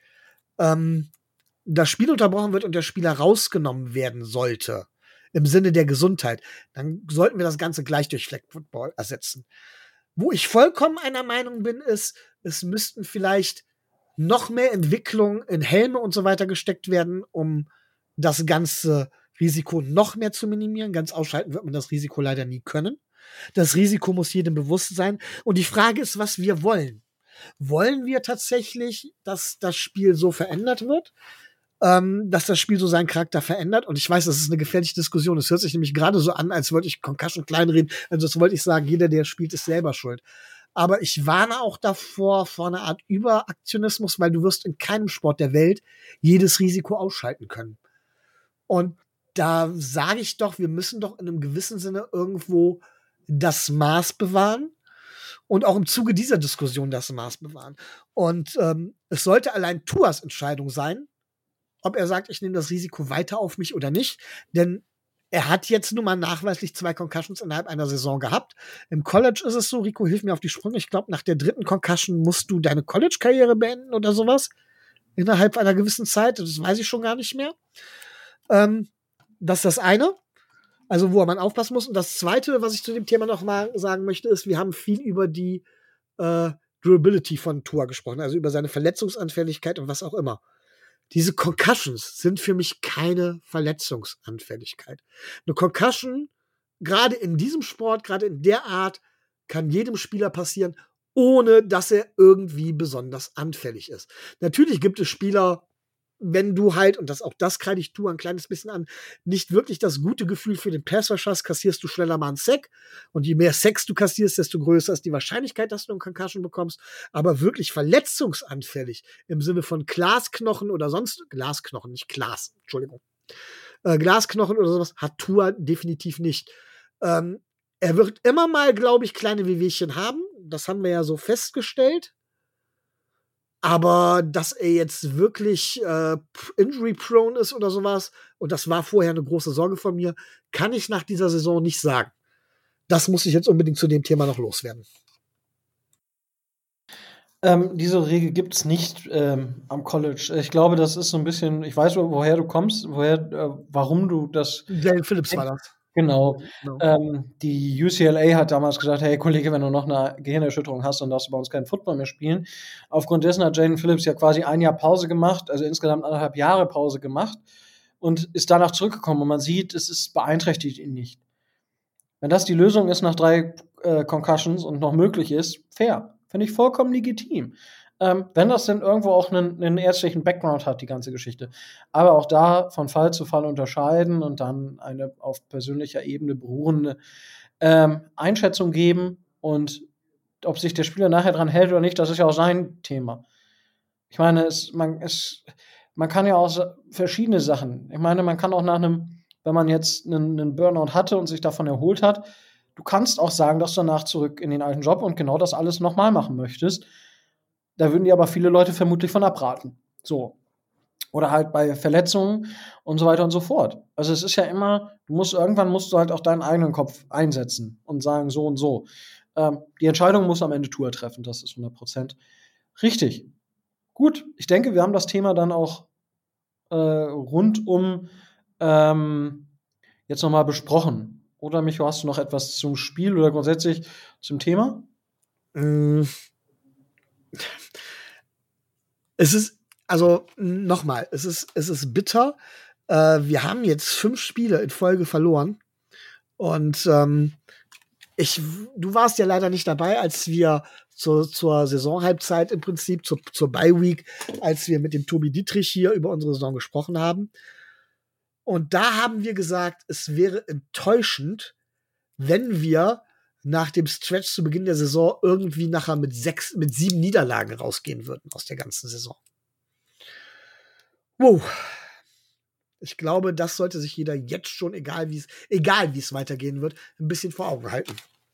das Spiel unterbrochen wird und der Spieler rausgenommen werden sollte, im Sinne der Gesundheit, dann sollten wir das Ganze gleich durch Flag Football ersetzen. Wo ich vollkommen einer Meinung bin, ist, es müssten vielleicht noch mehr Entwicklungen in Helme und so weiter gesteckt werden, um das ganze Risiko noch mehr zu minimieren. Ganz ausschalten wird man das Risiko leider nie können. Das Risiko muss jedem bewusst sein. Und die Frage ist, was wir wollen. Wollen wir tatsächlich, dass das Spiel so verändert wird? Dass das Spiel so seinen Charakter verändert? Und ich weiß, das ist eine gefährliche Diskussion. Es hört sich nämlich gerade so an, als wollte ich Concussion kleinreden. Also das wollte ich sagen, jeder, der spielt, ist selber schuld. Aber ich warne auch davor, vor einer Art Überaktionismus, weil du wirst in keinem Sport der Welt jedes Risiko ausschalten können. Und da sage ich doch, wir müssen doch in einem gewissen Sinne irgendwo das Maß bewahren und auch im Zuge dieser Diskussion das Maß bewahren. Und es sollte allein Tuas Entscheidung sein, ob er sagt, ich nehme das Risiko weiter auf mich oder nicht. Denn er hat jetzt nun mal nachweislich 2 Concussions innerhalb einer Saison gehabt. Im College ist es so, Rico, hilf mir auf die Sprünge. Ich glaube, nach der 3. Concussion musst du deine College-Karriere beenden oder sowas. Innerhalb einer gewissen Zeit. Das weiß ich schon gar nicht mehr. Das ist das eine. Also, wo man aufpassen muss. Und das Zweite, was ich zu dem Thema noch mal sagen möchte, ist, wir haben viel über die Durability von Tua gesprochen. Also über seine Verletzungsanfälligkeit und was auch immer. Diese Concussions sind für mich keine Verletzungsanfälligkeit. Eine Concussion, gerade in diesem Sport, gerade in der Art, kann jedem Spieler passieren, ohne dass er irgendwie besonders anfällig ist. Natürlich gibt es Spieler, wenn du halt, und das kreide ich Tua ein kleines bisschen an, nicht wirklich das gute Gefühl für den Passrush hast, kassierst du schneller mal einen Sack. Und je mehr Sacks du kassierst, desto größer ist die Wahrscheinlichkeit, dass du einen Concussion bekommst. Aber wirklich verletzungsanfällig im Sinne von Glasknochen oder sonst, Glasknochen, nicht Glas, Entschuldigung. Glasknochen oder sowas hat Tua definitiv nicht. Er wird immer mal, glaube ich, kleine Wehwehchen haben. Das haben wir ja so festgestellt. Aber dass er jetzt wirklich injury-prone ist oder sowas, und das war vorher eine große Sorge von mir, kann ich nach dieser Saison nicht sagen. Das muss ich jetzt unbedingt zu dem Thema noch loswerden. Diese Regel gibt es nicht am College. Ich glaube, das ist so ein bisschen, ich weiß, woher du kommst, warum du das. Jalen Phillips war das. Genau. Die UCLA hat damals gesagt, hey Kollege, wenn du noch eine Gehirnerschütterung hast, dann darfst du bei uns keinen Football mehr spielen. Aufgrund dessen hat Jalen Phillips ja quasi 1 Jahr Pause gemacht, also insgesamt 1,5 Jahre Pause gemacht und ist danach zurückgekommen. Und man sieht, es beeinträchtigt ihn nicht. Wenn das die Lösung ist nach 3 Concussions und noch möglich ist, fair. Finde ich vollkommen legitim. Wenn das denn irgendwo auch einen ärztlichen Background hat, die ganze Geschichte. Aber auch da von Fall zu Fall unterscheiden und dann eine auf persönlicher Ebene beruhende Einschätzung geben. Und ob sich der Spieler nachher dran hält oder nicht, das ist ja auch sein Thema. Ich meine, man kann ja auch verschiedene Sachen. Ich meine, man kann auch wenn man jetzt einen Burnout hatte und sich davon erholt hat, du kannst auch sagen, dass du danach zurück in den alten Job und genau das alles nochmal machen möchtest. Da würden dir aber viele Leute vermutlich von abraten. So. Oder halt bei Verletzungen und so weiter und so fort. Also es ist ja immer, irgendwann musst du halt auch deinen eigenen Kopf einsetzen und sagen so und so. Die Entscheidung muss am Ende Tua treffen, das ist 100% richtig. gut, ich denke, wir haben das Thema dann auch rundum jetzt nochmal besprochen. Oder Micho, hast du noch etwas zum Spiel oder grundsätzlich zum Thema? Es ist, also nochmal, es ist bitter. Wir haben jetzt 5 Spiele in Folge verloren. Und du warst ja leider nicht dabei, als wir zur Saisonhalbzeit im Prinzip, zur Bye-Week, als wir mit dem Tobi Dietrich hier über unsere Saison gesprochen haben. Und da haben wir gesagt, es wäre enttäuschend, wenn wir nach dem Stretch zu Beginn der Saison irgendwie nachher mit 7 Niederlagen rausgehen würden aus der ganzen Saison. Wow. Ich glaube, das sollte sich jeder jetzt schon, egal wie es weitergehen wird, ein bisschen vor Augen halten.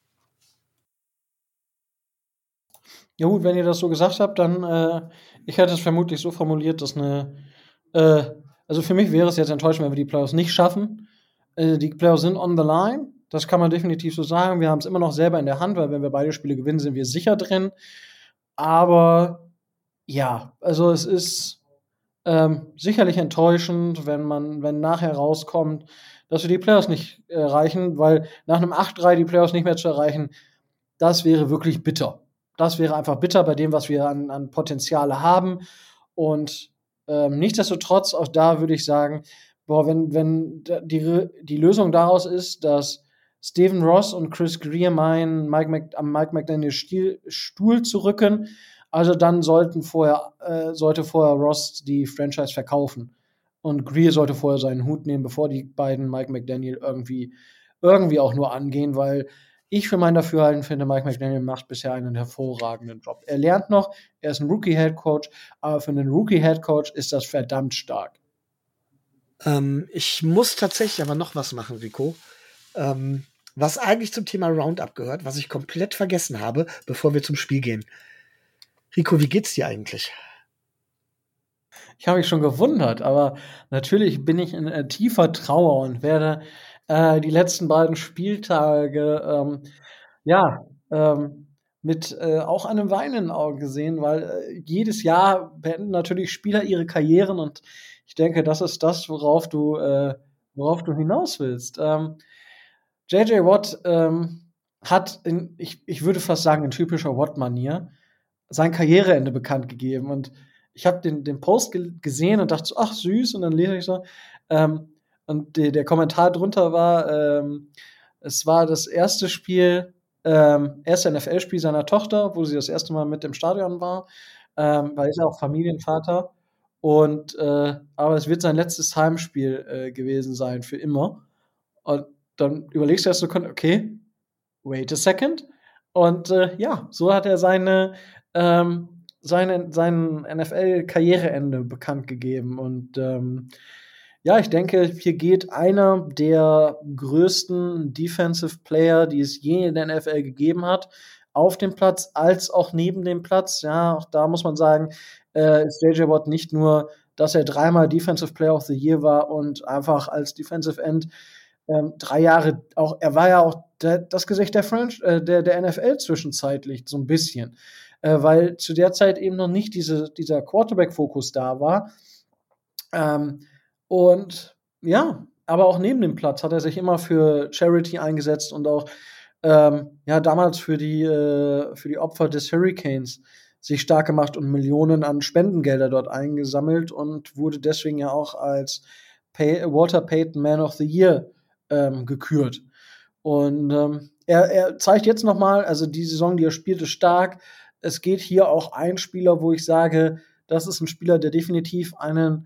Ja gut, wenn ihr das so gesagt habt, dann ich hätte es vermutlich so formuliert, dass also für mich wäre es jetzt enttäuschend, wenn wir die Playoffs nicht schaffen. Die Playoffs sind on the line, das kann man definitiv so sagen. Wir haben es immer noch selber in der Hand, weil wenn wir beide Spiele gewinnen, sind wir sicher drin. Aber ja, also es ist sicherlich enttäuschend, wenn nachher rauskommt, dass wir die Playoffs nicht erreichen, weil nach einem 8-3 die Playoffs nicht mehr zu erreichen, das wäre wirklich bitter. Das wäre einfach bitter bei dem, was wir an Potenziale haben. Und nichtsdestotrotz, auch da würde ich sagen, wenn die Lösung daraus ist, dass Stephen Ross und Chris Greer meinen, am Mike McDaniels Stuhl zu rücken, also dann sollte vorher Ross die Franchise verkaufen. Und Greer sollte vorher seinen Hut nehmen, bevor die beiden Mike McDaniel irgendwie auch nur angehen, weil ich für mein Dafürhalten finde, Mike McDaniel macht bisher einen hervorragenden Job. Er lernt noch, er ist ein Rookie-Head-Coach, aber für einen Rookie-Head-Coach ist das verdammt stark. Ich muss tatsächlich aber noch was machen, Rico. Was eigentlich zum Thema Roundup gehört, was ich komplett vergessen habe, bevor wir zum Spiel gehen. Rico, wie geht's dir eigentlich? Ich habe mich schon gewundert, aber natürlich bin ich in tiefer Trauer und werde die letzten beiden Spieltage ja, mit auch einem weinenden Auge sehen, weil jedes Jahr beenden natürlich Spieler ihre Karrieren und ich denke, das ist das, worauf du hinaus willst. JJ Watt hat ich würde fast sagen, in typischer Watt-Manier sein Karriereende bekannt gegeben. Und ich habe den Post gesehen und dachte so, ach süß, und dann lese ich so. Und der Kommentar drunter war, es war das erste NFL-Spiel seiner Tochter, wo sie das erste Mal mit im Stadion war, weil ist ja auch Familienvater. Und aber es wird sein letztes Heimspiel gewesen sein für immer. Und dann überlegst du erst so, okay, wait a second. Und ja, so hat er sein NFL-Karriereende bekannt gegeben. Und ja, ich denke, hier geht einer der größten Defensive Player, die es je in der NFL gegeben hat, auf dem Platz als auch neben dem Platz. Ja, auch da muss man sagen, ist JJ Watt nicht nur, dass er 3-mal Defensive Player of the Year war und einfach als Defensive End 3 Jahre auch, er war ja auch das Gesicht der NFL zwischenzeitlich so ein bisschen, weil zu der Zeit eben noch nicht dieser Quarterback-Fokus da war. Und ja, aber auch neben dem Platz hat er sich immer für Charity eingesetzt und auch ja, damals für die Opfer des Hurricanes sich stark gemacht und Millionen an Spendengelder dort eingesammelt und wurde deswegen ja auch als Walter Payton Man of the Year gekürt. Und er zeigt jetzt noch mal, also die Saison, die er spielt, ist stark. Es geht hier auch ein Spieler, wo ich sage, das ist ein Spieler, der definitiv einen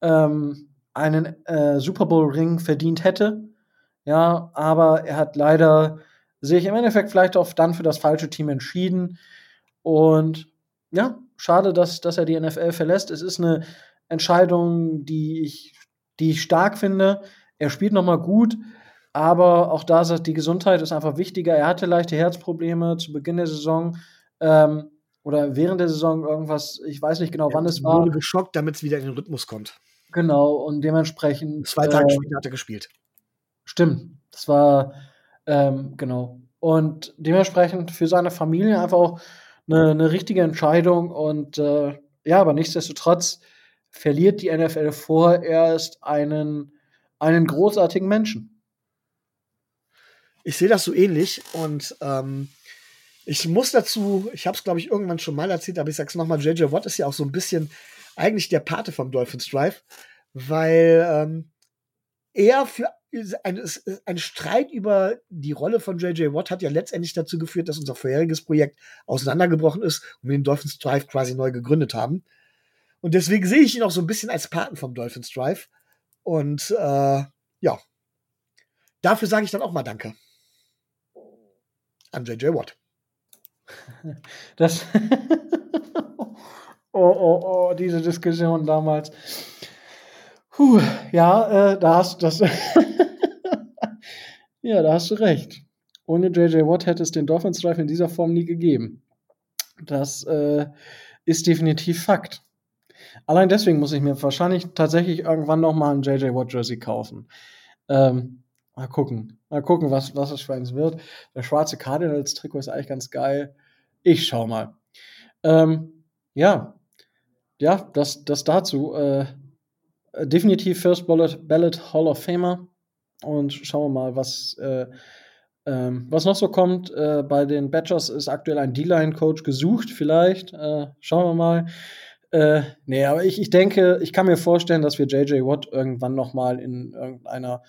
Super Bowl-Ring verdient hätte. Ja, aber er hat leider sich im Endeffekt vielleicht auch dann für das falsche Team entschieden. Und ja, schade, dass er die NFL verlässt. Es ist eine Entscheidung, die ich stark finde. Er spielt noch mal gut, aber auch da sagt die Gesundheit ist einfach wichtiger. Er hatte leichte Herzprobleme zu Beginn der Saison oder während der Saison irgendwas. Ich weiß nicht genau, wann es war. Er wurde geschockt, damit es wieder in den Rhythmus kommt. Genau, und dementsprechend 2 Tage später hat er gespielt. Stimmt, das war genau. Und dementsprechend für seine Familie einfach auch eine richtige Entscheidung und ja, aber nichtsdestotrotz verliert die NFL vorerst einen großartigen Menschen. Ich sehe das so ähnlich und ich muss dazu, ich habe es, glaube ich, irgendwann schon mal erzählt, aber ich sag's nochmal, J.J. Watt ist ja auch so ein bisschen eigentlich der Pate vom Dolphins Drive, weil er für ein Streit über die Rolle von J.J. Watt hat ja letztendlich dazu geführt, dass unser vorheriges Projekt auseinandergebrochen ist und wir den Dolphins Drive quasi neu gegründet haben. Und deswegen sehe ich ihn auch so ein bisschen als Paten vom Dolphins Drive. Und ja, dafür sage ich dann auch mal Danke an J.J. Watt. Das oh, diese Diskussion damals. Ja, da hast das ja, da hast du recht. Ohne J.J. Watt hätte es den Dolphins Drive in dieser Form nie gegeben. Das ist definitiv Fakt. Allein deswegen muss ich mir wahrscheinlich tatsächlich irgendwann noch mal ein J.J. Watt Jersey kaufen. Mal gucken, was es für eins wird. Der schwarze Cardinals-Trikot ist eigentlich ganz geil. Ich schau mal. Ja, das dazu. Definitiv First Ballot Hall of Famer. Und schauen wir mal, was noch so kommt. Bei den Badgers ist aktuell ein D-Line-Coach gesucht, vielleicht. Schauen wir mal. Nee, aber ich denke, ich kann mir vorstellen, dass wir J.J. Watt irgendwann noch mal in irgendeiner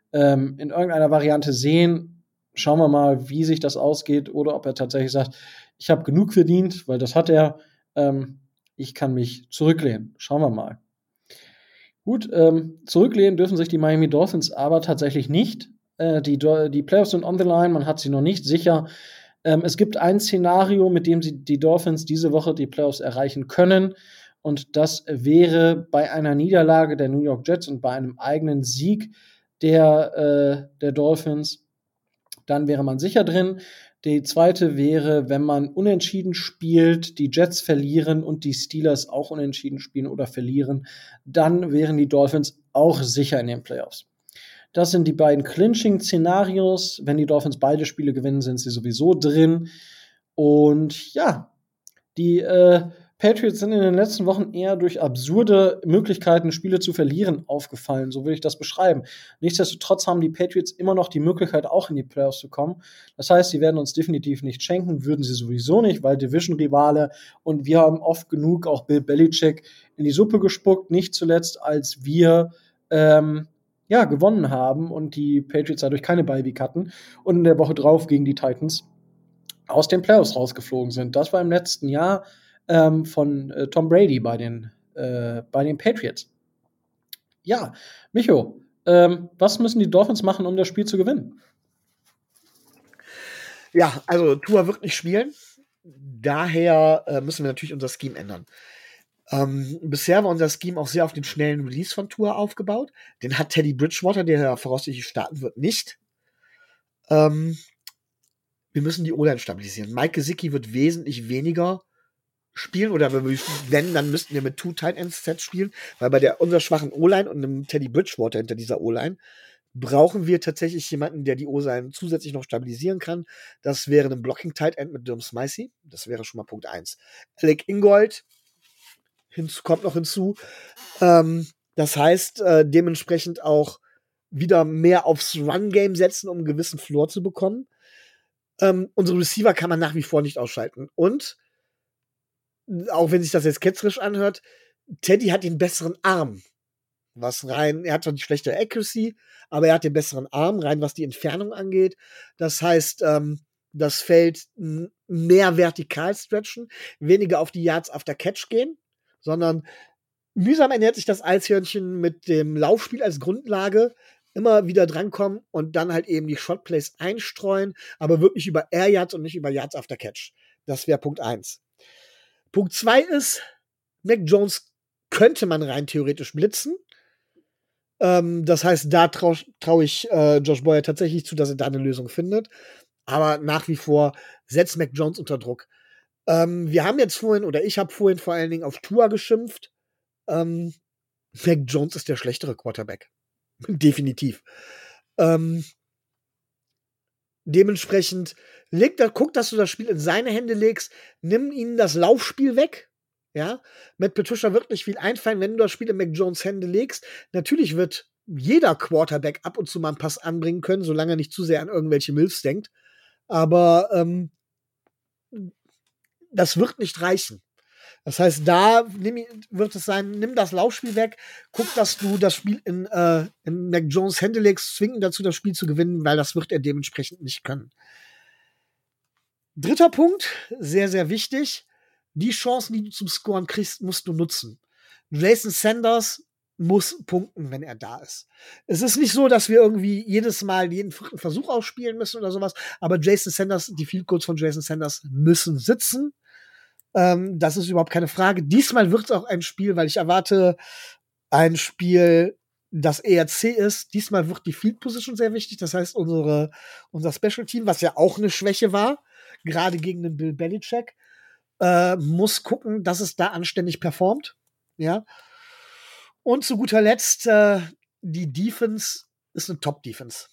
Variante sehen. Schauen wir mal, wie sich das ausgeht oder ob er tatsächlich sagt, ich habe genug verdient, weil das hat er. Ich kann mich zurücklehnen. Schauen wir mal. Gut, zurücklehnen dürfen sich die Miami Dolphins aber tatsächlich nicht. Die Playoffs sind on the line, man hat sie noch nicht sicher. Es gibt ein Szenario, mit dem die Dolphins diese Woche die Playoffs erreichen können. Und das wäre bei einer Niederlage der New York Jets und bei einem eigenen Sieg der Dolphins. Dann wäre man sicher drin. Die zweite wäre, wenn man unentschieden spielt, die Jets verlieren und die Steelers auch unentschieden spielen oder verlieren, dann wären die Dolphins auch sicher in den Playoffs. Das sind die beiden Clinching-Szenarios. Wenn die Dolphins beide Spiele gewinnen, sind sie sowieso drin. Und ja, die Patriots sind in den letzten Wochen eher durch absurde Möglichkeiten, Spiele zu verlieren, aufgefallen. So würde ich das beschreiben. Nichtsdestotrotz haben die Patriots immer noch die Möglichkeit, auch in die Playoffs zu kommen. Das heißt, sie werden uns definitiv nicht schenken, würden sie sowieso nicht, weil Division-Rivale und wir haben oft genug auch Bill Belichick in die Suppe gespuckt, nicht zuletzt, als wir gewonnen haben und die Patriots dadurch keine Bye-Week hatten und in der Woche drauf gegen die Titans aus den Playoffs rausgeflogen sind. Das war im letzten Jahr von Tom Brady bei den Patriots. Ja, Micho, was müssen die Dolphins machen, um das Spiel zu gewinnen? Ja, also Tua wird nicht spielen. Daher müssen wir natürlich unser Scheme ändern. Bisher war unser Scheme auch sehr auf den schnellen Release von Tua aufgebaut. Den hat Teddy Bridgewater, der ja voraussichtlich starten wird, nicht. Wir müssen die O-Line stabilisieren. Mike Gesicki wird wesentlich weniger spielen, oder wenn, dann müssten wir mit 2 Tight End Sets spielen, weil bei unserer schwachen O-Line und einem Teddy Bridgewater hinter dieser O-Line brauchen wir tatsächlich jemanden, der die O-Line zusätzlich noch stabilisieren kann. Das wäre ein Blocking Tight End mit Durham Smythe. Das wäre schon mal Punkt 1. Alec Ingold kommt noch hinzu. Das heißt, dementsprechend auch wieder mehr aufs Run-Game setzen, um einen gewissen Floor zu bekommen. Unsere Receiver kann man nach wie vor nicht ausschalten. Und auch wenn sich das jetzt ketzerisch anhört, Teddy hat den besseren Arm. Er hat zwar die schlechte Accuracy, aber er hat den besseren Arm, rein was die Entfernung angeht. Das heißt, das Feld mehr vertikal stretchen, weniger auf die Yards after Catch gehen, sondern mühsam ernährt sich das Eishörnchen mit dem Laufspiel als Grundlage, immer wieder drankommen und dann halt eben die Shotplays einstreuen, aber wirklich über Air Yards und nicht über Yards after Catch. Das wäre Punkt 1. Punkt 2 ist, Mac Jones könnte man rein theoretisch blitzen. Das heißt, da traue ich Josh Boyer tatsächlich zu, dass er da eine Lösung findet. Aber nach wie vor setzt Mac Jones unter Druck. Wir haben jetzt vorhin, oder ich habe vorhin vor allen Dingen auf Tua geschimpft. Mac Jones ist der schlechtere Quarterback. Definitiv. Dementsprechend guck, dass du das Spiel in seine Hände legst, nimm ihnen das Laufspiel weg, Ja, Matt Patricia wird nicht viel einfallen, wenn du das Spiel in Mac Jones Hände legst. Natürlich wird jeder Quarterback ab und zu mal einen Pass anbringen können, solange er nicht zu sehr an irgendwelche Milfs denkt. Aber das wird nicht reichen. Das heißt, da wird es sein, nimm das Laufspiel weg, guck, dass du das Spiel in Mac Jones Hände legst, zwing ihn dazu, das Spiel zu gewinnen, weil das wird er dementsprechend nicht können. Dritter Punkt, sehr, sehr wichtig. Die Chancen, die du zum Scoren kriegst, musst du nutzen. Jason Sanders muss punkten, wenn er da ist. Es ist nicht so, dass wir irgendwie jedes Mal jeden vierten Versuch ausspielen müssen oder sowas, aber Jason Sanders, die Field Goals von Jason Sanders müssen sitzen. Das ist überhaupt keine Frage. Diesmal wird es auch ein Spiel, weil ich erwarte ein Spiel, das ERC ist. Diesmal wird die Field Position sehr wichtig. Das heißt, unser Special Team, was ja auch eine Schwäche war, gerade gegen den Bill Belichick, muss gucken, dass es da anständig performt. Ja. Und zu guter Letzt, die Defense ist eine Top-Defense.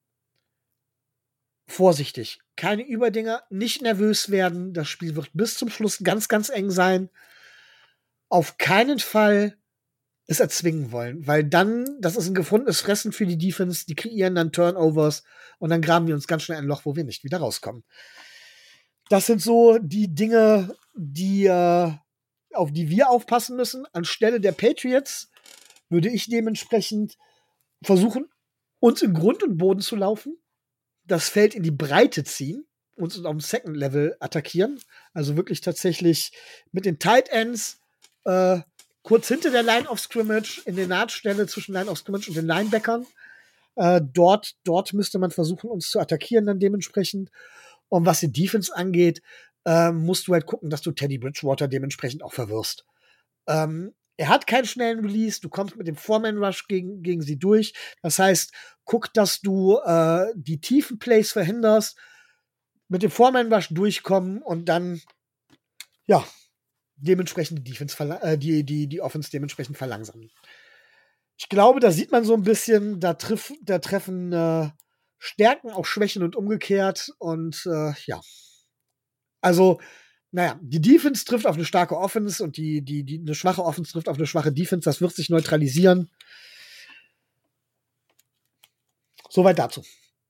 Vorsichtig. Keine Überdinger, nicht nervös werden. Das Spiel wird bis zum Schluss ganz, ganz eng sein. Auf keinen Fall es erzwingen wollen, weil dann, das ist ein gefundenes Fressen für die Defense, die kreieren dann Turnovers und dann graben wir uns ganz schnell ein Loch, wo wir nicht wieder rauskommen. Das sind so die Dinge, auf die wir aufpassen müssen. Anstelle der Patriots würde ich dementsprechend versuchen, uns in Grund und Boden zu laufen, das Feld in die Breite ziehen, uns auf dem Second Level attackieren, also wirklich tatsächlich mit den Tight Ends kurz hinter der Line of Scrimmage, in der Nahtstelle zwischen Line of Scrimmage und den Linebackern. Dort müsste man versuchen, uns zu attackieren dann dementsprechend. Und was die Defense angeht, musst du halt gucken, dass du Teddy Bridgewater dementsprechend auch verwirrst. Er hat keinen schnellen Release, du kommst mit dem Foreman-Rush gegen sie durch. Das heißt, guck, dass du die tiefen Plays verhinderst, mit dem Foreman-Rush durchkommen und dann, ja, dementsprechend die Defense die Offense dementsprechend verlangsamen. Ich glaube, da sieht man so ein bisschen, da treffen Stärken auch Schwächen und umgekehrt. Und ja. Also, naja, die Defense trifft auf eine starke Offense und eine schwache Offense trifft auf eine schwache Defense. Das wird sich neutralisieren. Soweit dazu.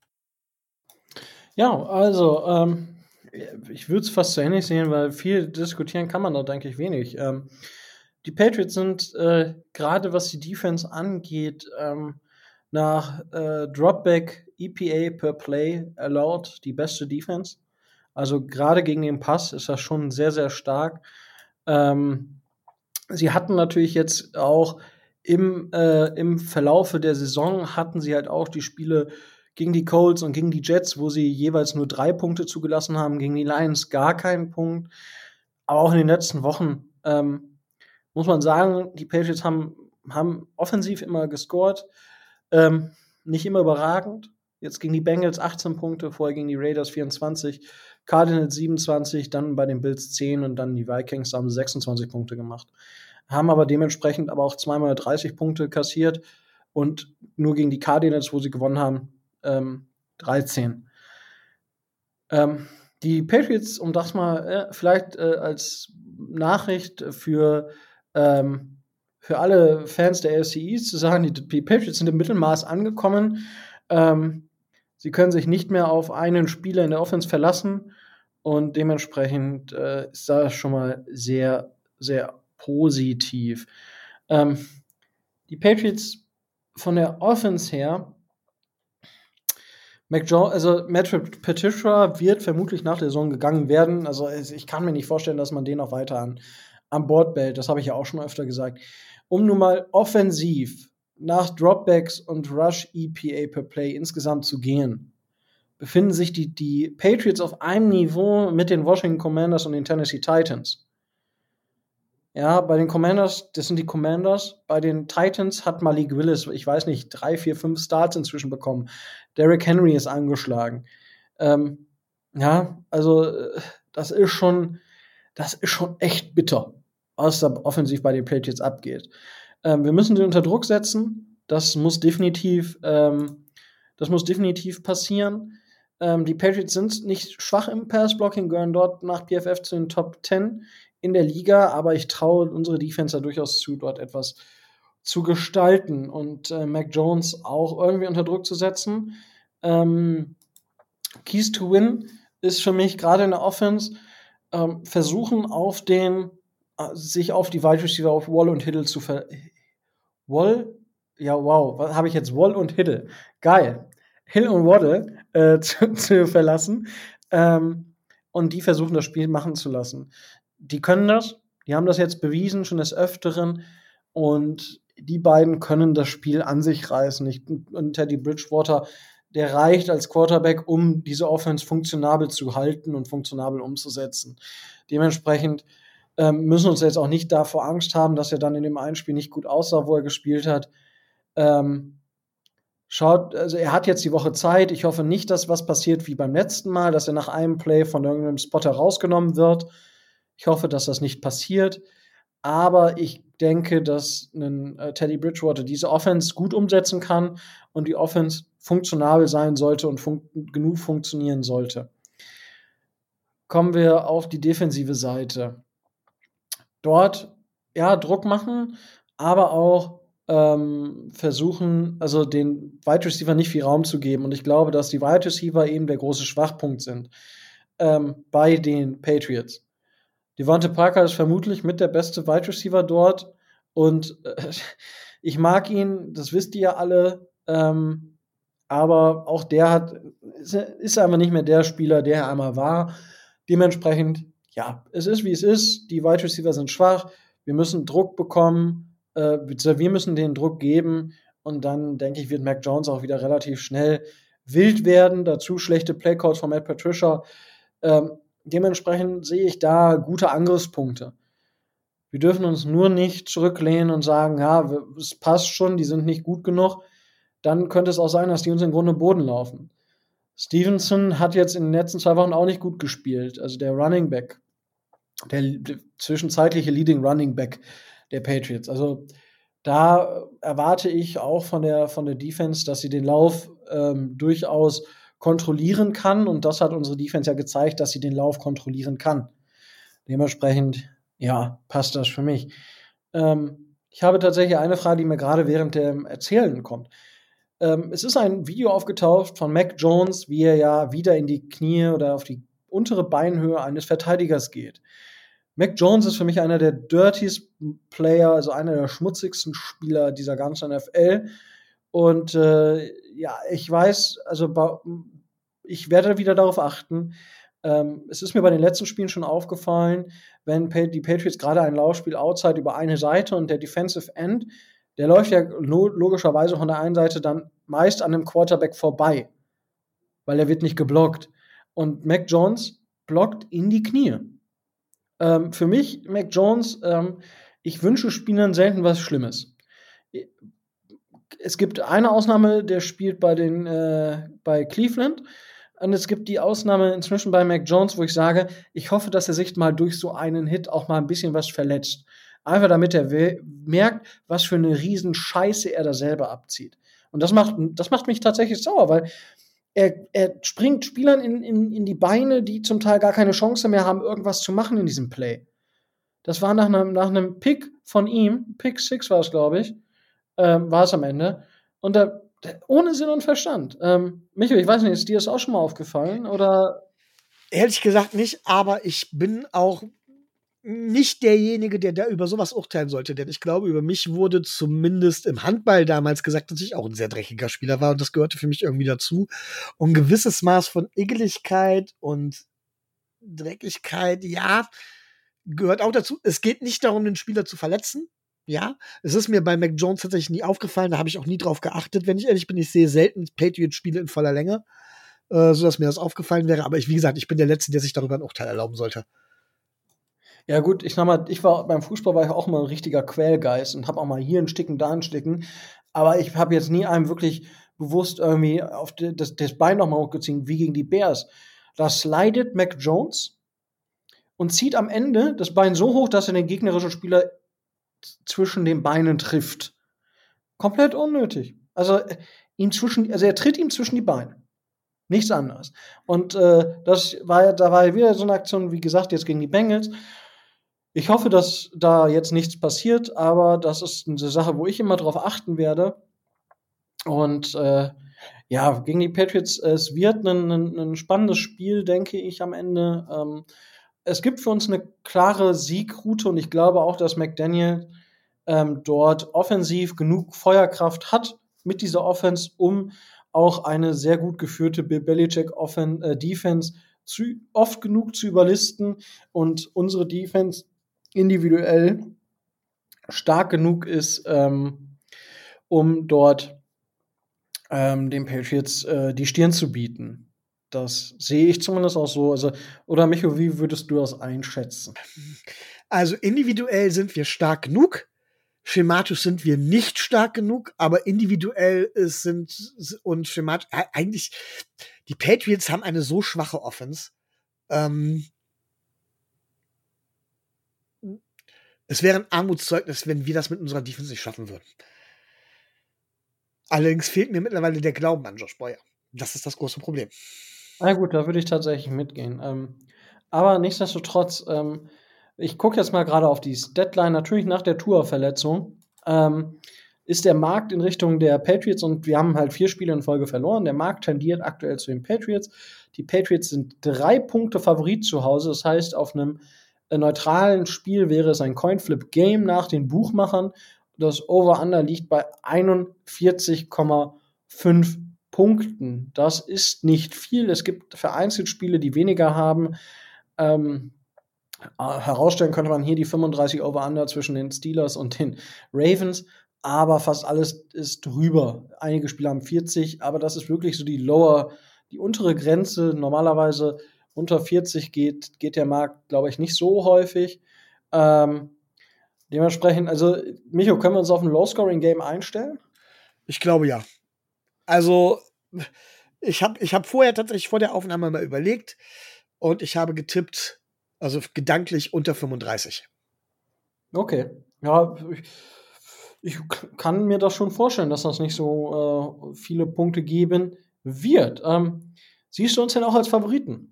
Ja, also, ich würde es fast so ähnlich sehen, weil viel diskutieren kann man da, denke ich, wenig. Die Patriots sind gerade was die Defense angeht, nach Dropback EPA per Play allowed die beste Defense. Also gerade gegen den Pass ist das schon sehr, sehr stark. Sie hatten natürlich jetzt auch im Verlaufe der Saison hatten sie halt auch die Spiele gegen die Colts und gegen die Jets, wo sie jeweils nur 3 Punkte zugelassen haben, gegen die Lions gar keinen Punkt. Aber auch in den letzten Wochen muss man sagen, die Patriots haben offensiv immer gescored, nicht immer überragend. Jetzt gegen die Bengals 18 Punkte, vorher gegen die Raiders 24, Cardinals 27, dann bei den Bills 10 und dann die Vikings haben 26 Punkte gemacht. Haben aber dementsprechend aber auch zweimal 30 Punkte kassiert und nur gegen die Cardinals, wo sie gewonnen haben, 13. Die Patriots, um das mal vielleicht als Nachricht für alle Fans der AFC East zu sagen, die Patriots sind im Mittelmaß angekommen. Sie können sich nicht mehr auf einen Spieler in der Offense verlassen und dementsprechend ist das schon mal sehr, sehr positiv. Die Patriots von der Offense her, Matt Patricia wird vermutlich nach der Saison gegangen werden. Also ich kann mir nicht vorstellen, dass man den noch weiter an Bord behält. Das habe ich ja auch schon öfter gesagt. Um nun mal offensiv nach Dropbacks und Rush EPA per Play insgesamt zu gehen, befinden sich die Patriots auf einem Niveau mit den Washington Commanders und den Tennessee Titans. Ja, bei den Commanders, das sind die Commanders. Bei den Titans hat Malik Willis, ich weiß nicht, 3, 4, 5 Starts inzwischen bekommen. Derrick Henry ist angeschlagen. Ja, also das ist schon echt bitter, was da offensiv bei den Patriots abgeht. Wir müssen sie unter Druck setzen. Das muss definitiv passieren. Die Patriots sind nicht schwach im Pass-Blocking, gehören dort nach PFF zu den Top 10 in der Liga, aber ich traue unsere Defense da durchaus zu, dort etwas zu gestalten und Mac Jones auch irgendwie unter Druck zu setzen. Keys to Win ist für mich gerade in der Offense versuchen sich auf die Wide Receiver auf Wall und Hiddle zu Wall? Ja, wow, was habe ich jetzt? Wall und Hiddle. Geil. Hill und Waddle zu verlassen und die versuchen, das Spiel machen zu lassen. Die können das, die haben das jetzt bewiesen, schon des Öfteren und die beiden können das Spiel an sich reißen. Und Teddy Bridgewater, der reicht als Quarterback, um diese Offense funktionabel zu halten und funktionabel umzusetzen. Dementsprechend müssen wir uns jetzt auch nicht davor Angst haben, dass er dann in dem einen Spiel nicht gut aussah, wo er gespielt hat. Also er hat jetzt die Woche Zeit. Ich hoffe nicht, dass was passiert wie beim letzten Mal, dass er nach einem Play von irgendeinem Spotter rausgenommen wird. Ich hoffe, dass das nicht passiert. Aber ich denke, dass ein Teddy Bridgewater diese Offense gut umsetzen kann und die Offense funktionabel sein sollte und genug funktionieren sollte. Kommen wir auf die defensive Seite. Dort, ja, Druck machen, aber auch versuchen, also den Wide Receiver nicht viel Raum zu geben. Und ich glaube, dass die Wide Receiver eben der große Schwachpunkt sind bei den Patriots. Devontae Parker ist vermutlich mit der beste Wide Receiver dort. Und ich mag ihn, das wisst ihr ja alle. Aber auch der ist einfach nicht mehr der Spieler, der er einmal war. Dementsprechend, ja, es ist, wie es ist. Die Wide Receiver sind schwach. Wir müssen Druck bekommen. Wir müssen den Druck geben. Und dann, denke ich, wird Mac Jones auch wieder relativ schnell wild werden. Dazu schlechte Playcalls von Matt Patricia. Dementsprechend sehe ich da gute Angriffspunkte. Wir dürfen uns nur nicht zurücklehnen und sagen, ja, es passt schon, die sind nicht gut genug. Dann könnte es auch sein, dass die uns im Grunde Boden laufen. Stevenson hat jetzt in den letzten 2 Wochen auch nicht gut gespielt. Also der Running Back, der zwischenzeitliche Leading Running Back der Patriots. Also da erwarte ich auch von der Defense, dass sie den Lauf durchaus kontrollieren kann. Und das hat unsere Defense ja gezeigt, dass sie den Lauf kontrollieren kann. Dementsprechend, ja, passt das für mich. Ich habe tatsächlich eine Frage, die mir gerade während dem Erzählen kommt. Es ist ein Video aufgetaucht von Mac Jones, wie er ja wieder in die Knie oder auf die untere Beinhöhe eines Verteidigers geht. Mac Jones ist für mich einer der dirtiest Player, also einer der schmutzigsten Spieler dieser ganzen NFL. Und ja, ich weiß, also ich werde wieder darauf achten. Es ist mir bei den letzten Spielen schon aufgefallen, wenn die Patriots gerade ein Laufspiel outside über eine Seite und der Defensive End, der läuft ja logischerweise von der einen Seite dann meist an dem Quarterback vorbei, weil er wird nicht geblockt. Und Mac Jones blockt in die Knie. Für mich, Mac Jones, ich wünsche Spielern selten was Schlimmes. Es gibt eine Ausnahme, der spielt bei Cleveland. Und es gibt die Ausnahme inzwischen bei Mac Jones, wo ich sage, ich hoffe, dass er sich mal durch so einen Hit auch mal ein bisschen was verletzt. Einfach damit er merkt, was für eine riesen Scheiße er da selber abzieht. Und das macht mich tatsächlich sauer, weil er springt Spielern in die Beine, die zum Teil gar keine Chance mehr haben, irgendwas zu machen in diesem Play. Das war nach einem Pick von ihm, Pick 6 war es, glaube ich, war es am Ende. Und ohne Sinn und Verstand. Michael, ich weiß nicht, ist dir das auch schon mal aufgefallen? Oder? Ehrlich gesagt nicht, aber ich bin auch nicht derjenige, der da über sowas urteilen sollte, denn ich glaube, über mich wurde zumindest im Handball damals gesagt, dass ich auch ein sehr dreckiger Spieler war und das gehörte für mich irgendwie dazu. Und ein gewisses Maß von Ekeligkeit und Dreckigkeit, ja, gehört auch dazu. Es geht nicht darum, den Spieler zu verletzen. Ja, es ist mir bei Mac Jones tatsächlich nie aufgefallen, da habe ich auch nie drauf geachtet, wenn ich ehrlich bin. Ich sehe selten Patriots-Spiele in voller Länge, sodass mir das aufgefallen wäre. Aber wie gesagt, ich bin der Letzte, der sich darüber ein Urteil erlauben sollte. Ja gut, ich sag mal, beim Fußball war ich auch mal ein richtiger Quälgeist und habe auch mal hier ein Sticken, da ein Sticken. Aber ich habe jetzt nie einem wirklich bewusst irgendwie auf das Bein nochmal hochgezogen, wie gegen die Bears. Da slidet Mac Jones und zieht am Ende das Bein so hoch, dass er den gegnerischen Spieler zwischen den Beinen trifft. Komplett unnötig. Also er tritt ihm zwischen die Beine. Nichts anderes. Und da war wieder so eine Aktion, wie gesagt, jetzt gegen die Bengals. Ich hoffe, dass da jetzt nichts passiert, aber das ist eine Sache, wo ich immer drauf achten werde. Und ja, gegen die Patriots, es wird ein spannendes Spiel, denke ich, am Ende. Es gibt für uns eine klare Siegroute und ich glaube auch, dass McDaniel dort offensiv genug Feuerkraft hat mit dieser Offense, um auch eine sehr gut geführte Bill Belichick Defense oft genug zu überlisten und unsere Defense individuell stark genug ist, um dort den Patriots die Stirn zu bieten. Das sehe ich zumindest auch so. Also, oder Micho, wie würdest du das einschätzen? Also individuell sind wir stark genug. Schematisch sind wir nicht stark genug, aber individuell sind und schematisch eigentlich die Patriots haben eine so schwache Offense. Es wäre ein Armutszeugnis, wenn wir das mit unserer Defense nicht schaffen würden. Allerdings fehlt mir mittlerweile der Glauben an Josh Boyer. Das ist das große Problem. Na gut, da würde ich tatsächlich mitgehen. Aber nichtsdestotrotz, ich gucke jetzt mal gerade auf die Deadline. Natürlich nach der Tua-Verletzung ist der Markt in Richtung der Patriots und wir haben halt 4 Spiele in Folge verloren. Der Markt tendiert aktuell zu den Patriots. Die Patriots sind 3 Punkte Favorit zu Hause. Das heißt, auf einem neutralen Spiel wäre es ein Coinflip-Game nach den Buchmachern. Das Over-Under liegt bei 41,5 Punkten. Das ist nicht viel. Es gibt vereinzelt Spiele, die weniger haben. Herausstellen könnte man hier die 35 Over-Under zwischen den Steelers und den Ravens, aber fast alles ist drüber. Einige Spiele haben 40, aber das ist wirklich so die untere Grenze. Normalerweise unter 40 geht der Markt, glaube ich, nicht so häufig. Dementsprechend, also Micho, können wir uns auf ein Low-Scoring-Game einstellen? Ich glaube ja. Also ich hab vorher tatsächlich vor der Aufnahme mal überlegt und ich habe getippt, also gedanklich unter 35. Okay. Ja, ich kann mir das schon vorstellen, dass das nicht so viele Punkte geben wird. Siehst du uns denn auch als Favoriten?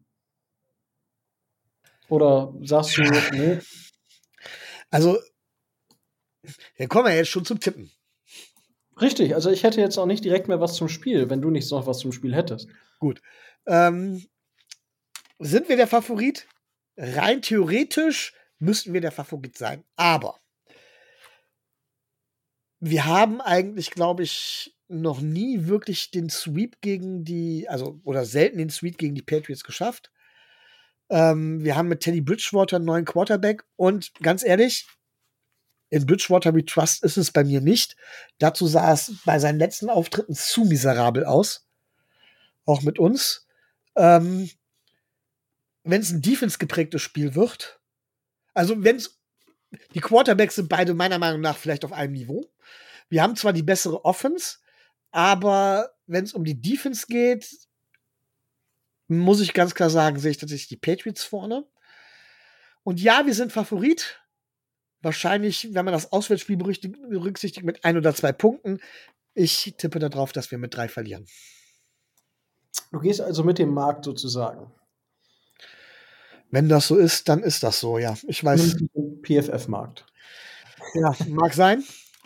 Oder sagst du, nee? Also, dann kommen wir jetzt schon zum Tippen. Richtig, also ich hätte jetzt auch nicht direkt mehr was zum Spiel, wenn du nicht noch was zum Spiel hättest. Gut. Sind wir der Favorit? Rein theoretisch müssten wir der Favorit sein. Aber wir haben eigentlich, glaube ich, noch nie wirklich den Sweep gegen oder selten den Sweep gegen die Patriots geschafft. Wir haben mit Teddy Bridgewater einen neuen Quarterback und ganz ehrlich, in Bridgewater We Trust ist es bei mir nicht. Dazu sah es bei seinen letzten Auftritten zu miserabel aus. Auch mit uns. Wenn es ein defense-geprägtes Spiel wird, also die Quarterbacks sind beide meiner Meinung nach vielleicht auf einem Niveau. Wir haben zwar die bessere Offense, aber wenn es um die Defense geht, muss ich ganz klar sagen, sehe ich tatsächlich die Patriots vorne. Und ja, wir sind Favorit. Wahrscheinlich, wenn man das Auswärtsspiel berücksichtigt, mit 1 oder 2 Punkten. Ich tippe darauf, dass wir mit 3 verlieren. Du gehst also mit dem Markt sozusagen. Wenn das so ist, dann ist das so, ja. Ich weiß. PFF-Markt. Ja, mag sein.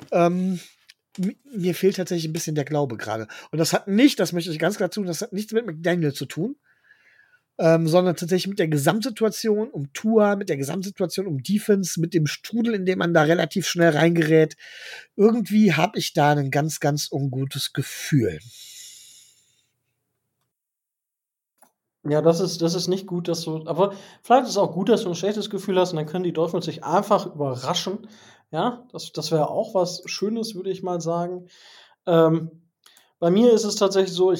Mir fehlt tatsächlich ein bisschen der Glaube gerade. Und das möchte ich ganz klar tun, das hat nichts mit McDaniel zu tun, sondern tatsächlich mit der Gesamtsituation um Tua, mit der Gesamtsituation um Defense, mit dem Strudel, in dem man da relativ schnell reingerät. Irgendwie habe ich da ein ganz, ganz ungutes Gefühl. Ja, das ist nicht gut, dass du. Aber vielleicht ist es auch gut, dass du ein schlechtes Gefühl hast und dann können die Dolphins sich einfach überraschen. Ja, das wäre auch was Schönes, würde ich mal sagen. Bei mir ist es tatsächlich so,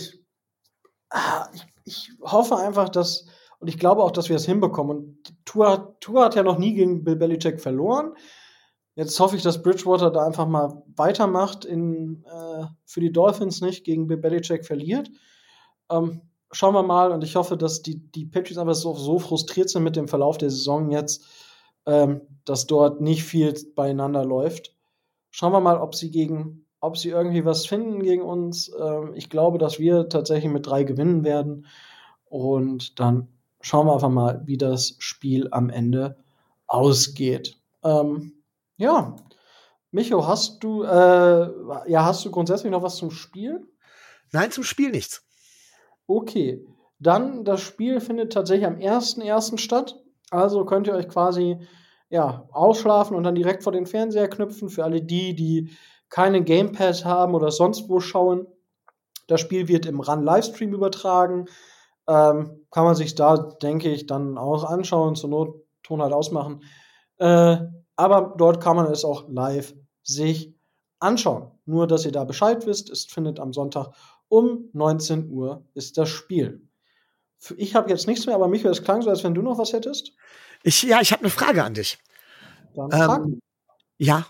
ich hoffe einfach, dass und ich glaube auch, dass wir es hinbekommen. Und Tua hat ja noch nie gegen Bill Belichick verloren. Jetzt hoffe ich, dass Bridgewater da einfach mal weitermacht für die Dolphins nicht gegen Bill Belichick verliert. Schauen wir mal und ich hoffe, dass die Patriots einfach so frustriert sind mit dem Verlauf der Saison jetzt, dass dort nicht viel beieinander läuft. Schauen wir mal, ob sie irgendwie was finden gegen uns. Ich glaube, dass wir tatsächlich mit 3 gewinnen werden. Und dann schauen wir einfach mal, wie das Spiel am Ende ausgeht. Ja, Micho, hast du grundsätzlich noch was zum Spiel? Nein, zum Spiel nichts. Okay, dann das Spiel findet tatsächlich am 1.1. statt. Also könnt ihr euch quasi ausschlafen und dann direkt vor den Fernseher knüpfen. Für alle die keine Game Pass haben oder sonst wo schauen. Das Spiel wird im RAN Livestream übertragen. Kann man sich da, denke ich, dann auch anschauen, zur Not Ton halt ausmachen. Aber dort kann man es auch live sich anschauen. Nur, dass ihr da Bescheid wisst, es findet am Sonntag um 19 Uhr ist das Spiel. Ich habe jetzt nichts mehr, aber Michael, es klang so, als wenn du noch was hättest. Ich habe eine Frage an dich. Dann frag. Ja.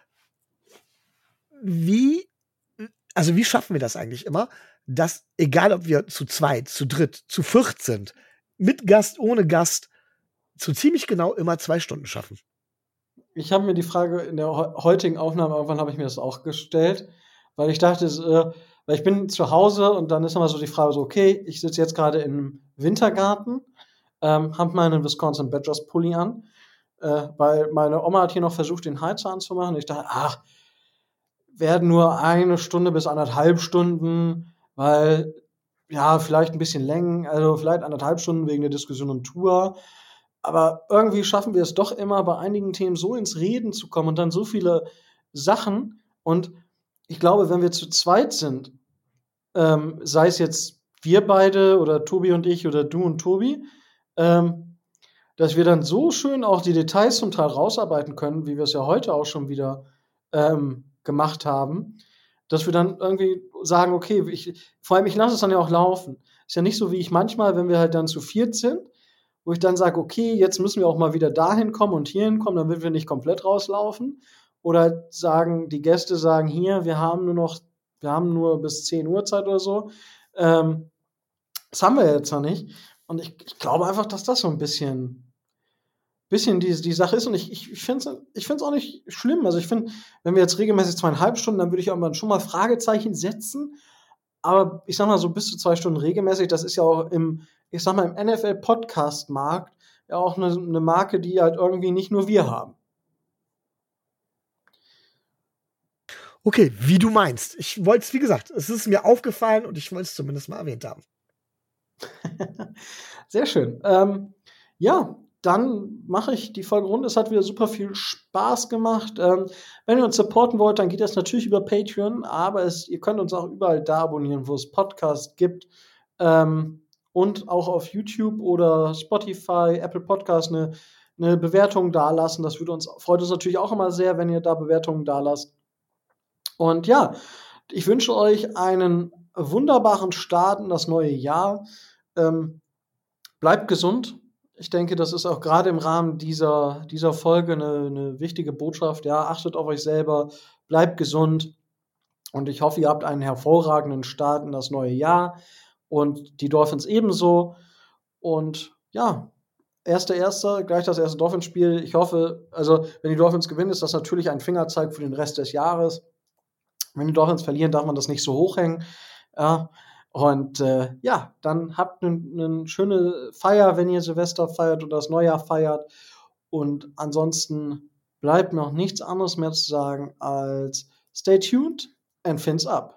Wie schaffen wir das eigentlich immer, dass, egal ob wir zu zweit, zu dritt, zu viert sind, mit Gast, ohne Gast, zu ziemlich genau immer 2 Stunden schaffen? Ich habe mir die Frage in der heutigen Aufnahme, irgendwann habe ich mir das auch gestellt, weil ich dachte, weil ich bin zu Hause und dann ist immer so die Frage so, okay, ich sitze jetzt gerade im Wintergarten, habe meinen Wisconsin Badgers Pulli an, weil meine Oma hat hier noch versucht, den Heizer anzumachen. Ich dachte, werden nur 1 Stunde bis 1,5 Stunden, weil, vielleicht ein bisschen länger, also vielleicht 1,5 Stunden wegen der Diskussion um Tour. Aber irgendwie schaffen wir es doch immer, bei einigen Themen so ins Reden zu kommen und dann so viele Sachen. Und ich glaube, wenn wir zu zweit sind, sei es jetzt wir beide oder Tobi und ich oder du und Tobi, dass wir dann so schön auch die Details zum Teil rausarbeiten können, wie wir es ja heute auch schon wieder gemacht haben, dass wir dann irgendwie sagen, okay, vor allem ich lasse es dann ja auch laufen. Ist ja nicht so wie ich manchmal, wenn wir halt dann zu viert sind, wo ich dann sage, okay, jetzt müssen wir auch mal wieder dahin kommen und hier hinkommen, damit wir nicht komplett rauslaufen. Oder die Gäste sagen, hier, wir haben nur bis 10 Uhr Zeit oder so. Das haben wir jetzt noch nicht. Und ich glaube einfach, dass das so ein bisschen die Sache ist. Und ich finde es auch nicht schlimm. Also ich finde, wenn wir jetzt regelmäßig 2,5 Stunden, dann würde ich aber schon mal Fragezeichen setzen. Aber ich sag mal, so bis zu 2 Stunden regelmäßig, das ist ja auch im NFL-Podcast-Markt ja auch eine Marke, die halt irgendwie nicht nur wir haben. Okay, wie du meinst. Ich wollte es, wie gesagt, es ist mir aufgefallen und ich wollte es zumindest mal erwähnt haben. Sehr schön. Dann mache ich die Folge rund. Es hat wieder super viel Spaß gemacht. Wenn ihr uns supporten wollt, dann geht das natürlich über Patreon, aber ihr könnt uns auch überall da abonnieren, wo es Podcasts gibt. Und auch auf YouTube oder Spotify, Apple Podcasts eine Bewertung dalassen. Das freut uns natürlich auch immer sehr, wenn ihr da Bewertungen dalasst. Und ja, ich wünsche euch einen wunderbaren Start in das neue Jahr. Bleibt gesund. Ich denke, das ist auch gerade im Rahmen dieser Folge eine wichtige Botschaft. Ja, achtet auf euch selber, bleibt gesund. Und ich hoffe, ihr habt einen hervorragenden Start in das neue Jahr. Und die Dolphins ebenso. Und ja, 1.1., gleich das erste Dolphins-Spiel. Ich hoffe, also wenn die Dolphins gewinnen, ist das natürlich ein Fingerzeig für den Rest des Jahres. Wenn die Dolphins verlieren, darf man das nicht so hochhängen. Ja. Und dann habt eine schöne Feier, wenn ihr Silvester feiert oder das Neujahr feiert. Und ansonsten bleibt noch nichts anderes mehr zu sagen als stay tuned and fins up.